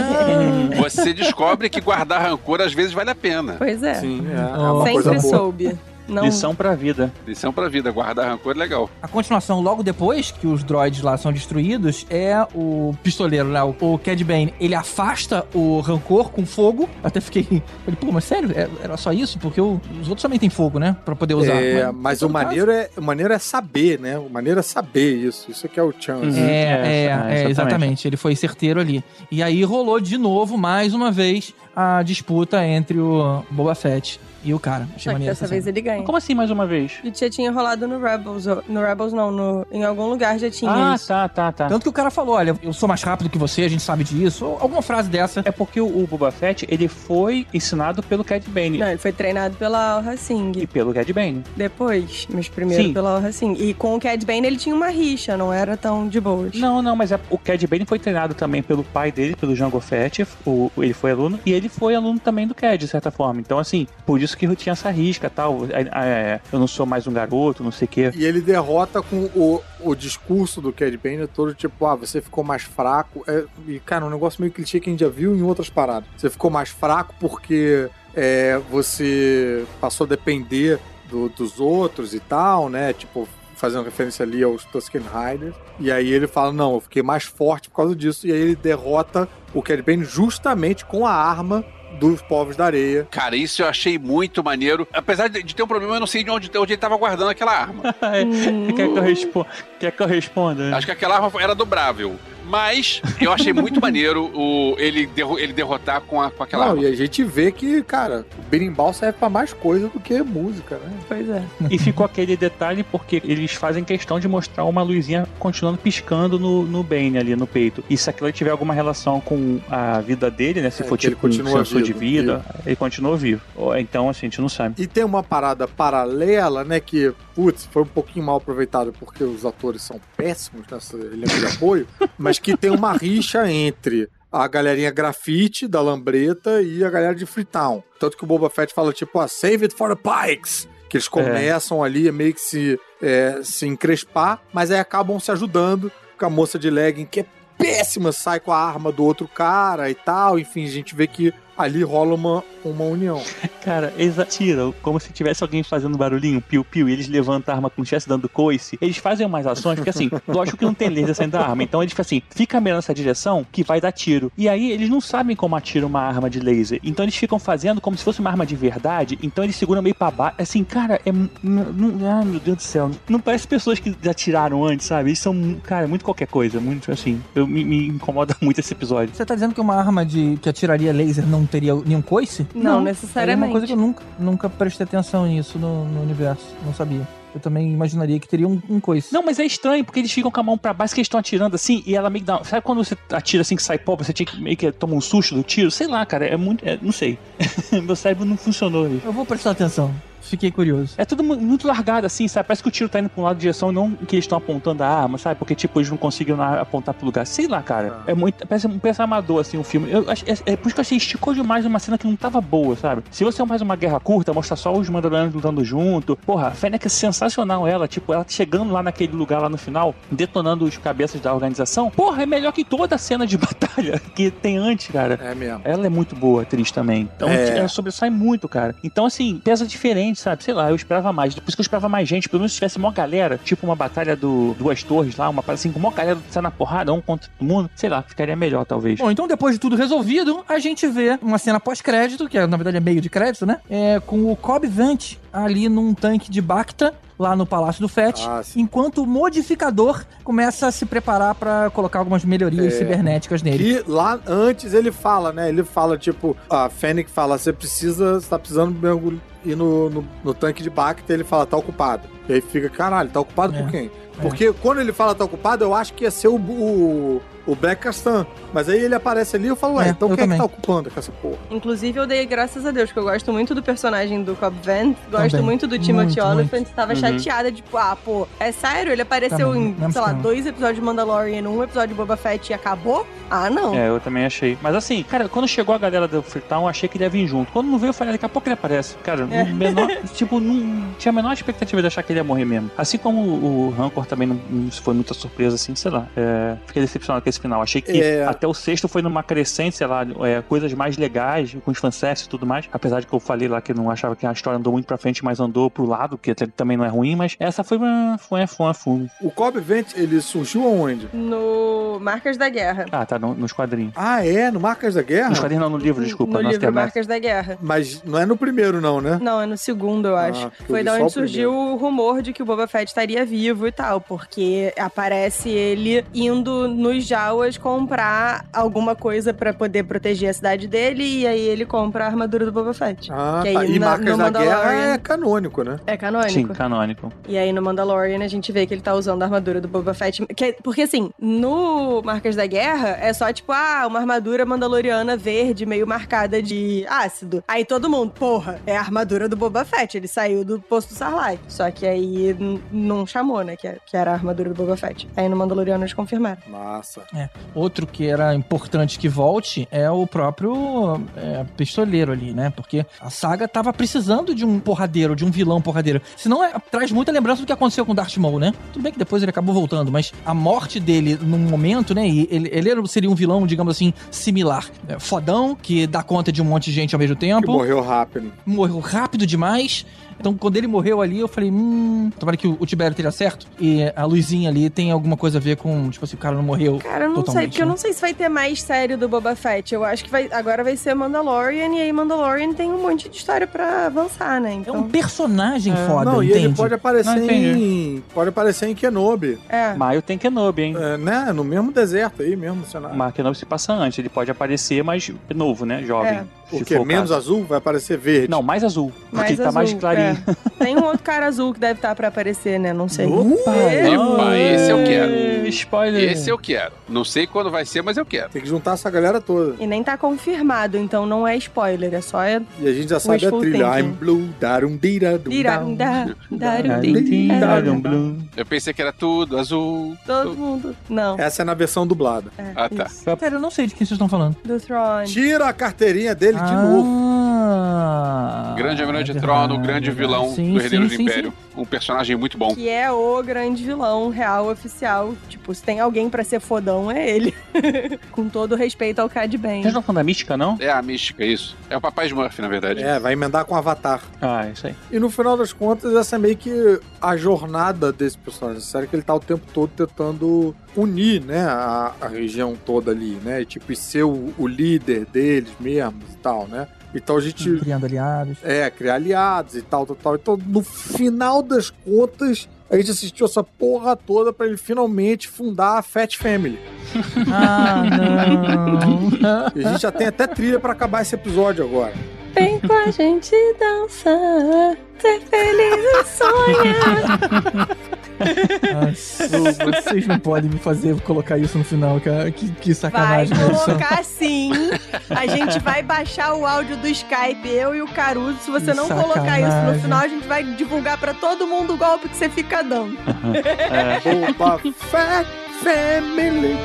Você descobre que guardar rancor às vezes vale a pena. Pois é. Sim, é uma coisa Sempre boa. soube. Não... Lição pra vida. Lição pra vida, guardar rancor é legal. A continuação, logo depois que os droids lá são destruídos, é o pistoleiro, né? O Cad Bane. Ele afasta o Rancor com fogo. Até fiquei... Falei, pô, mas sério? Era só isso? Porque os outros também têm fogo, né? Pra poder usar. Mas o maneiro é saber, né? O maneiro é saber isso. Isso que é o chance. Exatamente. Ele foi certeiro ali. E aí rolou de novo, mais uma vez, a disputa entre o Boba Fett e o cara. Achei maneiro. Dessa vez ele ganha. Como assim mais uma vez? E já tinha rolado no Rebels. No Rebels não, em algum lugar já tinha isso. Tá. Tanto que o cara falou, olha, eu sou mais rápido que você, a gente sabe disso. Ou alguma frase dessa. É porque o Boba Fett, ele foi ensinado pelo Cad Bane. Não, ele foi treinado pela Aurra Singh. E pelo Cad Bane. Depois, mas primeiro pela Aurra Singh. E com o Cad Bane ele tinha uma rixa, não era tão de boas. Não, mas o Cad Bane foi treinado também pelo pai dele, pelo Jango Fett. Ele foi aluno. E ele foi aluno também do Cad, de certa forma. Então, assim, por isso que tinha essa rixa. Tal, eu não sou mais um garoto, não sei o quê. E ele derrota com o discurso do Cad Bane todo tipo, você ficou mais fraco. E, cara, um negócio meio clichê que a gente já viu em outras paradas. Você ficou mais fraco porque você passou a depender dos outros e tal, né? Tipo, fazendo referência ali aos Tusken Riders. E aí ele fala, não, eu fiquei mais forte por causa disso. E aí ele derrota o Cad Bane justamente com a arma dos povos da areia. Cara, isso eu achei muito maneiro. Apesar de ter um problema, eu não sei de onde ele tava guardando aquela arma. Quer que eu responda? Acho que aquela arma era dobrável. Mas eu achei muito maneiro ele derrotar com aquela arma. E a gente vê que, cara, o berimbau serve pra mais coisa do que música, né? Pois é. E ficou aquele detalhe porque eles fazem questão de mostrar uma luzinha continuando piscando no Bane ali no peito. E se aquilo tiver alguma relação com a vida dele, né? Se for tipo um sensor de vida, ele continua vivo. Então, assim, a gente não sabe. E tem uma parada paralela, né? Que, foi um pouquinho mal aproveitado porque os atores são péssimos nessa elenco de apoio, mas que tem uma rixa entre a galerinha grafite da Lambreta e a galera de Freetown. Tanto que o Boba Fett fala tipo, save it for the Pikes. Que eles começam ali a meio que se encrespar, mas aí acabam se ajudando com a moça de legging, que é péssima, sai com a arma do outro cara e tal. Enfim, a gente vê que ali rola uma união. Cara, eles atiram como se tivesse alguém fazendo barulhinho, piu-piu, e eles levantam a arma como se estivesse dando coice. Eles fazem umas ações, porque assim, lógico que não tem laser saindo da arma, então eles ficam assim, fica mirando nessa direção que vai dar tiro. E aí eles não sabem como atira uma arma de laser, então eles ficam fazendo como se fosse uma arma de verdade, então eles seguram meio pra baixo. Assim, cara, ai meu Deus do céu, não parece pessoas que já atiraram antes, sabe? Eles são, cara, muito qualquer coisa, muito assim, me incomoda muito esse episódio. Você tá dizendo que uma arma que atiraria laser não teria nenhum coice? Não necessariamente. É uma coisa que eu nunca prestei atenção nisso no universo. Não sabia. Eu também imaginaria que teria um coice. Não, mas é estranho, porque eles ficam com a mão pra baixo, que eles estão atirando assim, e ela meio que dá... Sabe quando você atira assim que sai pó, você tinha que meio que toma um susto do tiro? Sei lá, cara, é muito... não sei. Meu cérebro não funcionou. Eu vou prestar atenção. Fiquei curioso. É tudo muito largado, assim, sabe? Parece que o tiro tá indo pra um lado de direção e não que eles estão apontando a arma, sabe? Porque, tipo, eles não conseguiram apontar pro lugar. Sei lá, cara. É muito... Parece amador, assim, o filme. É por isso que eu achei esticou demais uma cena que não tava boa, sabe? Se você faz uma guerra curta, mostra só os Mandalorianos lutando junto. Porra, a Fennec é sensacional, ela. Tipo, ela chegando lá naquele lugar lá no final, detonando os cabeças da organização. Porra, é melhor que toda a cena de batalha que tem antes, cara. É mesmo. Ela é muito boa, atriz também. Então, ela sobressai muito, cara. Então, assim, pesa diferente, sabe? Sei lá, eu esperava mais. Depois que eu esperava mais gente, pelo menos se tivesse uma galera, tipo uma batalha do Duas Torres lá, uma parada assim, com uma galera saindo na porrada, um contra todo mundo, sei lá, ficaria melhor, talvez. Bom, então depois de tudo resolvido, a gente vê uma cena pós-crédito, que na verdade é meio de crédito, né? Com o Cobb Vanth ali num tanque de Bacta, lá no Palácio do Fett, enquanto o modificador começa a se preparar pra colocar algumas melhorias cibernéticas nele. E lá antes ele fala, né? Ele fala, tipo, a Fennec fala, você tá precisando ir no tanque de Bacta, ele fala, tá ocupado. E aí fica, caralho, tá ocupado por quem? Porque quando ele fala tá ocupado, eu acho que ia ser o Black Castan. Mas aí ele aparece ali e eu falo, então quem é que tá ocupando com essa porra? Inclusive eu dei graças a Deus, que eu gosto muito do personagem do Cobb Vanth, gosto muito do Timothy Olyphant, tava chateada, tipo, pô, é sério? Ele apareceu em, sei lá, 2 episódios de Mandalorian, 1 episódio de Boba Fett e acabou? Ah, não. Eu também achei. Mas assim, cara, quando chegou a galera do Freetown, eu achei que ele ia vir junto. Quando não veio, eu falei, daqui a pouco ele aparece. Cara, tipo, não tinha a menor expectativa de achar que ele ia morrer mesmo. Assim como o Rancor também não foi muita surpresa, assim, sei lá. Fiquei decepcionado com esse final. Achei que até o sexto foi numa crescente, sei lá, coisas mais legais, com os fanservice e tudo mais. Apesar de que eu falei lá que eu não achava que a história andou muito pra frente, mas andou pro lado, que também não é ruim, mas essa foi uma fundo. O Cobb Vanth, ele surgiu aonde? No Marcas da Guerra. Ah, tá, nos quadrinhos. Ah, no Marcas da Guerra? Nos quadrinhos não, no livro, desculpa. No livro Marcas da Guerra. Mas não é no primeiro, não, né? Não, é no segundo, eu acho. Foi da onde surgiu o rumor de que o Boba Fett estaria vivo e tal, porque aparece ele indo nos Jawas comprar alguma coisa pra poder proteger a cidade dele, e aí ele compra a armadura do Boba Fett. E Marcas da Guerra é canônico, né? É canônico. Sim, canônico. E aí no Mandalorian a gente vê que ele tá usando a armadura do Boba Fett. Porque assim, no Marcas da Guerra é só tipo, uma armadura mandaloriana verde, meio marcada de ácido. Aí todo mundo, porra, é a armadura do Boba Fett. Ele saiu do posto Sarlacc. Só que aí não chamou, né? Que era a armadura do Boba Fett. Aí no Mandaloriano eles confirmaram. Massa. Outro que era importante que volte é o próprio pistoleiro ali, né? Porque a saga tava precisando de um porradeiro, de um vilão porradeiro. Senão traz muita lembrança do que aconteceu com o Darth Maul, né? Tudo bem que depois ele acabou voltando, mas a morte dele num momento, né? E ele seria um vilão, digamos assim, similar. Fodão, que dá conta de um monte de gente ao mesmo tempo. Que morreu rápido. Morreu rápido demais. Então, quando ele morreu ali, eu falei, tomara que o Tibério esteja certo. E a luzinha ali tem alguma coisa a ver com, tipo assim, o cara não morreu. Cara, eu não sei, porque eu não sei se vai ter mais série do Boba Fett. Eu acho que agora vai ser Mandalorian, e aí Mandalorian tem um monte de história pra avançar, né? Então... É um personagem foda, não, entende? E ele pode aparecer em Kenobi. Maio tem Kenobi, hein? Né? No mesmo deserto aí, mesmo cenário. Mas Kenobi se passa antes. Ele pode aparecer, mas novo, né? Jovem. O quê? Menos azul? Vai aparecer verde? Não, mais azul. Porque ele tá mais clarinho. Tem um outro cara azul que deve estar pra aparecer, né? Não sei. Epa, esse eu quero. Spoiler. Esse eu quero. Não sei quando vai ser, mas eu quero. Tem que juntar essa galera toda. E nem tá confirmado, então não é spoiler, é só... E a gente já sabe a trilha. I'm blue, darum dira dum blue. Eu pensei que era tudo azul. Todo mundo. Não. Essa é na versão dublada. Tá. Sério, eu não sei de quem vocês estão falando. Do Throne. Tira a carteirinha dele de novo. Grande Almirante é Trono, verdade, grande é verdade. vilão Sim, do Herdeiro sim, do Império. Um personagem muito bom. Que é o grande vilão real oficial. Tipo, se tem alguém pra ser fodão, é ele. Com todo respeito ao Cad Bane. Vocês não falando da mística, não? É a mística, isso. É o Papai Smurf, na verdade. É, vai emendar com Avatar. Ah, isso aí. E no final das contas, essa é meio que a jornada desse personagem. Sério que ele tá o tempo todo tentando unir, né, a região toda ali, né? E, tipo, e ser o líder deles mesmos e tal, né? Então a gente... Criando aliados. criar aliados e tal. Então, no final das contas, a gente assistiu essa porra toda pra ele finalmente fundar a Fat Family. Ah, não. E a gente já tem até trilha pra acabar esse episódio agora. Vem com a gente dançar, ser feliz e sonhar. Vocês não podem me fazer colocar isso no final, cara. Que Vai sacanagem. né? colocar sim. A gente vai baixar o áudio do Skype, eu e o Caruso. Se você Que não colocar isso no sacanagem. final, a gente vai divulgar pra todo mundo o golpe que você fica dando. Boba Fett Family.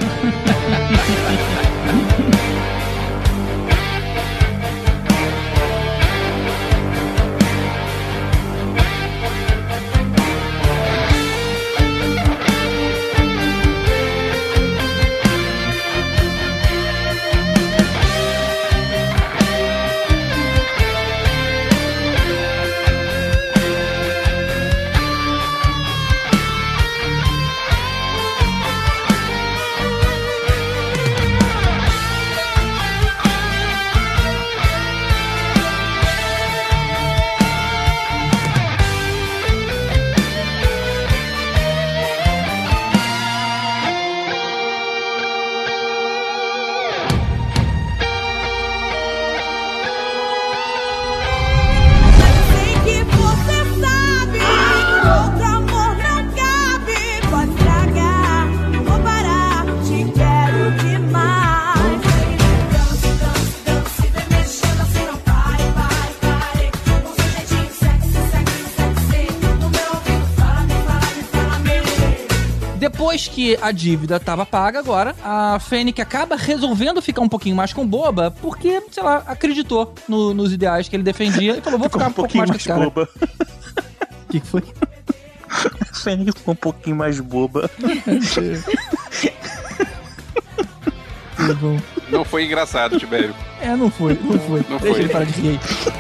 Sei que você sabe, outro amor não cabe. Pode estragar, não vou parar, te quero demais. Dance, dance, dance, vem mexendo assim, não pare, pare, pare. Com seu jeitinho sexy, sexy, sexy. No meu ouvido, fala-me. Depois que a dívida tava paga agora, a Fennec acaba resolvendo ficar um pouquinho mais com Boba, porque, sei lá, acreditou nos ideais que ele defendia e falou, vou ficar um pouco mais com esse cara. boba. O que foi? A Fênix ficou um pouquinho mais boba. Tudo bom. Não foi engraçado, Tibério. Não foi. Não Deixa foi. ele parar de rir aí.